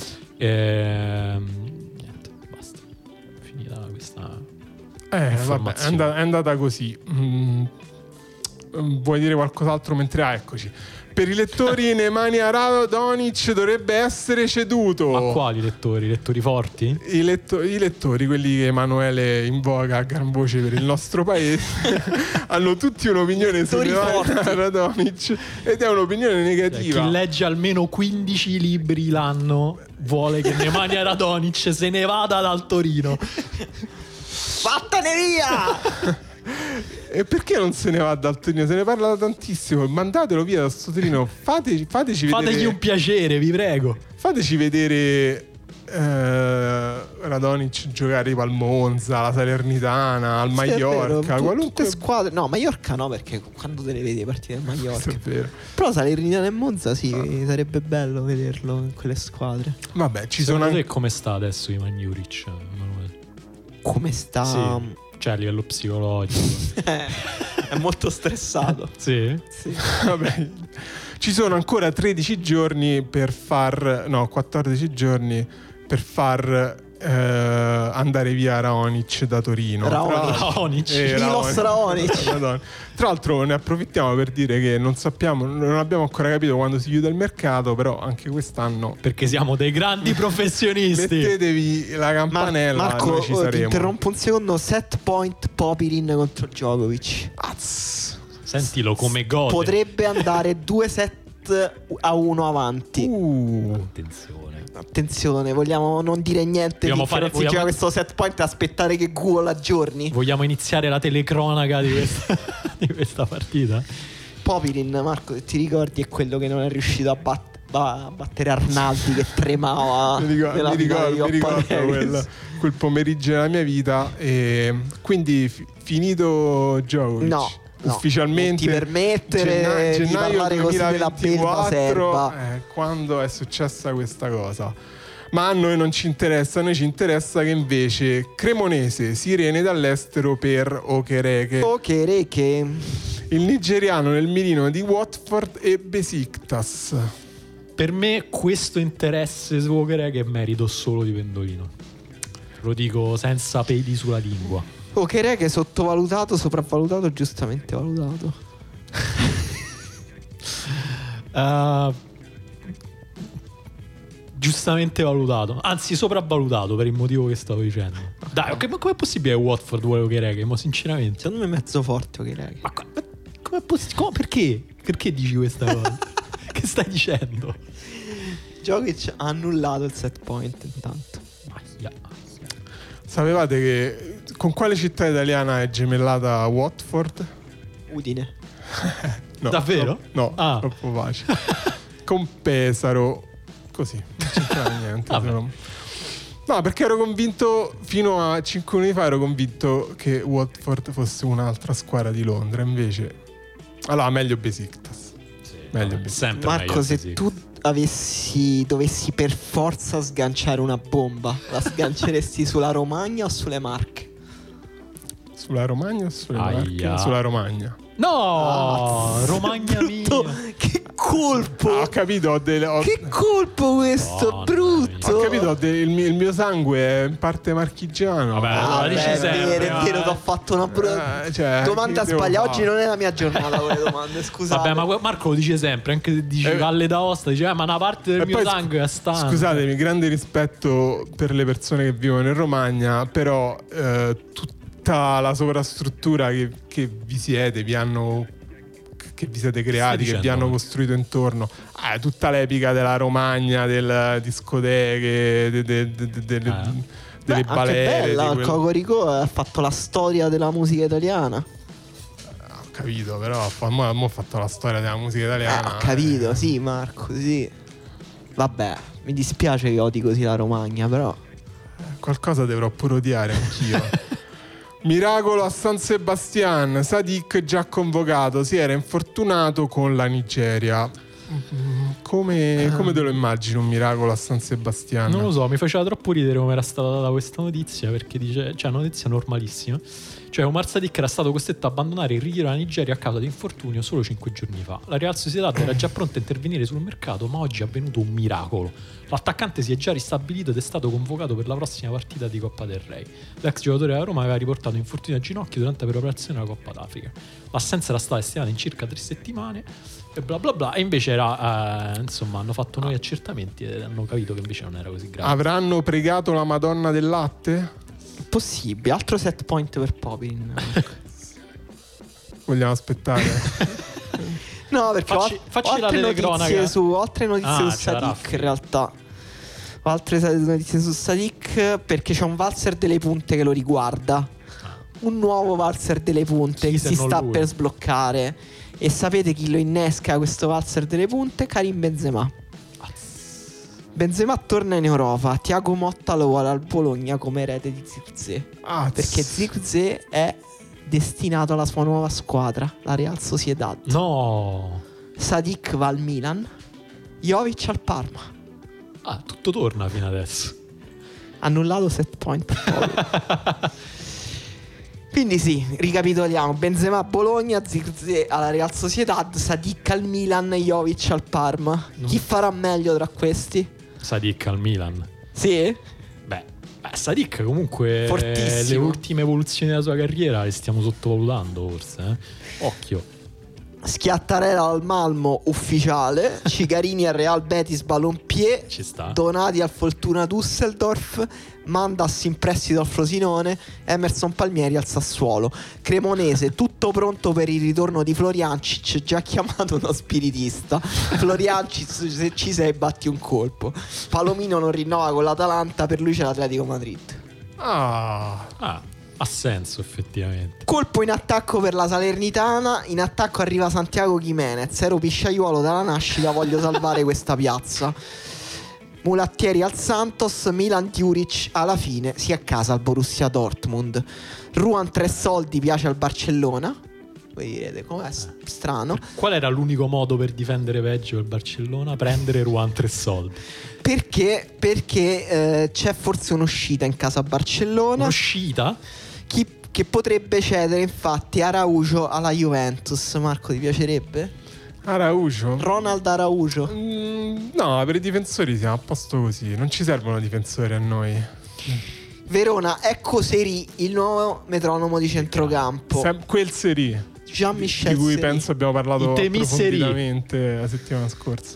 Ehm, niente, basta, finita questa Eh, vabbè, è informazione. andata, è andata così. Mm, vuoi dire qualcos'altro mentre... Ah, eccoci. Per i lettori Nemanja Radonic dovrebbe essere ceduto. Ma quali lettori? Lettori forti? I, letto- i lettori, quelli che Emanuele invoca a gran voce per il nostro paese, hanno tutti un'opinione su Lettori Nemanja forti. Radonic ed è un'opinione Cioè, negativa. chi legge almeno quindici libri l'anno vuole che Nemanja Radonic se ne vada dal Torino. Vattene via! E perché non se ne va dal Torino? Se ne parla da tantissimo. Mandatelo via da sto Torino. Fate, fateci vedere. Fategli un piacere, vi prego. Fateci vedere eh, Radonic giocare tipo al Monza, alla Salernitana, al Sì, è vero, Mallorca, tu- qualunque. tutte squadre. No, Mallorca no, perché quando te le vedi le partite del Questo Mallorca. è vero. Però Salernitana e Monza sì, sarebbe bello vederlo in quelle squadre. Vabbè, ci sono Secondo anche. te come sta adesso Ivan Juric, Emanuele? Come sta? Sì. Cioè a livello psicologico. È molto stressato. Sì? Sì. Vabbè, ci sono ancora tredici giorni per far. No, quattordici giorni per far eh, andare via Raonic da Torino. Raonic. Tra- Raonic. Eh, Milos Raonic. Madonna. Tra l'altro ne approfittiamo per dire che non sappiamo, non abbiamo ancora capito quando si chiude il mercato, però anche quest'anno Perché siamo dei grandi professionisti. mettetevi la Mar- campanella. Marco, noi ci oh, ti saremo. interrompo un secondo. Set point Popirin contro Djokovic. Azz. Sentilo come gode. Potrebbe andare due set a uno avanti. Uh. Attenzione. Attenzione, vogliamo non dire niente Vogliamo finché fare- non si vogliamo- gioca questo set point e aspettare che Google aggiorni. Vogliamo iniziare la telecronaca di questa, di questa partita? Popirin, Marco, se ti ricordi, è quello che non è riuscito a, bat- a battere Arnaldi che tremava Mi ricordo, nella mi finale ricordo, di mi Coppa ricordo Davis. quel, quel pomeriggio della mia vita. E quindi fi- finito Djokovic. No, no, ufficialmente non ti permettere genna- di gennaio parlare così della belva duemilaventiquattro, serba. eh, quando è successa questa cosa. Ma a noi non ci interessa, a noi ci interessa che invece Cremonese si rene dall'estero per Okereke, Ok, Reche. il nigeriano nel mirino di Watford e Besiktas. Per me questo interesse su Okereke è merito solo di Pendolino. Lo dico senza peli sulla lingua. Ok, Reche sottovalutato, sopravvalutato, giustamente valutato. Uh, giustamente valutato, anzi sopravvalutato per il motivo che stavo dicendo. Dai, ok, ma com'è possibile che Watford vuole Okereke? Ma sinceramente, Secondo me è mezzo forte, ok, Reche. ma co- ma com'è possi- come- perché? Perché dici questa cosa? Che stai dicendo? Djokovic ha annullato il set point intanto. Aia. Sapevate che con quale città italiana è gemellata Watford? Udine. No, Davvero? No, no, Ah. troppo facile. Con Pesaro, così, non c'entrava niente. Vabbè. però. No, perché ero convinto, fino a cinque anni fa ero convinto che Watford fosse un'altra squadra di Londra, invece... Allora, meglio Besiktas. Meglio Besiktas. Sempre Marco, meglio se così. tu avessi dovessi per forza sganciare una bomba, la sganceresti sulla Romagna o sulle Marche? Sulla Romagna o sulle Aia. Marche? Sulla Romagna. No, Ah, Romagna brutto. mia. Che colpo! Ho capito, ho delle, ho, Che colpo questo, Madonna brutto! ho capito, ho de- il, mio, il mio sangue è in parte marchigiano. Vabbè, Ah, la beh, dici è sempre, vero, è ma- vero, ti ho fatto una brutta Eh, cioè, domanda che devo sbagliata. fare? Oggi non è la mia giornata con le domande, scusate. Vabbè, ma que- Marco lo dice sempre, anche se dice Eh. Valle d'Aosta, dice eh, ma una parte del E mio poi, sangue è stanca. Scusatemi, grande rispetto per le persone che vivono in Romagna, però eh, tutta la sovrastruttura che, che vi siete, vi hanno che vi siete creati, che vi dicendo? hanno costruito intorno, ah, tutta l'epica della Romagna, delle discoteche, de, de, de, de, de, Ah. delle Beh, anche balere, bella, di quel- Cocorico ha fatto la storia della musica italiana. Ho capito, però fa- mo, mo ho fatto la storia della musica Eh, italiana. ho capito, sì, Marco, sì. Vabbè, mi dispiace che odi così la Romagna, però. Qualcosa dovrò pure odiare anch'io. Miracolo a San Sebastian, Sadik già convocato, si era infortunato con la Nigeria. Mm, Come, come te lo immagini un miracolo a San Sebastian? Non lo so, mi faceva troppo ridere come era stata data questa notizia, perché dice, cioè, una notizia normalissima. Cioè, Omar Sadik era stato costretto a abbandonare il ritiro della Nigeria a causa di infortunio solo cinque giorni fa. La Real Sociedad era già pronta a intervenire sul mercato, ma oggi è avvenuto un miracolo. L'attaccante si è già ristabilito ed è stato convocato per la prossima partita di Coppa del Re. L'ex giocatore della Roma aveva riportato infortunio al ginocchio durante la preparazione della Coppa d'Africa. L'assenza era stata estimata in circa tre settimane e bla bla bla. E invece era, eh, insomma, hanno fatto nuovi accertamenti e hanno capito che invece non era così grave. Avranno pregato la Madonna del latte? Possibile, altro set point per Popin. Vogliamo aspettare? No, perché Facci- ho, facci ho la altre telecronaca. notizie su, ho altre notizie Ah, su c'è la Sadik Raffi. in realtà. Ho altre sa- notizie su Sadik perché c'è un valzer delle punte che lo riguarda. Un nuovo valzer delle punte Chi che se si non sta lui? per sbloccare. E sapete chi lo innesca questo valzer delle punte? Karim Benzema. Benzema torna in Europa. Thiago Motta lo vuole al Bologna come erede di Zirkzee. Ah, Perché Zirkzee è destinato alla sua nuova squadra, la Real Sociedad. No. Sadik va al Milan, Jovic al Parma. Ah, tutto torna fino adesso. Annullato set point per Popin. Quindi sì, ricapitoliamo: Benzema a Bologna, Zirkzee alla Real Sociedad, Sadik al Milan, Jovic al Parma. Chi farà meglio tra questi? Sadik al Milan. Sì? Beh, beh Sadik comunque Fortissimo. le ultime evoluzioni della sua carriera le stiamo sottovalutando forse, eh? Occhio. Schiattarella al Malmo ufficiale, Cigarini al Real Betis Ballonpied, Ci sta. Donati al Fortuna Düsseldorf, Mandas in prestito al Frosinone, Emerson Palmieri al Sassuolo. Cremonese tutto pronto per il ritorno di Floriancic, già chiamato uno spiritista. Floriancic, se ci sei batti un colpo. Palomino non rinnova con l'Atalanta, per lui c'è l'Atletico Madrid. Ah, Ah, ha senso effettivamente. Colpo in attacco per la Salernitana. In attacco arriva Santiago Jimenez. Ero pisciaiuolo dalla nascita, voglio salvare questa piazza. Mulattieri al Santos, Milan Djuric alla fine si accasa al Borussia Dortmund. Ruan tre soldi piace al Barcellona. Voi direte com'è s- strano. Qual era l'unico modo per difendere peggio il Barcellona? Prendere Ruan tre soldi. Perché? Perché eh, c'è forse un'uscita in casa Barcellona. Un'uscita? Chi, che potrebbe cedere infatti Araujo alla Juventus. Marco, ti piacerebbe? Araujo. Ronald Araujo. Mm, no, per i difensori siamo a posto così. Non ci servono difensori a noi. Verona, ecco Seri, il nuovo metronomo di centrocampo. Sem- quel Serie Jean-Michel di cui Seri. penso abbiamo parlato I temi Serie. approfonditamente la settimana scorsa.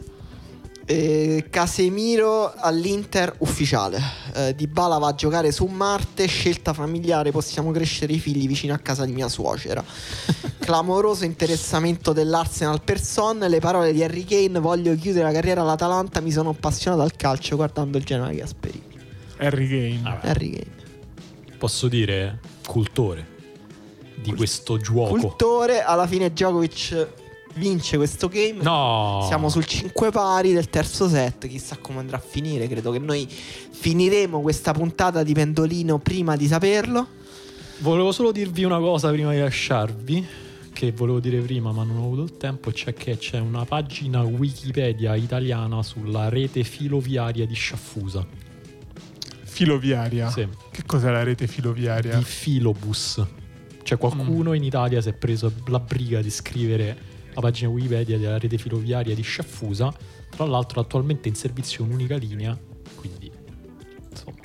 Eh, Casemiro all'Inter ufficiale. eh, Dybala va a giocare su Marte. Scelta familiare, possiamo crescere i figli vicino a casa di mia suocera. Clamoroso interessamento dell'Arsenal per Son. Le parole di Harry Kane: voglio chiudere la carriera all'Atalanta, mi sono appassionato al calcio guardando il Genoa di Gasperini. Harry Kane. Vabbè, Harry Kane, posso dire cultore di questo gioco. cultore. Alla fine Djokovic vince questo game. No. Siamo sul cinque pari del terzo set. Chissà come andrà a finire. Credo che noi finiremo questa puntata di Pendolino prima di saperlo. Volevo solo dirvi una cosa prima di lasciarvi, che volevo dire prima ma non ho avuto il tempo, cioè che c'è una pagina Wikipedia italiana sulla rete filoviaria di Sciaffusa. Filoviaria. Sì. Che cos'è la rete filoviaria? Di Filobus. Cioè qualcuno Mm. in Italia si è preso la briga di scrivere la pagina Wikipedia della rete filoviaria di Sciaffusa, tra l'altro attualmente in servizio un'unica linea, quindi insomma.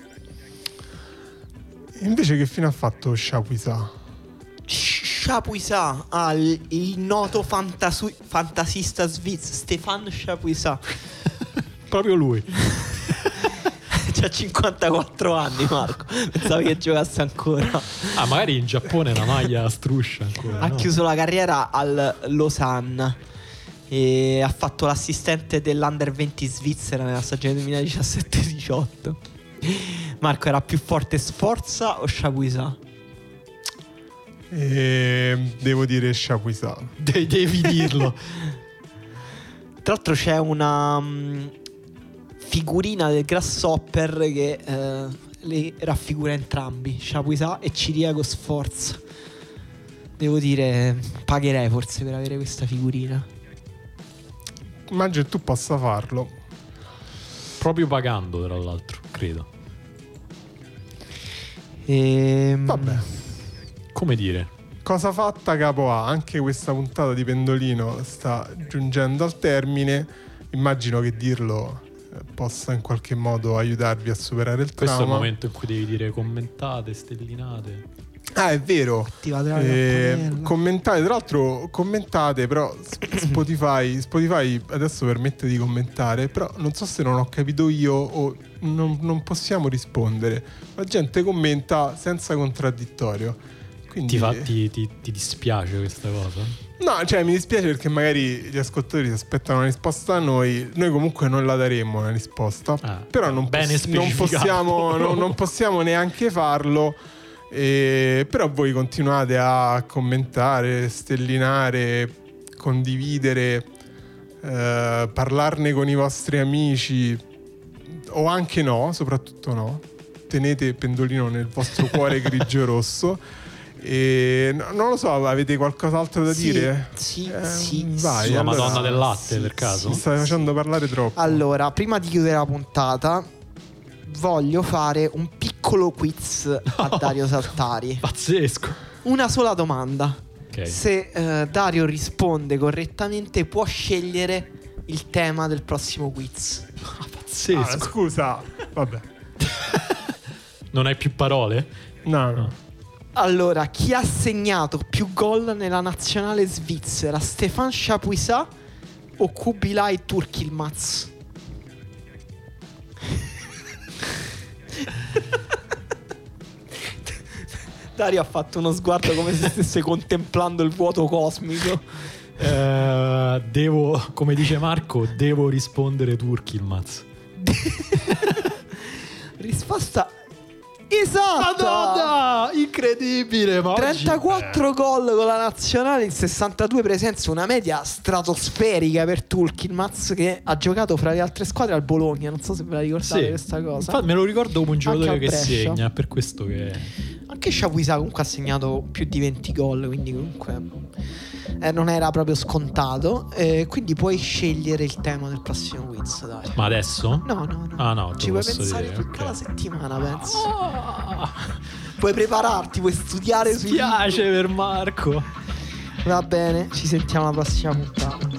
Invece che fine ha fatto Chapuisat? Chapuisat, ah, il, il noto fantasu- fantasista svizzero Stéphane Chapuisat. Proprio lui. C'ha cinquantaquattro anni, Marco. Pensavo che giocasse ancora. Ah, magari in Giappone la maglia struscia ancora. Ha no? chiuso la carriera al Lausanne e ha fatto l'assistente dell'Under venti svizzera nella stagione duemiladiciassette diciotto. Marco, era più forte Sforza o Chapuisat? E devo dire Chapuisat. De- devi dirlo. Tra l'altro c'è una um, figurina del Grasshopper che uh, le raffigura entrambi, Chapuisat e Ciriaco Sforza. Devo dire, pagherei forse per avere questa figurina. Immagino tu possa farlo. Proprio pagando, tra l'altro, credo. E, Vabbè. Come dire? Cosa fatta capo A? Anche questa puntata di Pendolino sta giungendo al termine. Immagino che dirlo eh, possa in qualche modo aiutarvi a superare il trauma. Questo è il momento in cui devi dire commentate, stellinate. Ah, è vero. attivate la Eh, campanella. commentate, tra l'altro commentate, però Spotify, Spotify adesso permette di commentare, però non so se non ho capito io o non, non possiamo rispondere. La gente commenta senza contraddittorio. Quindi, Ti, fa, ti, ti, ti dispiace questa cosa? no, cioè mi dispiace perché magari gli ascoltatori si aspettano una risposta da noi. Noi comunque non la daremo una risposta. Ah, Però non, bene poss- non specificato. possiamo, non, non possiamo neanche farlo. Eh, però voi continuate a commentare, stellinare, condividere, eh, parlarne con i vostri amici o anche no, soprattutto no. Tenete Pendolino nel vostro cuore grigio-rosso. E no, non lo so, avete qualcos'altro da Sì, dire? sì, Eh, sì, vai, Sulla allora, Madonna del latte, sì, per caso? mi stai facendo parlare troppo. Allora, prima di chiudere la puntata, voglio fare un piccolo quiz a Dario Saltari. Pazzesco. Una sola domanda. Ok. Se eh, Dario risponde correttamente, può scegliere il tema del prossimo quiz. Ah, pazzesco. Ah, scusa, vabbè. Non hai più parole? No, no. Allora, chi ha segnato più gol nella nazionale svizzera? Stéphane Chapuisat o Kubilay Turkilmaz? Dario ha fatto uno sguardo come se stesse contemplando il vuoto cosmico. Eh, devo, come dice Marco, devo rispondere Turkilmaz. Risposta esatta. Madonna, incredibile. Ma oggi- trentaquattro gol con la nazionale in sessantadue presenze, una media stratosferica per Turkilmaz, che ha giocato fra le altre squadre al Bologna. Non so se ve la ricordate Sì, questa cosa. infatti me lo ricordo come un giocatore Anche che al Brescia. segna, per questo che... Anche Chapuisat comunque ha segnato più di venti gol, quindi comunque eh, non era proprio scontato. Eh, quindi puoi scegliere il tema del prossimo quiz, Dario. Ma adesso? No, no, no. Ah, no, te Ci lo puoi posso pensare dire, tutta ok. la settimana, penso. Ah, Puoi prepararti, puoi studiare mi su piace per Marco. Va bene, ci sentiamo alla prossima puntata.